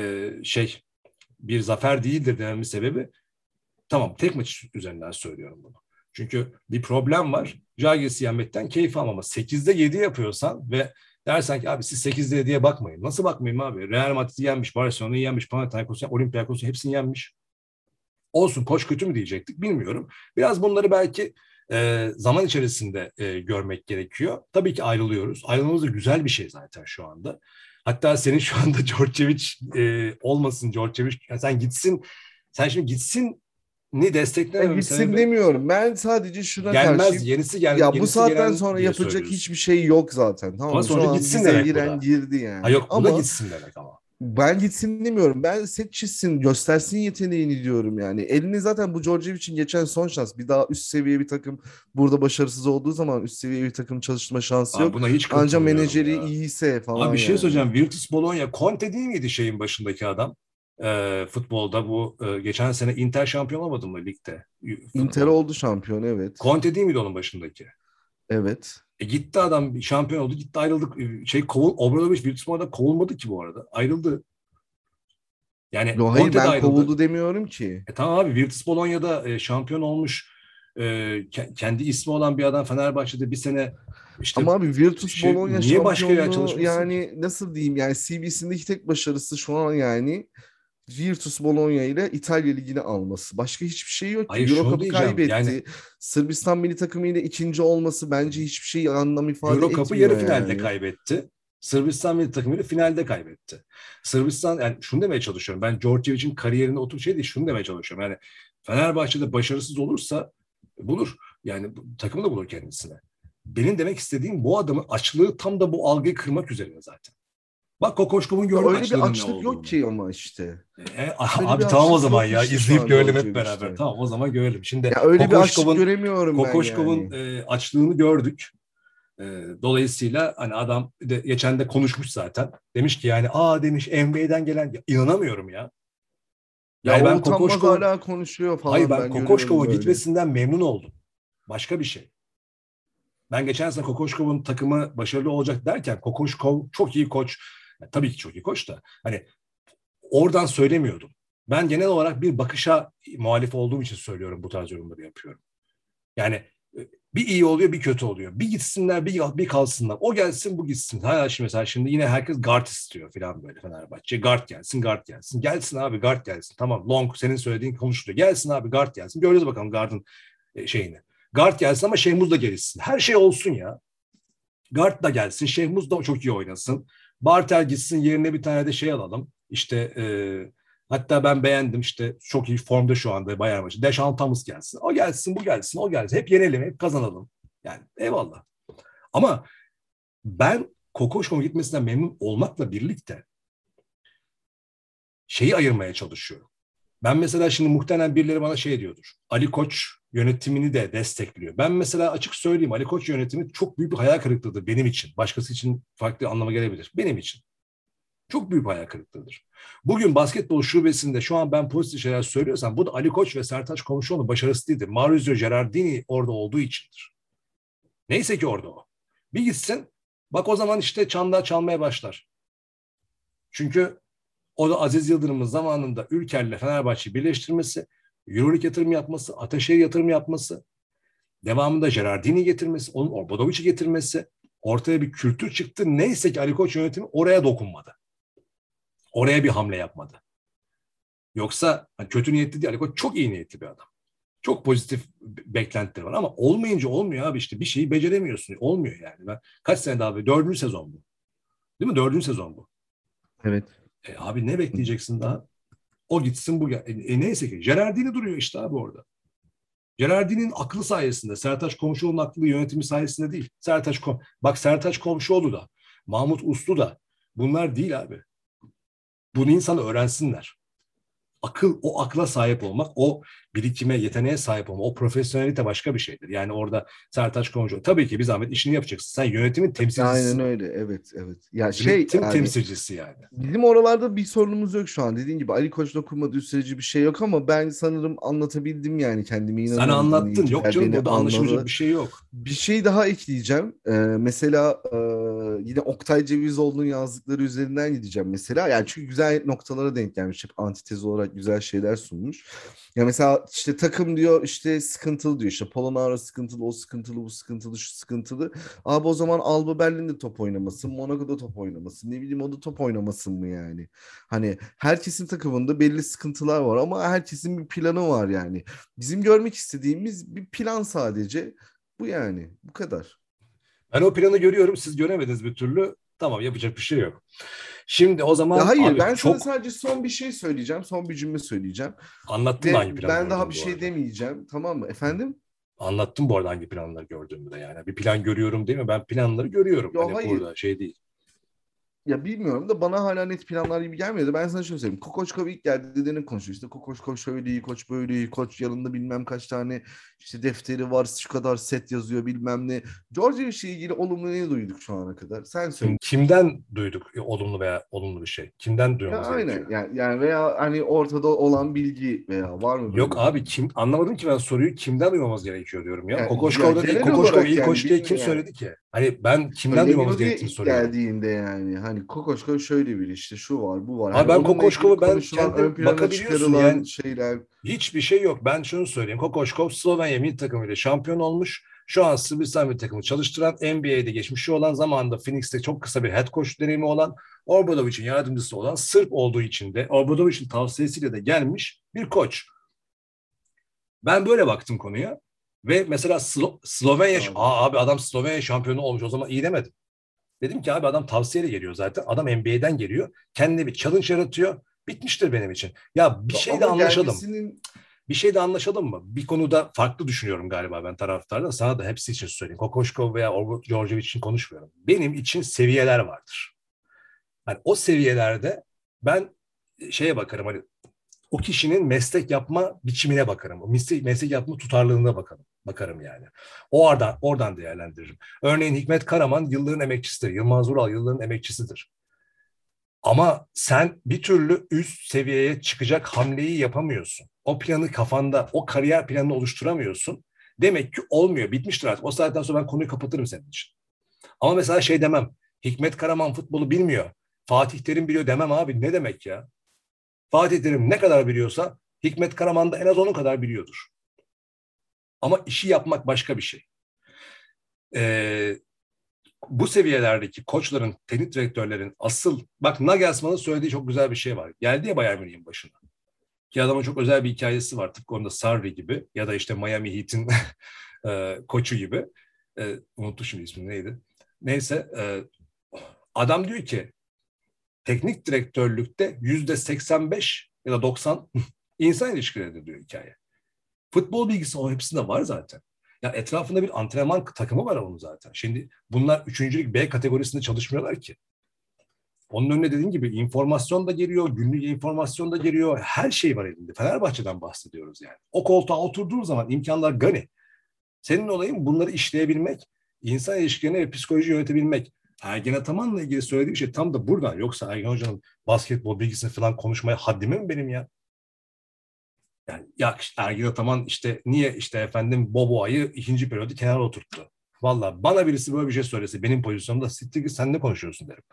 bir zafer değildir dememin sebebi tamam tek maç üzerinden söylüyorum bunu. Çünkü bir problem var. Žalgiris'i yenmekten keyif almama. 8'de 7 yapıyorsan ve dersen ki abi siz 8'de 7'ye bakmayın. Nasıl bakmayayım abi? Real Madrid'i yenmiş, Barcelona'yı yenmiş, Panathinaikos'u, Olympiakos'u hepsini yenmiş. Olsun koç kötü mü diyecektik bilmiyorum. Biraz bunları belki zaman içerisinde görmek gerekiyor. Tabii ki ayrılıyoruz. Ayrılmamız da güzel bir şey zaten şu anda. Hatta senin şu anda Djordjevic olmasın Djordjevic. Yani sen gitsin. Sen şimdi gitsin ni Ben desteklememin gitsin sebebi demiyorum. Ben sadece şuna gelmez, karşıyım. Ya bu yenisi saatten gelen sonra diye yapacak söylüyorsun. hiçbir şey yok zaten. Tamam Ama mı? Şu sonuçta an gitsin bize demek bu giren da. girdi Ha yani. yok, bu da Ama gitsin demek ama. ben gitsin demiyorum. Ben set çizsin, göstersin yeteneğini diyorum yani. Elini zaten bu Djordjevic'in geçen son şans. Bir daha üst seviye bir takım burada başarısız olduğu zaman üst seviye bir takım çalışma şansı Abi yok. buna hiç Anca katılmıyorum menajeri ya. iyiyse Abi falan bir şey yani. söyleyeceğim. Virtus Bologna, Conte değil miydi şeyin başındaki adam? Futbolda bu geçen sene Inter şampiyon olmadı mı ligde? Inter Futbolda. oldu şampiyon, evet. Conte değil miydi onun başındaki? Evet. Gitti adam, şampiyon oldu, gitti, ayrıldık. Obradoviç Virtus Bologna'da kovulmadı ki bu arada. Ayrıldı. Yani Yo, hayır, Conte de ben ayrıldı. kovuldu demiyorum ki. Tamam abi, Virtus Bologna'da şampiyon olmuş, kendi ismi olan bir adam Fenerbahçe'de bir sene işte Ama abi Virtus Bologna niye başka yer şampiyonluğu çalışmasın ki? yani nasıl diyeyim yani CV'sindeki tek başarısı şu an yani Virtus Bologna ile İtalya Ligi'ni alması. Başka hiçbir şey yok ki. Hayır, Euro şunu Cup'ı diyeceğim yani, kaybetti. Sırbistan milli takımı ile ikinci olması bence hiçbir şey anlam ifade Euro Cup'ı yarı etmiyor finalde yani. kaybetti. Sırbistan milli takımıyla finalde kaybetti. Sırbistan, yani şunu demeye çalışıyorum. Ben Djordjevic'in kariyerine otur şey değil, şunu demeye çalışıyorum. Yani Fenerbahçe'de başarısız olursa bulur. Yani takımı da bulur kendisine. Benim demek istediğim, bu adamın açlığı tam da bu algıyı kırmak üzerine zaten. Bak Kokoşkov'un Ya gördün öyle bir açlığının ne açlık yok olduğunu. ki ama işte. Öyle Abi bir tamam o açlık zaman yok ya, işte şu izleyip an görelim hep beraber. Djordjevic'te. Tamam, o zaman görelim. Şimdi Ya öyle bir açlık göremiyorum ben Kokoşkov'un yani. açlığını gördük. Dolayısıyla hani adam de, geçen de konuşmuş zaten. Demiş ki yani demiş NBA'den gelen, ya, inanamıyorum ya. Ya Yani o ben utanmaz Kokoşkov'un hala konuşuyor hayır falan, ben ben görüyorum Kokoşkov'un böyle. gitmesinden memnun oldum. Başka bir şey. Ben geçen sene Kokoşkov'un takımı başarılı olacak derken Kokoşkov çok iyi koç. Ya, tabii ki çok iyi koç da hani oradan söylemiyordum. Ben genel olarak bir bakışa muhalif olduğum için söylüyorum, bu tarz yorumları yapıyorum. Yani bir iyi oluyor, bir kötü oluyor. Bir gitsinler, bir kalsınlar. O gelsin, bu gitsin. Hala şimdi mesela yine herkes guard istiyor falan böyle Fenerbahçe. Guard gelsin, guard gelsin. Gelsin abi, guard gelsin. Tamam, Long senin söylediğin konuşuluyor. Gelsin abi, guard gelsin. Göreceğiz bakalım guard'ın şeyini. Guard gelsin ama Şehmuz da gelsin. Her şey olsun ya. Guard da gelsin, Şehmuz da çok iyi oynasın. Bartel gitsin, yerine bir tane de şey alalım. İşte hatta ben beğendim, işte çok iyi formda şu anda Bayern maçı. Deşan Thomas gelsin. O gelsin, bu gelsin, o gelsin. Hep yenelim, hep kazanalım. Yani eyvallah. Ama ben Kokoşkov'un gitmesinden memnun olmakla birlikte şeyi ayırmaya çalışıyorum. Ben mesela şimdi muhtemelen birileri bana şey diyordur. Ali Koç yönetimini de destekliyor. Ben mesela açık söyleyeyim, Ali Koç yönetimi çok büyük bir hayal kırıklığıdır benim için. Başkası için farklı anlama gelebilir. Benim için. Çok büyük bir hayal kırıklığıdır. Bugün basketbol şubesinde şu an ben pozitif şeyler söylüyorsam bu da Ali Koç ve Sertaç Komşuoğlu'nun başarısı değildir. Maurizio Gerardini orada olduğu içindir. Neyse ki orada o. Bir gitsin, bak o zaman işte çanlar çalmaya başlar. Çünkü o da Aziz Yıldırım'ın zamanında Ülker'le Fenerbahçe'yi birleştirmesi, Euroleague yatırım yapması, Ataşehir yatırım yapması, devamında Gerardini getirmesi, onun Obradovic'i getirmesi, ortaya bir kültür çıktı. Neyse ki Ali Koç yönetimi oraya dokunmadı. Oraya bir hamle yapmadı. Yoksa hani kötü niyetli değil, Ali Koç çok iyi niyetli bir adam. Çok pozitif beklentileri var ama olmayınca olmuyor abi, işte bir şeyi beceremiyorsun. Olmuyor yani. Ben kaç sene daha, 4. sezon bu. Değil mi? 4. sezon bu. Evet. Abi ne bekleyeceksin daha? O gitsin, bu gel. Neyse ki Gerardini duruyor işte abi orada. Gerardini'nin aklı sayesinde, Sertaç Komşuoğlu'nun aklı yönetimi sayesinde değil. Bak Sertaç Komşuoğlu da, Mahmut Uslu da bunlar değil abi. Bunu insan öğrensinler. O akla sahip olmak, o birikime, yeteneğe sahip olmak, o profesyonelite başka bir şeydir. Yani orada Sertaç Komşuoğlu tabii ki bir zahmet işini yapacaksın. Sen yönetimin Aynen temsilcisisin. öyle. Evet, evet. Ya Yönetim yani temsilcisi yani. bizim oralarda bir sorunumuz yok şu an. Dediğin gibi Ali Koç dokunmadığı sürece bir şey yok ama ben sanırım anlatabildim yani, kendime Sen inanıyorum, anlattın. Yok dinleyiciler canım, beni burada anlaşılacak anladı. bir şey yok. Bir şey daha ekleyeceğim. Mesela yine Oktay Cevizoğlu'nun yazdıkları üzerinden gideceğim mesela. Yani çünkü güzel noktalara denk gelmiş. Hep antitez olarak güzel şeyler sunmuş. Ya mesela işte takım diyor işte sıkıntılı diyor. İşte Polonara sıkıntılı, o sıkıntılı, bu sıkıntılı, şu sıkıntılı. Abi o zaman Alba Berlin'de top oynamasın, Monaco'da top oynamasın, ne bileyim o da top oynamasın mı yani? Hani herkesin takımında belli sıkıntılar var ama herkesin bir planı var yani. Bizim görmek istediğimiz bir plan sadece. Bu yani. Bu kadar. Ben o planı görüyorum. Siz göremediniz bir türlü. Tamam, yapacak bir şey yok. Şimdi o zaman Ya hayır, abi ben sana çok sadece son bir şey söyleyeceğim. Son bir cümle söyleyeceğim. anlattım da Ve hangi planı ben daha gördüm bir bu şey arada. demeyeceğim. Tamam mı? Efendim? Anlattım bu arada hangi planları gördüğümü de yani. Bir plan görüyorum değil mi? Ben planları görüyorum. Ya Hani hayır. burada şey değil. Ya bilmiyorum da bana hala net planlar gibi gelmiyordu. Ben sana şöyle söyleyeyim. Kokoşkov ilk geldiğinde konuşuyor. İşte Kokoşkov şöyle iyi, koç böyle iyi, koç yanında bilmem kaç tane işte defteri var, şu kadar set yazıyor bilmem ne. Georgievic'le ilgili olumlu ne duyduk şu ana kadar? Sen söyle. Kimden duyduk olumlu veya olumlu bir şey? Kimden Ya duymamız aynen gerekiyor? yani veya hani ortada olan bilgi veya var mı böyle Yok bir abi, bilgi? anlamadım ki ben soruyu, kimden duymamız gerekiyor diyorum ya. Ya Kokoşkov'da değil. genel Kokoşkov olarak iyi yani koç diye bilmiyorum kim yani. söyledi ki? Hani ben kimden duymamız Söylemino diye gerektiğini ilk soruyorum. geldiğinde yani hani Kokoşkov şöyle bir işte şu var bu var. Abi Hani ben onunla ilgili Kokoşkov'u ben konuşulan ön kendim plana bakabiliyorsun çıkarılan yani. şeyler. Hiçbir şey yok. Ben şunu söyleyeyim. Kokoşkov Slovenya milli takımıyla şampiyon olmuş. Şu an Sırbistan milli takımı çalıştıran, NBA'de geçmişi olan, zamanında Phoenix'te çok kısa bir head coach deneyimi olan, Obradovic'in yardımcısı olan, Sırp olduğu için de Obradovic'in tavsiyesiyle de gelmiş bir koç. Ben böyle baktım konuya. Ve mesela Slovenya, Abi. abi adam Slovenya şampiyonu olmuş, o zaman iyi demedim. Dedim ki abi adam tavsiyeyle geliyor zaten. Adam NBA'den geliyor. Kendine bir challenge yaratıyor. Bitmiştir benim için. Ya bir şey de Ama anlaşalım. gelmesinin Bir şey de anlaşalım mı? Bir konuda farklı düşünüyorum galiba ben taraftarda. Sana da hepsi için söyleyeyim. Kokoşkov veya Georgievic için konuşmuyorum. Benim için seviyeler vardır. Hani o seviyelerde ben şeye bakarım, hani o kişinin meslek yapma biçimine bakarım. O meslek yapma tutarlılığına bakarım yani. Oradan değerlendiririm. Örneğin Hikmet Karaman yılların emekçisidir. Yılmaz Vural yılların emekçisidir. Ama sen bir türlü üst seviyeye çıkacak hamleyi yapamıyorsun. O planı kafanda, o kariyer planını oluşturamıyorsun. Demek ki olmuyor. Bitmiştir artık. O saatten sonra ben konuyu kapatırım senin için. Ama mesela şey demem. Hikmet Karaman futbolu bilmiyor. Fatih Terim biliyor demem abi. Ne demek ya? Fatih Terim ne kadar biliyorsa Hikmet Karaman da en az onun kadar biliyordur. Ama işi yapmak başka bir şey. Bu seviyelerdeki koçların, teknik direktörlerin asıl, bak Nagelsmann'ın söylediği çok güzel bir şey var. Geldi ya Bayern Münih'in başına. Ki adamın çok özel bir hikayesi var. Tıpkı onda Sarri gibi ya da işte Miami Heat'in koçu gibi. Unuttum şimdi ismi neydi. Neyse adam diyor ki teknik direktörlükte %85 ya da 90 insan ilişkileridir diyor hikaye. Futbol bilgisi o hepsinde var zaten. Ya etrafında bir antrenman takımı var onun zaten. Şimdi bunlar 3. lig B kategorisinde çalışmıyorlar ki. Onun önüne dediğim gibi informasyon da geliyor, günlük informasyon da geliyor. Her şey var elinde. Fenerbahçe'den bahsediyoruz yani. O koltuğa oturduğun zaman imkanlar gani. Senin olayın bunları işleyebilmek, insan ilişkilerini ve psikoloji yönetebilmek. Ergen Ataman'la ilgili söylediğim şey tam da buradan. Yoksa Ergen Hoca'nın basketbol bilgisini falan konuşmaya haddime mi benim ya? Yani ya işte Ergin Ataman işte niye işte efendim Boboa'yı 2. periyodu kenara oturttu. Valla bana birisi böyle bir şey söylese benim pozisyonumda, siktir git sen ne konuşuyorsun derim.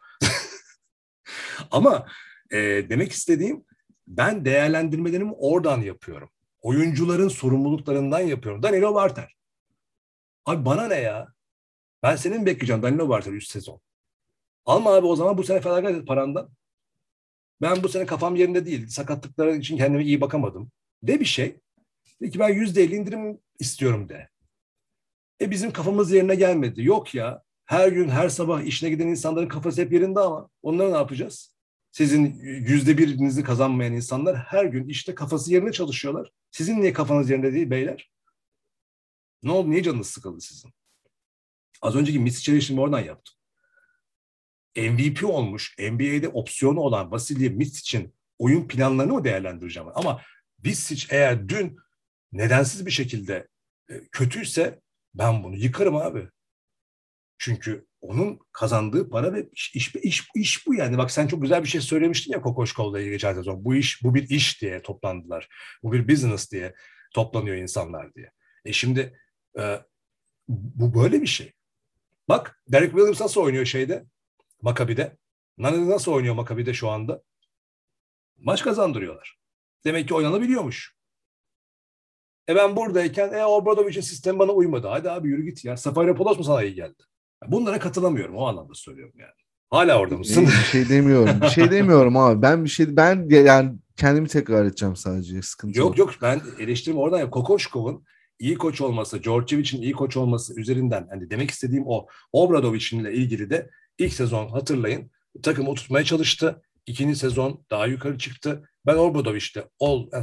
Ama demek istediğim, ben değerlendirmelerimi oradan yapıyorum. Oyuncuların sorumluluklarından yapıyorum. Danilo Bartel. Abi bana ne ya? Ben senin bekleyeceğim Danilo Bartel 3 sezon. Alma abi o zaman bu sene felaket et parandan. Ben bu sene kafam yerinde değil. Sakatlıkları için kendime iyi bakamadım. De bir şey. De ki ben %50 indirim istiyorum de. Bizim kafamız yerine gelmedi. Yok ya. Her gün her sabah işine giden insanların kafası hep yerinde ama onları ne yapacağız? Sizin %1'inizi kazanmayan insanlar her gün işte kafası yerine çalışıyorlar. Sizin niye kafanız yerinde değil beyler? Ne oldu? Niye canınız sıkıldı sizin? Az önceki Misic'e işimi oradan yaptım. MVP olmuş, NBA'de opsiyonu olan Vasilya Misic'in oyun planlarını mı değerlendireceğim? Ama Misic eğer dün nedensiz bir şekilde kötüyse ben bunu yıkarım abi. Çünkü onun kazandığı para ve iş bu yani. Bak sen çok güzel bir şey söylemiştin ya Kokoşkov'la ilgili geçen sezon. Bu bir iş diye toplandılar. Bu bir business diye toplanıyor insanlar diye. Şimdi bu böyle bir şey. Bak Derek Williams nasıl oynuyor şeyde? Maccabi'de. Nani nasıl oynuyor Maccabi'de şu anda? Maç kazandırıyorlar. Demek ki oynanabiliyormuş. Ben buradayken Obradovic'in sistemi bana uymadı. Hadi abi yürü git ya. Safaripoulos mu sana iyi geldi? Bunlara katılamıyorum. O anlamda söylüyorum yani. Hala orada mısın? Bir şey demiyorum. Bir şey demiyorum abi. Ben yani kendimi tekrar edeceğim sadece. Sıkıntı Yok ben eleştirim oradan ya. Kokoşkov'un iyi koç olması, Djordjevic'in iyi koç olması üzerinden, hani demek istediğim o. Obradovic'inle ilgili de ilk sezon hatırlayın, takımı oturtmaya çalıştı. İkinci sezon daha yukarı çıktı. Ben Obradovic'te yani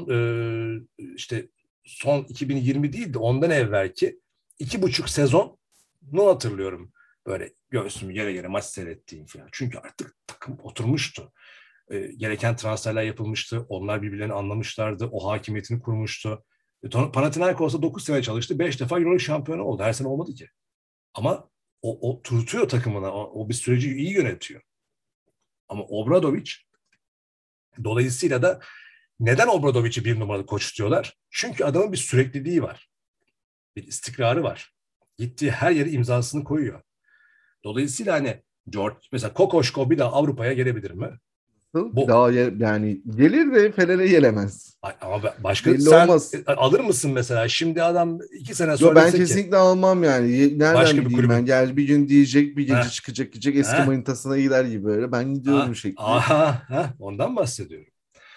son 2020 değil de ondan evvelki 2,5 sezonu hatırlıyorum. Böyle göğsümü yere yere maç seyrettiğim falan. Çünkü artık takım oturmuştu. Gereken transferler yapılmıştı. Onlar birbirlerini anlamışlardı. O hakimiyetini kurmuştu. Panathinaikos'ta 9 sene çalıştı. 5 defa Euro şampiyonu oldu. Her sene olmadı ki. Ama o tutuyor takımına. O bir süreci iyi yönetiyor. Ama Obradovic, dolayısıyla da neden Obradovic'i bir numaralı koç diyorlar? Çünkü adamın bir sürekliliği var. Bir istikrarı var. Gittiği her yere imzasını koyuyor. Dolayısıyla hani mesela Kokoşko bir daha Avrupa'ya gelebilir mi? Daha yani gelir de Fener'e gelemez. Ama başka Belli sen olmaz. Alır mısın mesela? Şimdi adam 2 sene Yo, sonra ben dese ki kesinlikle almam yani. Nereden başka bir bileyim kulübün. ben? Gel bir gün diyecek, bir gece Heh. çıkacak eski Heh. manitasına gider gibi böyle. Ben gidiyorum şekli. Ondan bahsediyorum.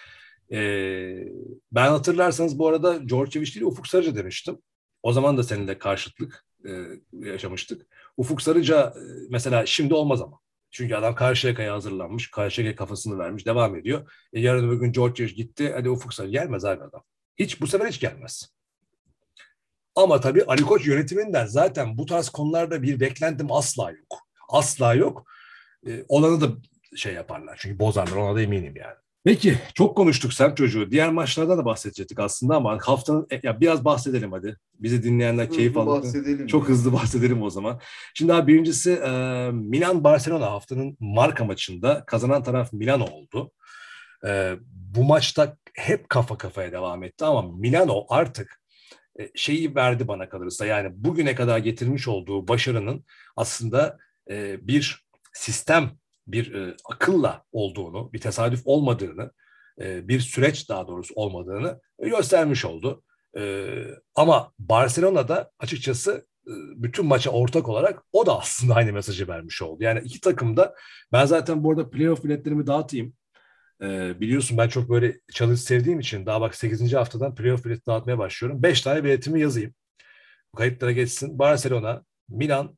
Ben hatırlarsanız bu arada Djordjevic değil Ufuk Sarıca demiştim. O zaman da seninle karşıtlık yaşamıştık. Ufuk Sarıca mesela şimdi olmaz ama. Çünkü adam Karşıyaka'ya hazırlanmış. Karşıyaka'ya kafasını vermiş. Devam ediyor. Yarın öbür gün Djordjevic gitti. Hadi Ufuk Sarıca gelmez abi adam. Bu sefer hiç gelmez. Ama tabii Ali Koç yönetiminden zaten bu tarz konularda bir beklentim asla yok. Asla yok. Olanı da yaparlar. Çünkü bozarlar, ona da eminim yani. Peki, çok konuştuk semt çocuğu. Diğer maçlardan da bahsedecektik aslında ama haftanın biraz bahsedelim hadi. Bizi dinleyenler keyif alır. Çok hızlı bahsedelim o zaman. Şimdi abi birincisi Milan-Barcelona haftanın marka maçında kazanan taraf Milano oldu. Bu maçta hep kafa kafaya devam etti ama Milano artık şeyi verdi bana kalırsa. Yani bugüne kadar getirmiş olduğu başarının aslında bir sistem, bir akılla olduğunu, bir tesadüf olmadığını, bir süreç daha doğrusu olmadığını göstermiş oldu. Ama Barcelona'da açıkçası bütün maça ortak olarak o da aslında aynı mesajı vermiş oldu. Yani iki takım da, ben zaten bu arada playoff biletlerimi dağıtayım. Biliyorsun ben çok böyle challenge sevdiğim için daha bak 8. haftadan playoff bileti dağıtmaya başlıyorum. 5 tane biletimi yazayım. Kayıtlara geçsin. Barcelona, Milan,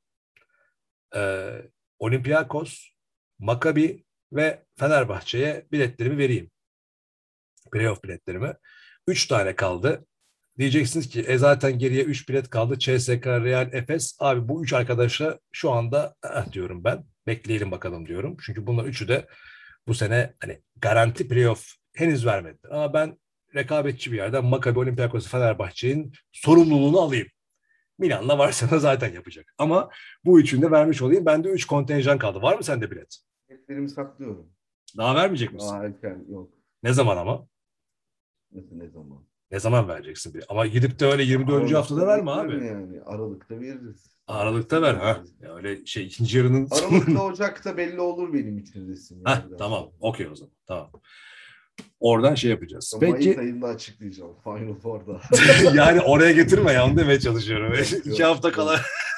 Olympiakos, Maccabi ve Fenerbahçe'ye biletlerimi vereyim. Playoff biletlerimi. 3 tane kaldı. Diyeceksiniz ki zaten geriye 3 bilet kaldı. CSKA, Real, Efes. Abi bu 3 arkadaşla şu anda diyorum ben. Bekleyelim bakalım diyorum. Çünkü bunlar üçü de bu sene hani garanti playoff henüz vermediler. Ama ben rekabetçi bir yerden Maccabi, Olympiakos, Fenerbahçe'nin sorumluluğunu alayım. Milan'la Barcelona zaten yapacak. Ama bu üçünü de vermiş olayım. Bende 3 kontenjan kaldı. Var mı sende bilet? Biletlerimi saklıyorum. Daha vermeyecek misin? Erken yok. Ne zaman ama? Nasıl ne zaman? Ne zaman vereceksin bir? Ama gidip de öyle 24. haftada verme abi. Yani Aralık'ta veririz. Aralıkta ver ha. Ya öyle ikinci yarının Aralık'ta Ocak'ta belli olur benim için resim. Tamam. Okey o zaman. Tamam. Oradan yapacağız. Mayıs Peki. ayında açıklayacağım. Final Four'da. Yani oraya getirme ya. Onu demeye çalışıyorum. 2 hafta kala.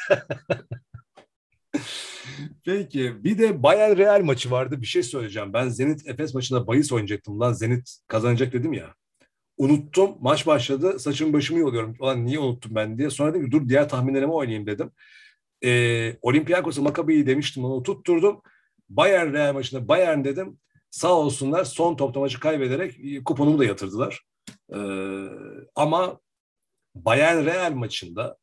Peki. Bir de Bayern Real maçı vardı. Bir şey söyleyeceğim. Ben Zenit Efes maçında bahis oynayacaktım. Lan Zenit kazanacak dedim ya. Unuttum. Maç başladı. Saçımı başımı yoluyorum. Ulan niye unuttum ben diye. Sonra dedim ki dur diğer tahminlerime oynayayım dedim. Olimpiyakos'a Maccabi'yi demiştim. Onu tutturdum. Bayern Real maçında Bayern dedim. Sağ olsunlar son topta maçı kaybederek kuponumu da yatırdılar. Ama Bayern Real maçında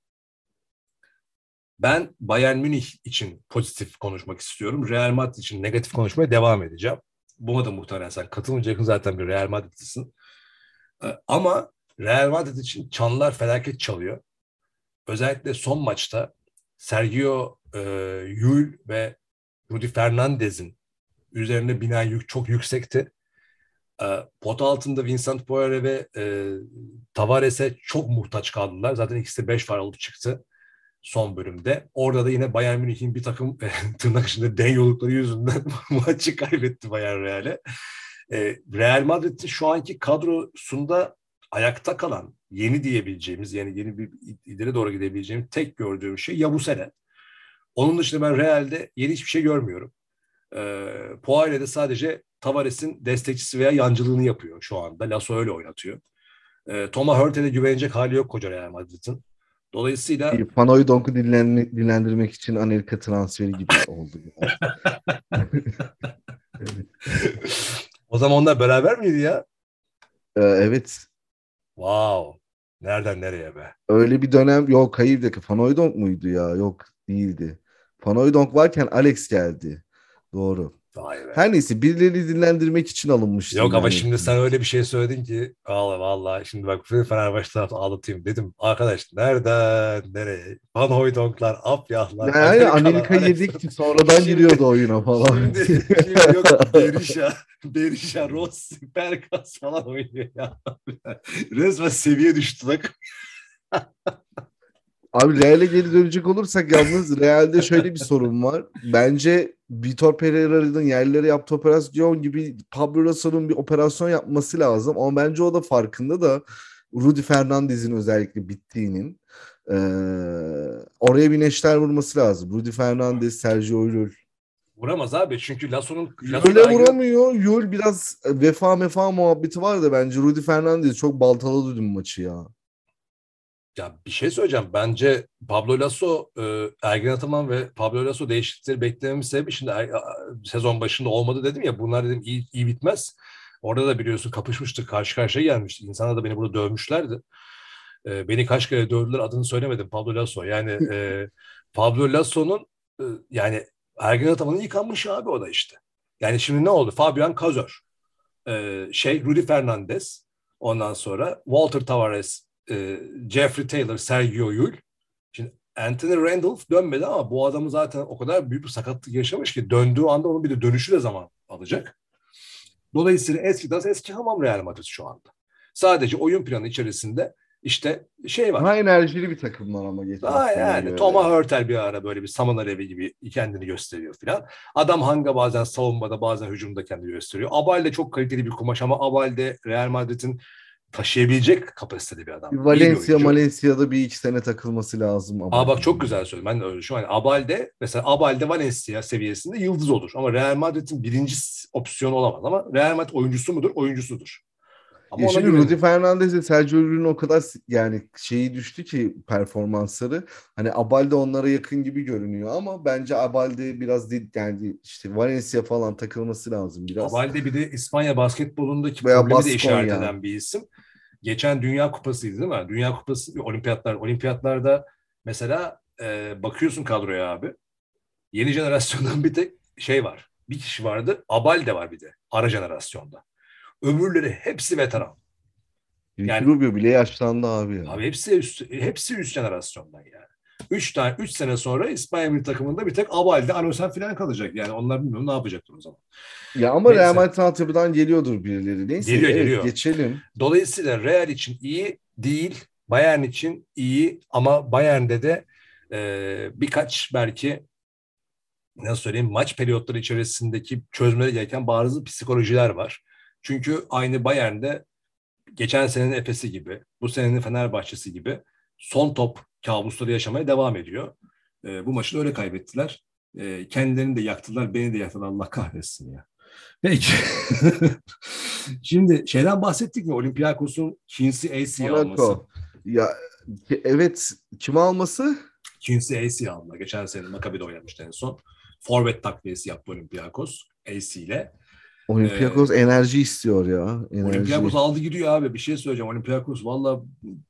ben Bayern Münih için pozitif konuşmak istiyorum. Real Madrid için negatif konuşmaya devam edeceğim. Buna da muhtemelen sen katılmayacaksın, zaten bir Real Madrid'lisin. Ama Real Madrid için çanlar felaket çalıyor. Özellikle son maçta Sergio Llull ve Rudy Fernandez'in üzerine binen yük çok yüksekti. Pota altında Vincent Poirier ve Tavares'e çok muhtaç kaldılar. Zaten ikisi de 5 faul oldu çıktı son bölümde. Orada da yine Bayern Münih'in bir takım tırnak içinde deniyorlukları yüzünden maçı kaybetti Bayern Real'e. Real Madrid'in şu anki kadrosunda ayakta kalan, yeni diyebileceğimiz, yani yeni bir ileri doğru gidebileceğim tek gördüğüm şey Yabusele. Onun dışında ben Real'de yeni hiçbir şey görmüyorum. Poirier'de sadece Tavares'in destekçisi veya yancılığını yapıyor şu anda. Lasso öyle oynatıyor. Thomas Hurtel'e güvenecek hali yok koca Real Madrid'in. Dolayısıyla Van Hooydonk'u dinlendirmek için Amerika transferi gibi oldu biraz. Evet. o zaman onlar beraber miydi ya? Evet. Wow. Nereden nereye be? Öyle bir dönem yok, hayır, dakika, Van Hooijdonk muydu ya? Yok, değildi. Van Hooijdonk varken Alex geldi. Doğru. Vay be. Her neyse, birileri dinlendirmek için alınmıştır Yok ama yani. şimdi sen öyle bir şey söyledin ki vallahi şimdi bak Fenerbahçe tarafı ağlatayım dedim. Arkadaş nereden nereye? Van Hooijdonklar, Apyahlar, Yani Amerikalar, Anelka Alex'ler. yedik sonradan giriyordu oyuna falan. Şimdi yok Berisha, Rossi, Pelkas falan oynuyor ya. Resmen seviye düştü bak. Abi Real'e geri dönecek olursak yalnız Real'de şöyle bir sorun var. Bence Vitor Pereira'nın yerlere yaptığı operasyon gibi Pablo Lasso'nun bir operasyon yapması lazım. Ama bence o da farkında da Rudy Fernandez'in özellikle bittiğinin eee, oraya bir neşter vurması lazım. Rudy Fernandez, Sergio Llull. Vuramaz abi çünkü Lasso'da Llull'e vuramıyor. Llull biraz vefa muhabbeti var da bence Rudy Fernandez çok baltaladı dün maçı ya. Ya bir şey söyleyeceğim. Bence Pablo Lasso, Ergin Ataman ve Pablo Lasso değişiklikleri beklememin sebebi şimdi sezon başında olmadı dedim ya. Bunlar dedim iyi bitmez. Orada da biliyorsun kapışmıştık. Karşı karşıya gelmiştik. İnsanlar da beni burada dövmüşlerdi. Beni kaç kere dövdüler adını söylemedim Pablo Lasso. Yani Pablo Lasso'nun yani Ergin Ataman'ın yıkanmış abi o da işte. Yani şimdi ne oldu? Fabian Cazor, Rudy Fernandez, ondan sonra Walter Tavares, Jeffrey Taylor, Sergio Llull. Şimdi Anthony Randolph dönmedi ama bu adamı zaten o kadar büyük bir sakatlık yaşamış ki döndüğü anda onun bir de dönüşü de zaman alacak. Dolayısıyla eski hamam Real Madrid şu anda. Sadece oyun planı içerisinde işte var. Daha enerjili bir takımlar ama geçen seneye Yani göre. Thomas Hurtel bir ara böyle bir saman alevi gibi kendini gösteriyor filan. Adam Hanga bazen savunmada bazen hücumda kendini gösteriyor. Abal de çok kaliteli bir kumaş ama Abal de Real Madrid'in taşıyabilecek kapasitede bir adam. İyi bir oyuncu. Valencia'da bir iki sene takılması lazım. Bak çok güzel söyledin. Ben de öyle şu an Abalde mesela Abalde Valencia seviyesinde yıldız olur. Ama Real Madrid'in birinci opsiyonu olamaz. Ama Real Madrid oyuncusu mudur? Oyuncusudur. Ama Ya ona şimdi güvenin. Rudy Fernandez ve Sergio Llull'ün o kadar yani şeyi düştü ki performansları. Hani Abalde onlara yakın gibi görünüyor ama bence Abalde biraz yani işte Valencia falan takılması lazım biraz. Abalde bir de İspanya basketbolundaki Veya problemi de işaret Baskonya. eden bir isim. Geçen Dünya Kupası'ydı değil mi? Dünya Kupası, olimpiyatlarda mesela bakıyorsun kadroya abi. Yeni jenerasyondan bir tek var. Bir kişi vardı. Abalde var bir de. Ara jenerasyonda. Öbürleri hepsi veteran. Ricky Yani Rubio bile yaşlandı abi ya. abi hepsi üst jenerasyondan yani. 3 sene sonra İspanya milli takımında bir tek Abalde, Alosen falan kalacak. Yani onlar bilmiyorum ne yapacaktır o zaman. Ya ama Real Neyse. Madrid altyapıdan geliyordur birileri. Neyse, evet, Geliyor. geçelim. Dolayısıyla Real için iyi değil, Bayern için iyi ama Bayern'de de birkaç belki nasıl söyleyeyim maç periyotları içerisindeki çözmeleri gereken bazı psikolojiler var. Çünkü aynı Bayern'de geçen senenin Efes'i gibi, bu senenin Fenerbahçe'si gibi son top kabusları yaşamaya devam ediyor. Bu maçı öyle kaybettiler. Kendilerini de yaktılar, beni de yaktılar. Allah kahretsin ya. Peki. Şimdi şeyden bahsettik mi? Olympiakos'un Quincy Acey'i alması. Monaco. Ya evet, kim alması? Quincy Acey'i aldılar. Geçen sene Maccabi'de oynamıştı en son. Forvet takviyesi yaptı Olympiakos Acey ile. Olympiakos enerji istiyor ya. Olympiakos aldı gidiyor abi. Bir şey söyleyeceğim. Olympiakos valla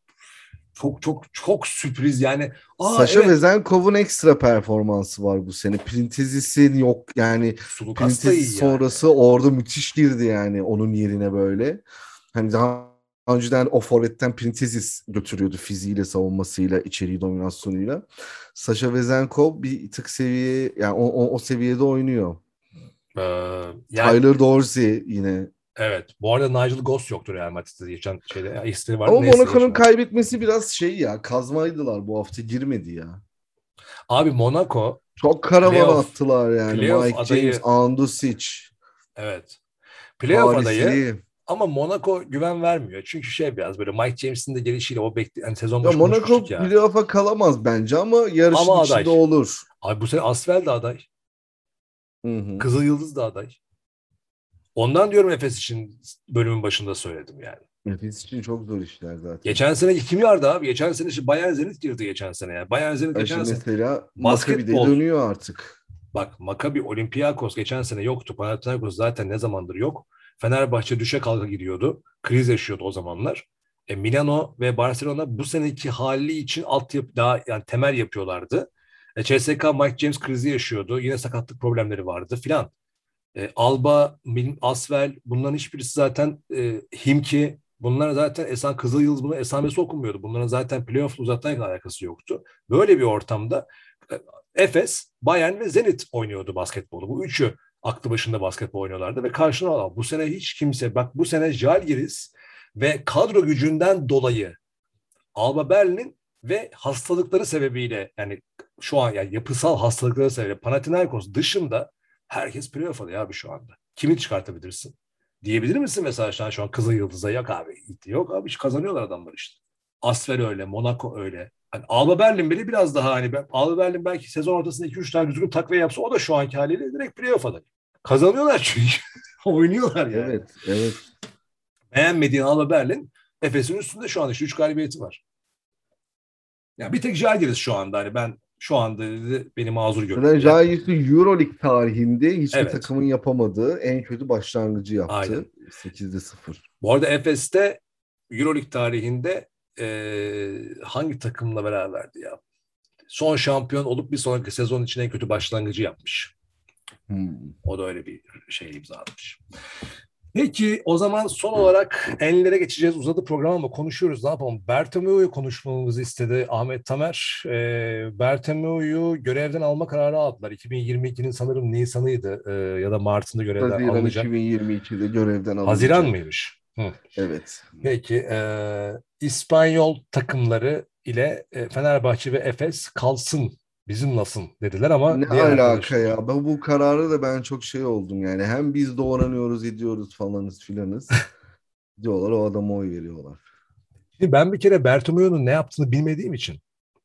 çok sürpriz yani. Sasha Vezenkov'un ekstra performansı var bu sene. Printezis'in yok yani. Sulukas da Printezis iyi sonrası yani. orada müthiş girdi yani onun yerine böyle. Hani daha önceden o forvetten Printezis götürüyordu fiziğiyle, savunmasıyla, içeriği dominasyonuyla. Sasha Vezenkov bir tık seviye yani o seviyede oynuyor. Yani, Tyler Dorsey yine. evet. Bu arada Nigel Goss yoktu Real Madrid'de geçen isteği vardı. Ama Neyse, Monaco'nun kaybetmesi biraz ya, kazmaydılar bu hafta, girmedi ya. Abi Monaco Çok karavana playoff attılar yani. playoff Mike James, adayı, Andusic, evet. Playoff adayı Parisli. ama Monaco güven vermiyor. Çünkü biraz böyle Mike James'in de gelişiyle yani sezon Ya başı konuşmuştuk Monaco ya. playoff'a kalamaz bence ama yarışın Ama içinde aday. olur. Abi bu sene Asvel de aday. Hı hı. Kızıl Yıldız da aday. Ondan diyorum Efes için bölümün başında söyledim yani. Nefes için çok zor işler zaten. Geçen sene kim yardı abi? Geçen sene işte Bayern Zenit girdi geçen sene ya. Bayern Zenit geçen Şimdi sene. mesela Maccabi'de Basketbol. dönüyor artık. Bak Maccabi Olympiakos geçen sene yoktu. Panathinaikos zaten ne zamandır yok. Fenerbahçe düşe kalka gidiyordu. Kriz yaşıyordu o zamanlar. Milano ve Barcelona bu seneki hali için altyapı daha yani temel yapıyorlardı. CSKA Mike James krizi yaşıyordu. Yine sakatlık problemleri vardı filan. Alba, Asvel bunların hiçbirisi zaten Himki bunlar zaten Kızıl Yıldız bunun esamesi okunmuyordu. Bunların zaten playoff uzatmayla alakası yoktu. Böyle bir ortamda Efes, Bayern ve Zenit oynuyordu basketbolu. Bu üçü aklı başında basketbol oynuyorlardı ve karşına alan bu sene hiç kimse bak bu sene Žalgiris ve kadro gücünden dolayı Alba Berlin ve hastalıkları sebebiyle yani şu an yani yapısal hastalıkları sebebiyle Panathinaikos dışında herkes playoff alıyor abi şu anda. Kimi çıkartabilirsin? Diyebilir misin mesela şu an Kızıl Yıldız'a yok abi. Yok abi kazanıyorlar adamlar işte. Asvel öyle, Monaco öyle. Hani Alba Berlin bile biraz daha hani Alba Berlin belki sezon ortasında 2-3 tane düzgün takviye yapsa o da şu anki haliyle direkt playoff alır. Kazanıyorlar çünkü. Oynuyorlar yani. Evet, evet. Beğenmediğin Alba Berlin Efes'in üstünde şu an işte 3 galibiyeti var. Ya bir tek Žalgiris şu anda hani ben şu anda beni mazur Zaten görüyorum. Yani, Žalgiris'in Euroleague tarihinde hiçbir evet. takımın yapamadığı en kötü başlangıcı Aynen. yaptı. 8'de 0. Bu arada Efes'te Euroleague tarihinde hangi takımla beraberdi ya? Son şampiyon olup bir sonraki sezon için en kötü başlangıcı yapmış. O da öyle bir şey imza atmış. Peki o zaman son olarak enlere geçeceğiz. Uzadı program ama konuşuyoruz. Ne yapalım? Bertomeu'yu konuşmamızı istedi Ahmet Tamer. Bertomeu'yu görevden alma kararı aldılar. 2022'nin sanırım Nisan'ıydı ya da Mart'ında görevden Haziran alınacak. 2022'de görevden alınacak. Haziran mıymış? Hı. Evet. Peki İspanyol takımları ile Fenerbahçe ve Efes kalsın bizimlasın dediler ama Ne diğer alaka arkadaşlar. ya? Bu kararı da ben çok şey oldum yani. Hem biz doğranıyoruz, ediyoruz falanız filanız. Diyorlar o adama oy veriyorlar. Şimdi ben bir kere Bertomeu'nun ne yaptığını bilmediğim için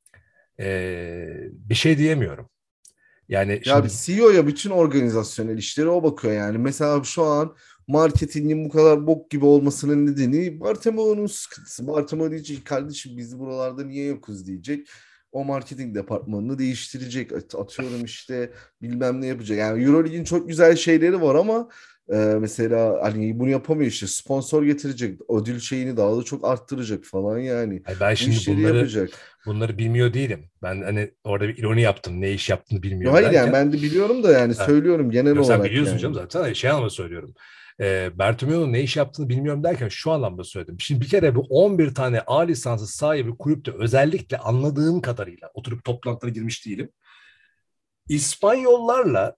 bir şey diyemiyorum. Yani Ya şimdi bir CEO'ya bütün organizasyonel işleri o bakıyor yani. Mesela şu an marketingin bu kadar bok gibi olmasının nedeni Bartomeu'nun sıkıntısı. Bartomeu diyecek kardeşim biz buralarda niye yokuz diyecek. O marketing departmanını değiştirecek. Atıyorum işte bilmem ne yapacak. Yani Euroleague'in çok güzel şeyleri var ama mesela hani bunu yapamıyor işte. Sponsor getirecek. Ödül şeyini daha da çok arttıracak falan yani. ben Bu şimdi işleri yapacak. bunları bilmiyor değilim. Ben hani orada bir ironi yaptım. Ne iş yaptığını Yo, bilmiyorum hayır yani derken. ben de biliyorum da yani Ha, söylüyorum genel yok sen olarak biliyorsun canım yani. zaten. Şey anlamda söylüyorum. Bertomeu'nun ne iş yaptığını bilmiyorum derken şu anlamda söyledim. Şimdi bir kere bu 11 tane A lisansı sahibi kulüpte özellikle anladığım kadarıyla oturup toplantılara girmiş değilim. İspanyollarla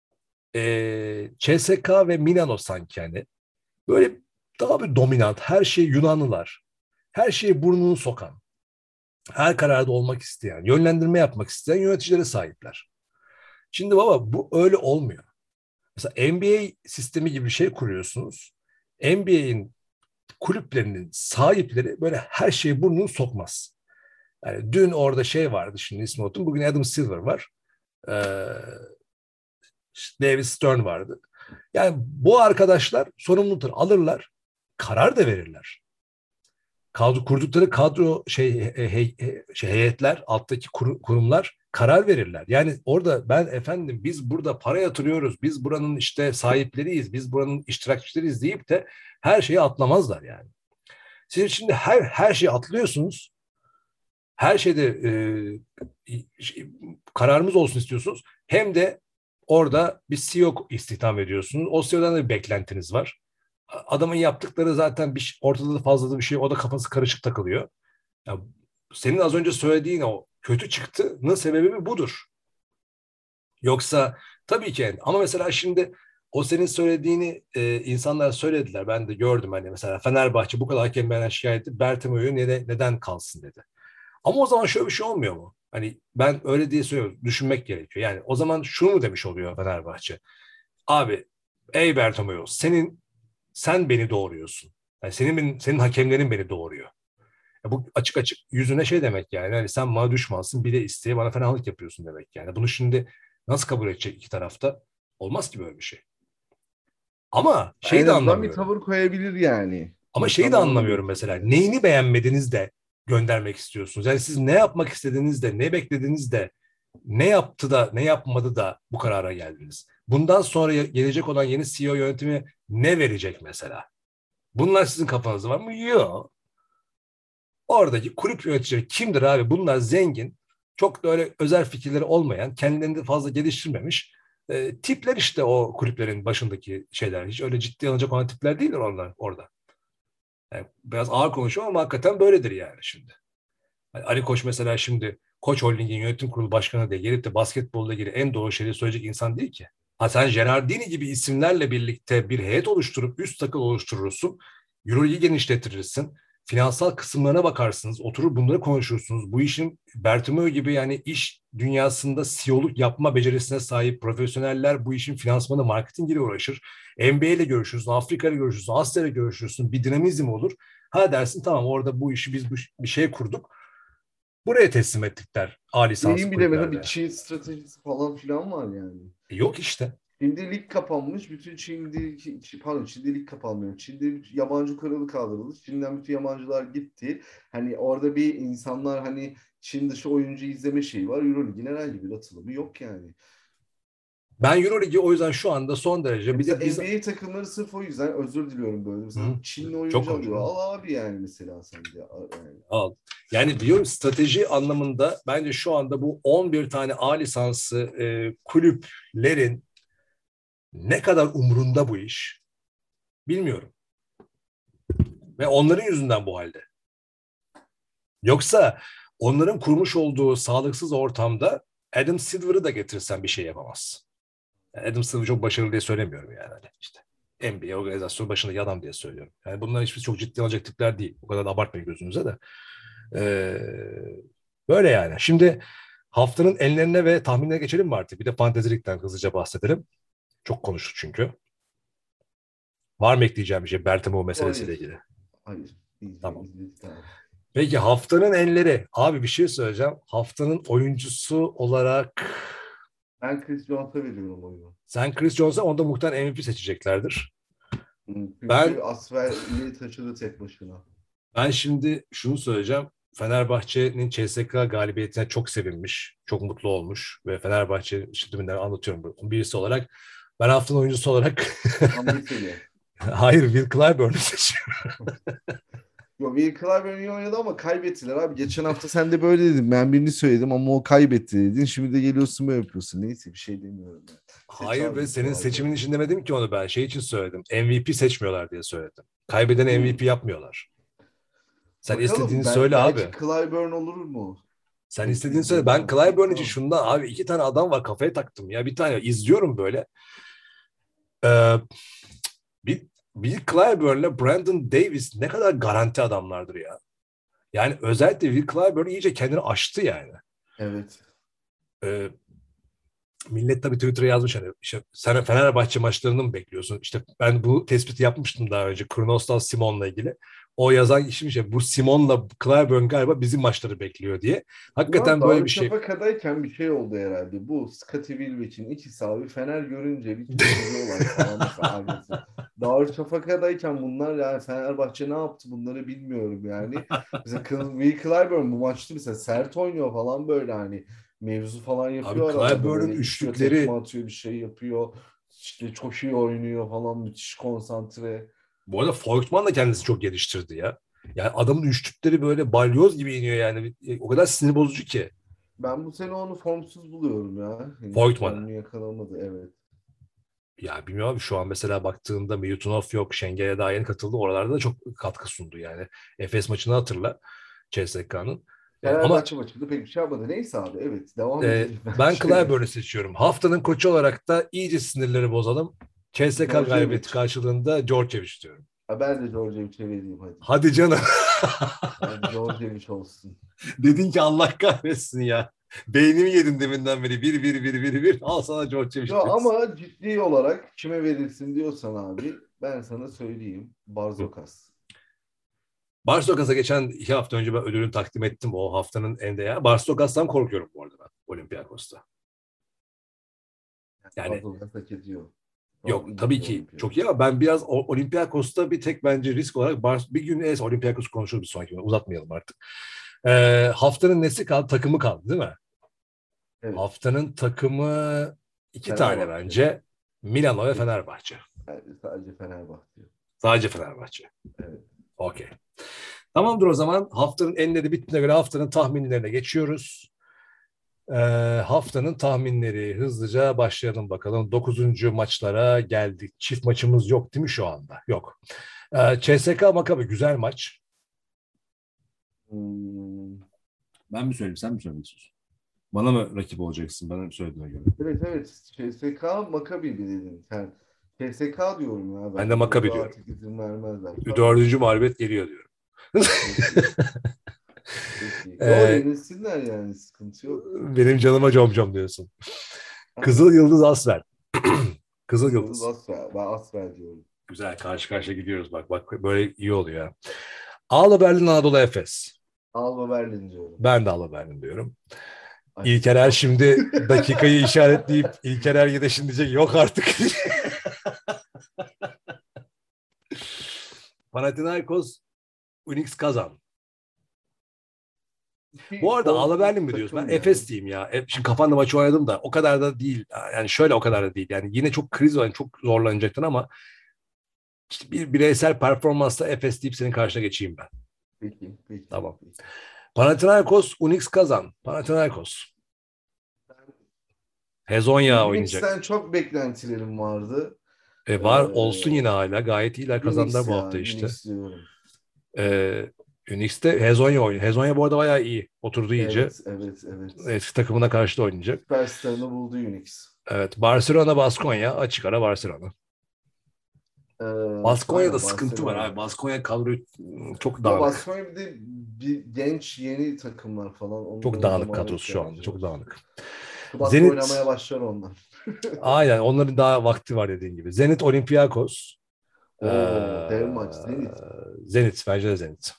CSKA ve Milano sanki yani böyle daha bir dominant, her şey Yunanlılar, her şeye burnunu sokan, her kararda olmak isteyen, yönlendirme yapmak isteyen yöneticilere sahipler. Şimdi baba bu öyle olmuyor. Mesela NBA sistemi gibi bir şey kuruyorsunuz. NBA'in kulüplerinin sahipleri böyle her şeye burnunu sokmaz. Yani dün orada şey vardı, şimdi ismi unuttum. Bugün Adam Silver var. Ee, David Stern vardı. Yani bu arkadaşlar sorumlulukları alırlar, karar da verirler. Kurdukları kadro heyetler, alttaki kurumlar karar verirler. Yani orada ben efendim biz burada para yatırıyoruz, biz buranın işte sahipleriyiz, biz buranın iştirakçileriyiz deyip de her şeyi atlamazlar yani. Siz şimdi her şeyi atlıyorsunuz. Her şeyde kararımız olsun istiyorsunuz. Hem de orada bir CEO istihdam ediyorsunuz. O CEO'dan da bir beklentiniz var. Adamın yaptıkları zaten ortada da fazla da bir şey. O da kafası karışık takılıyor. Ya, senin az önce söylediğin o kötü çıktığının sebebi budur. Yoksa tabii ki ama mesela şimdi o senin söylediğini insanlar söylediler. Ben de gördüm hani mesela Fenerbahçe bu kadar hakem beğenen şikayet etti. Bertomeu'yu neden kalsın dedi. Ama o zaman şöyle bir şey olmuyor mu? Hani ben öyle diye söylüyorum. Düşünmek gerekiyor. Yani o zaman şunu mu demiş oluyor Fenerbahçe? Abi ey Bertomeu sen beni doğuruyorsun. Yani senin hakemlerin beni doğuruyor. Ya bu açık açık yüzüne şey demek yani. Yani sen bana düşmansın bir de isteye bana fenalık yapıyorsun demek yani. Bunu şimdi nasıl kabul edecek iki tarafta? Olmaz ki böyle bir şey. Ama En şeyi de azından bir anlamıyorum. tavır koyabilir yani. Ama şeyi de İnsanlar onu anlamıyorum mesela. Neyini beğenmediniz de göndermek istiyorsunuz? Yani siz ne yapmak istediniz de, ne beklediniz de, ne yaptı da, ne yapmadı da bu karara geldiniz? Bundan sonra gelecek olan yeni CEO yönetimi ne verecek mesela? Bunlar sizin kafanızda var mı? Yok. Oradaki kulüp yöneticileri kimdir abi? Bunlar zengin, çok da öyle özel fikirleri olmayan, kendilerini de fazla geliştirmemiş tipler işte o kulüplerin başındaki şeyler. Hiç öyle ciddi alınacak olan tipler değiller onlar orada. Yani biraz ağır konuşuyorum ama hakikaten böyledir yani şimdi. Yani Ali Koç mesela şimdi Koç Holding'in yönetim kurulu başkanı diye gelip de basketbolla ilgili en doğru şeyleri söyleyecek insan değil ki. Ha sen Gerardini gibi isimlerle birlikte bir heyet oluşturup üst takım oluşturursun. Euroleague'i genişletirsin. Finansal kısımlarına bakarsınız. Oturur bunları konuşursunuz. Bu işin Bertomeu gibi yani iş dünyasında CEO'luk yapma becerisine sahip profesyoneller bu işin finansmanı, marketingiyle uğraşır. NBA ile görüşürsün, Afrika ile görüşürsün, Asya ile görüşürsün. Bir dinamizm olur. Ha dersin tamam orada bu işi biz bir şey kurduk. Buraya teslim ettikler A lisansı Şeyin bile mesela bir kulüplerde. Çin stratejisi falan filan var yani. Yok işte. Şimdi lig kapanmış. Bütün Çin'de lig kapanmıyor. Çin'de yabancı kuralı kaldırıldı. Çin'den bütün yabancılar gitti. Hani orada bir insanlar hani Çin dışı oyuncu izleme şeyi var. Euroleague'in herhangi bir atılımı yok yani. Ben Euroligi o yüzden şu anda son derece bir de Mesela biz NBA takımları sırf o yüzden özür diliyorum böyle. Mesela Çinli çok oyuncu alıyor. konuşuyorum. Al abi yani mesela sen de. Yani. Al. Yani diyorum strateji anlamında bence şu anda bu 11 tane A lisansı kulüplerin ne kadar umrunda bu iş bilmiyorum. Ve onların yüzünden bu halde. Yoksa onların kurmuş olduğu sağlıksız ortamda Adam Silver'ı da getirsen bir şey yapamaz. Adam Silver çok başarılı diye söylemiyorum yani. Hani işte NBA organizasyonu başındaki adam diye söylüyorum. Yani bunlar hiçbir çok ciddi alacak tipler değil. O kadar da abartmayın gözünüze de. Ee, böyle yani. Şimdi haftanın enlerine ve tahminine geçelim mi artık? Bir de fantezilikten hızlıca bahsedelim. Çok konuştuk çünkü. Var mı ekleyeceğim bir şey Bertamo meselesiyle Hayır. ilgili? Hayır. Tamam. İzledik abi. Peki haftanın enleri. Abi bir şey söyleyeceğim. Haftanın oyuncusu olarak Ben Chris Jones'a veriyorum oyunu. sen Chris Jones'a onda muhtemelen MVP seçeceklerdir. Çünkü Ben Asvel'i taşıdı tek başına. Ben şimdi şunu söyleyeceğim. Fenerbahçe'nin CSKA galibiyetine çok sevinmiş, çok mutlu olmuş ve Fenerbahçe şimdiden anlatıyorum birisi olarak. Ben haftanın oyuncusu olarak Hamlet'e. hayır Will Clyburn'u seçiyorum. Yo, Will Clyburn iyi oynadı ama kaybettiler abi. Geçen hafta sen de böyle dedin. Ben birini söyledim ama o kaybetti dedin. Şimdi de geliyorsun böyle yapıyorsun. Neyse bir şey demiyorum ben. Seç Hayır abi ve senin Clyburn. seçimin için demedim ki onu ben. Şey için söyledim. MVP seçmiyorlar diye söyledim. Kaybeden MVP yapmıyorlar. Sen istediğini Bakalım söyle belki abi. Clyburn olur mu? Sen Çok istediğini büyük söyle. Ben beklenti. Clyburn için Tamam. şundan abi iki tane adam var kafaya taktım ya. Bir tane izliyorum böyle. Ee, Bill Clyburn'la Brandon Davis ne kadar garanti adamlardır ya. Yani özellikle Will Clyburn iyice kendini aştı yani. Evet. Ee, millet tabii Twitter'a yazmış hani işte sen Fenerbahçe maçlarını mı bekliyorsun? İşte ben bu tespiti yapmıştım daha önce Kronos'tan Simon'la ilgili. O yazan işim şey bu Simon'la Clyburn galiba bizim maçları bekliyor diye. Bunlar Hakikaten böyle bir şey. Darüşşafaka'dayken bir şey oldu herhalde. Bu Scottie Wilbeck'in ikisi abi Fener görünce bir tutuluyorlar falan mesela ailesi. Darüşşafaka'dayken bunlar yani Fenerbahçe ne yaptı bunları bilmiyorum yani. Mesela Will Clyburn bu maçta mesela sert oynuyor falan böyle hani mevzu falan Abi yapıyor aralarda Clyburn'un böyle itiyor tekme üçlükleri atıyor bir şey yapıyor. İşte çok iyi oynuyor falan müthiş konsantre. bu arada Volkman da kendisi çok geliştirdi ya. Yani adamın üçlükleri böyle balyoz gibi iniyor yani. O kadar sinir bozucu ki. Ben bu sene onu formsuz buluyorum ya. Henüz Voigtman'ı. formunu yakalamadı evet. Ya bilmiyorum abi şu an mesela baktığında Milutinov yok. Şengel'e daha yeni katıldı. Oralarda da çok katkı sundu yani. Efes maçını hatırla. CSKA'nın. Ama Fenerbahçe maçında pek bir şey yapmadı. Neyse abi evet devam edelim ben bence. Clyburn'u seçiyorum. Haftanın koçu olarak da iyice sinirleri bozalım. CSKA galibiyeti Djordjevic. karşılığında Djordjevic diyorum. Ha, ben de Djordjevic'e vereyim hadi. Hadi canım. Hadi Djordjevic olsun. Dedin ki Allah kahretsin ya. Beynimi yedin deminden beri. Bir. Al sana Djordjevic Yo, diyorsun. ama ciddi olarak kime verirsin diyorsan abi ben sana söyleyeyim. Hı. Barzokas. Barstokas'a geçen 2 hafta önce ben ödülünü takdim ettim o haftanın en değerli. Barstokas'tan korkuyorum bu arada ben Olympiakos'ta. Yani Barzokas hak ediyor. Yok tabii ki çok iyi ama ben biraz Olympiakos'ta bir tek bence risk olarak bir gün Olympiakos konuşuruz bir sonraki gün. Uzatmayalım artık. Haftanın nesi kaldı? Takımı kaldı değil mi? Evet. Haftanın takımı iki tane Fenerbahçe. bence. Milano ve Fenerbahçe. Yani sadece Fenerbahçe. Sadece Fenerbahçe. Evet. Okey. Tamamdır o zaman. Haftanın enleri bittiğine göre haftanın tahminlerine geçiyoruz. Haftanın tahminleri hızlıca başlayalım bakalım. 9. maçlara geldik. Çift maçımız yok değil mi şu anda? Yok. CSKA Maccabi güzel maç. Ben mi söyleyeyim sen mi söylemek istiyorsun? Bana mı rakip olacaksın? Bana söylediğine göre. Evet. CSKA Maccabi mi dedin sen? CSKA diyorum ya. Ben de Maccabi Burada diyorum. artık izin vermezler. 4. mağlubiyet geliyor diyorum. Peki. Ee, Yenilsinler yani, sıkıntı yok. Benim canıma comcom diyorsun. Kızıl Yıldız Asfer. Kızıl Yıldız. Asfer. Ben Asfer diyorum. Güzel, karşı karşıya gidiyoruz bak böyle iyi oluyor ya. Alba Berlin Anadolu Efes. Alba Berlin diyorum. Ben de Alba Berlin diyorum. İlker Er şimdi dakikayı işaretleyip İlker Er Yedeş'in diyecek yok artık. Panathinaikos Unix Kazan. Bu arada Alba Berlin mi diyoruz? Ben Efes diyeyim ya. Şimdi kafanda maçı oynadım da o kadar da değil. Yani şöyle o kadar da değil. Yani yine çok kriz var. Çok zorlanacaktın ama işte bir bireysel performansla Efes deyip senin karşına geçeyim ben. Peki. Tamam. Panathinaikos Unix Kazan. Panathinaikos. Hezonya oynayacak. Unix'ten çok beklentilerim vardı. Var olsun yine hala. Gayet iyiler kazandılar bu hafta işte. Unix diyorum. Unix'te Hezonya oynuyor. Hezonya bu arada bayağı iyi. Oturdu iyice. Evet. Eski takımına karşı da oynayacak. Süperstarını buldu Unix. Evet. Barcelona Baskonya. Açık ara Barcelona. Baskonya'da sıkıntı var abi. Baskonya kadro çok dağınık. Baskonya bir de bir genç yeni takımlar falan. Çok dağınık kadrosu şu anda. Çok dağınık. Zenit oynamaya başlar onlar. Aynen. Onların daha vakti var dediğin gibi. Zenit Olympiakos. Dev maç. Zenit. Bence de Zenit.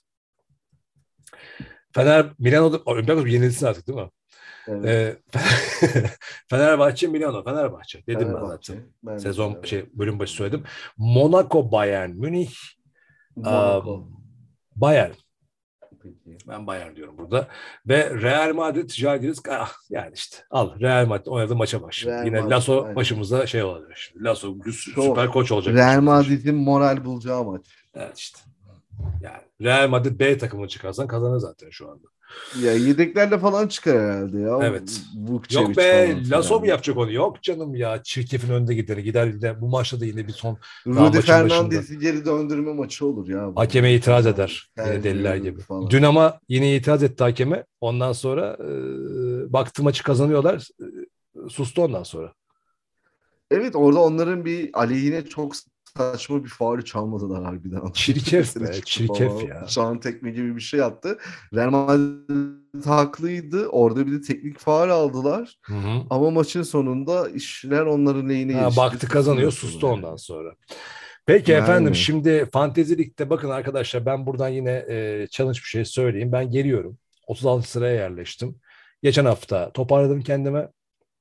Milano Olympiakos yenilsin artık değil mi? Evet. Fenerbahçe Milano. Fenerbahçe. Dedim ben zaten. Sezon bölüm başı söyledim. Monaco Bayern Münih. Bayern. Peki. Ben Bayern diyorum burada. Ve Real Madrid Žalgiris yani işte al Real Madrid oynadığı maça başladı. Yine Lasso aynen. Başımıza şey olacak şimdi. Lasso süper koç olacak. Real Madrid'in moral bulacağı maç. Evet işte. Yani Real Madrid B takımını çıkarsan kazanır zaten şu anda. Ya yedeklerle falan çıkar herhalde ya. Evet. Yok be Lasso mu yapacak onu? Yok canım ya. Çirkefin önde gideni. Gider de bu maçta da yine bir son Rudy Fernandez'i geri döndürme maçı olur ya. Hakeme itiraz eder. Yine deliler gibi. Falan. Dün ama yine itiraz etti hakeme. Ondan sonra baktı maçı kazanıyorlar. Sustu ondan sonra. Evet orada onların bir aleyhine çok saçma bir faul çalmadılar harbiden. Çirkef be, çirkef ya. Şan tekme gibi bir şey yaptı. Real Madrid haklıydı. Orada bir de teknik faul aldılar. Hı-hı. Ama maçın sonunda işler onların lehine geçti. Baktı kazanıyor, sustu ondan sonra. Peki yani. Efendim şimdi Fantezi Lig'de bakın arkadaşlar ben buradan yine challenge bir şey söyleyeyim. Ben geliyorum. 36 sıraya yerleştim. Geçen hafta toparladım kendime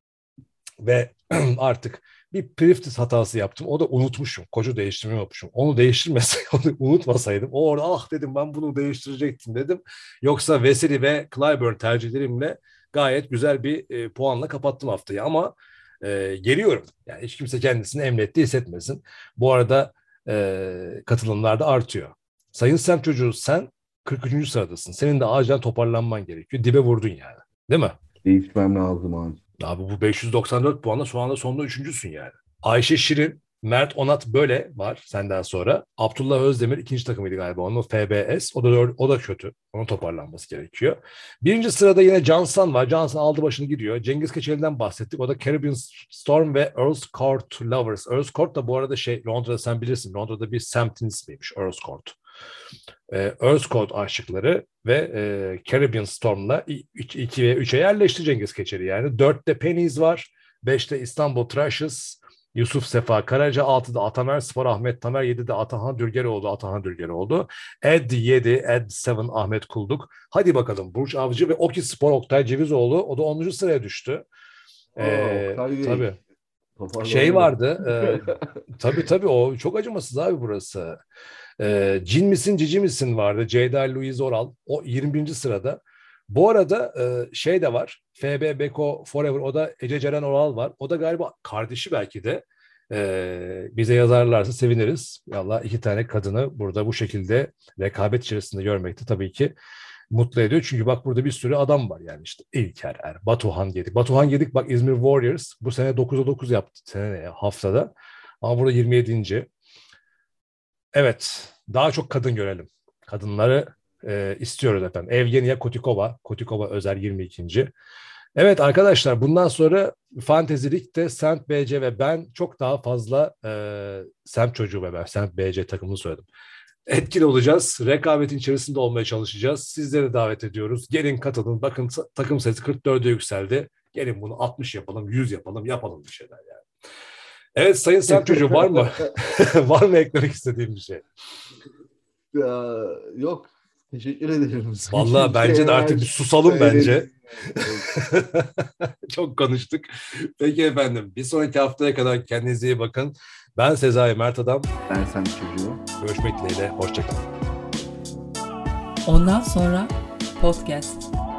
ve artık bir Priftis hatası yaptım. O da unutmuşum. Koçu değiştirmeyi unutmuşum. Onu onu unutmasaydım. O orada dedim ben bunu değiştirecektim dedim. Yoksa Veseli ve Clyburn tercihlerimle gayet güzel bir puanla kapattım haftayı. Ama geliyorum. Yani hiç kimse kendisini emniyette hissetmesin. Bu arada katılımlar da artıyor. Sayın Sem çocuğu sen 43. sıradasın. Senin de acilen toparlanman gerekiyor. Dibe vurdun yani. Değil mi? Değişmem lazım abi. Abi bu 594 puanla şu anda sonunda 3.'sün yani. Ayşe Şirin, Mert Onat böyle var senden sonra. Abdullah Özdemir ikinci takımıydı galiba onun FBS. O da kötü. Onun toparlanması gerekiyor. Birinci sırada yine Cansan var. Cansan aldı başını gidiyor. Cengiz Keçeli'den bahsettik. O da Caribbean Storm ve Earl's Court Lovers. Earl's Court da bu arada Londra'da sen bilirsin. Londra'da bir semtin ismiymiş Earl's Court. Earl's Court aşıkları ve Caribbean Storm'la 2 ve 3'e yerleşti Cengiz Keçeli yani. 4'te Pennies var. 5'te İstanbul Trashes, Yusuf Sefa Karaca, 6'da Atamer Spor Ahmet Tamer, 7'de Atahan Dülgeroğlu. Ed 7, Ed 7 Ahmet Kulduk. Hadi bakalım Burç Avcı ve Oki Spor Oktay Cevizoğlu o da 10. sıraya düştü. Tabii. Şey vardı. Tabii o çok acımasız abi burası. Cin misin cici misin vardı. Ceyda Louise Oral. O 21. sırada. Bu arada şey de var. FB Beko Forever. O da Ece Ceren Oral var. O da galiba kardeşi belki de. Bize yazarlarsa seviniriz. Vallahi 2 tane kadını burada bu şekilde rekabet içerisinde görmekte tabii ki mutlu ediyor. Çünkü bak burada bir sürü adam var yani işte İlker Er, Batuhan Gedik. Batuhan Gedik bak İzmir Warriors bu sene 9'a 9 yaptı haftada. Ama burada 27. Evet, daha çok kadın görelim. Kadınları istiyoruz efendim. Evgenia Kotikova, Kotikova Özer 22. Evet arkadaşlar bundan sonra Fantezilik'te Semt BC ve ben çok daha fazla Semt çocuğu ve ben Semt BC takımını söyledim. Etkili olacağız. Rekabetin içerisinde olmaya çalışacağız. Sizleri davet ediyoruz. Gelin katılın. Bakın takım sayısı 44'e yükseldi. Gelin bunu 60 yapalım, 100 yapalım bir şeyler yani. Evet Sayın Semt çocuğu var mı? Var mı eklemek istediğim bir şey? Ya, yok. Teşekkür ederim. Vallahi bence de artık bir susalım bence. Çok konuştuk. Peki efendim. Bir sonraki haftaya kadar kendinize iyi bakın. Ben Sezai Mert Adam. Ben Semt çocuğu. Görüşmek dileğiyle. Hoşçakalın. Ondan sonra podcast.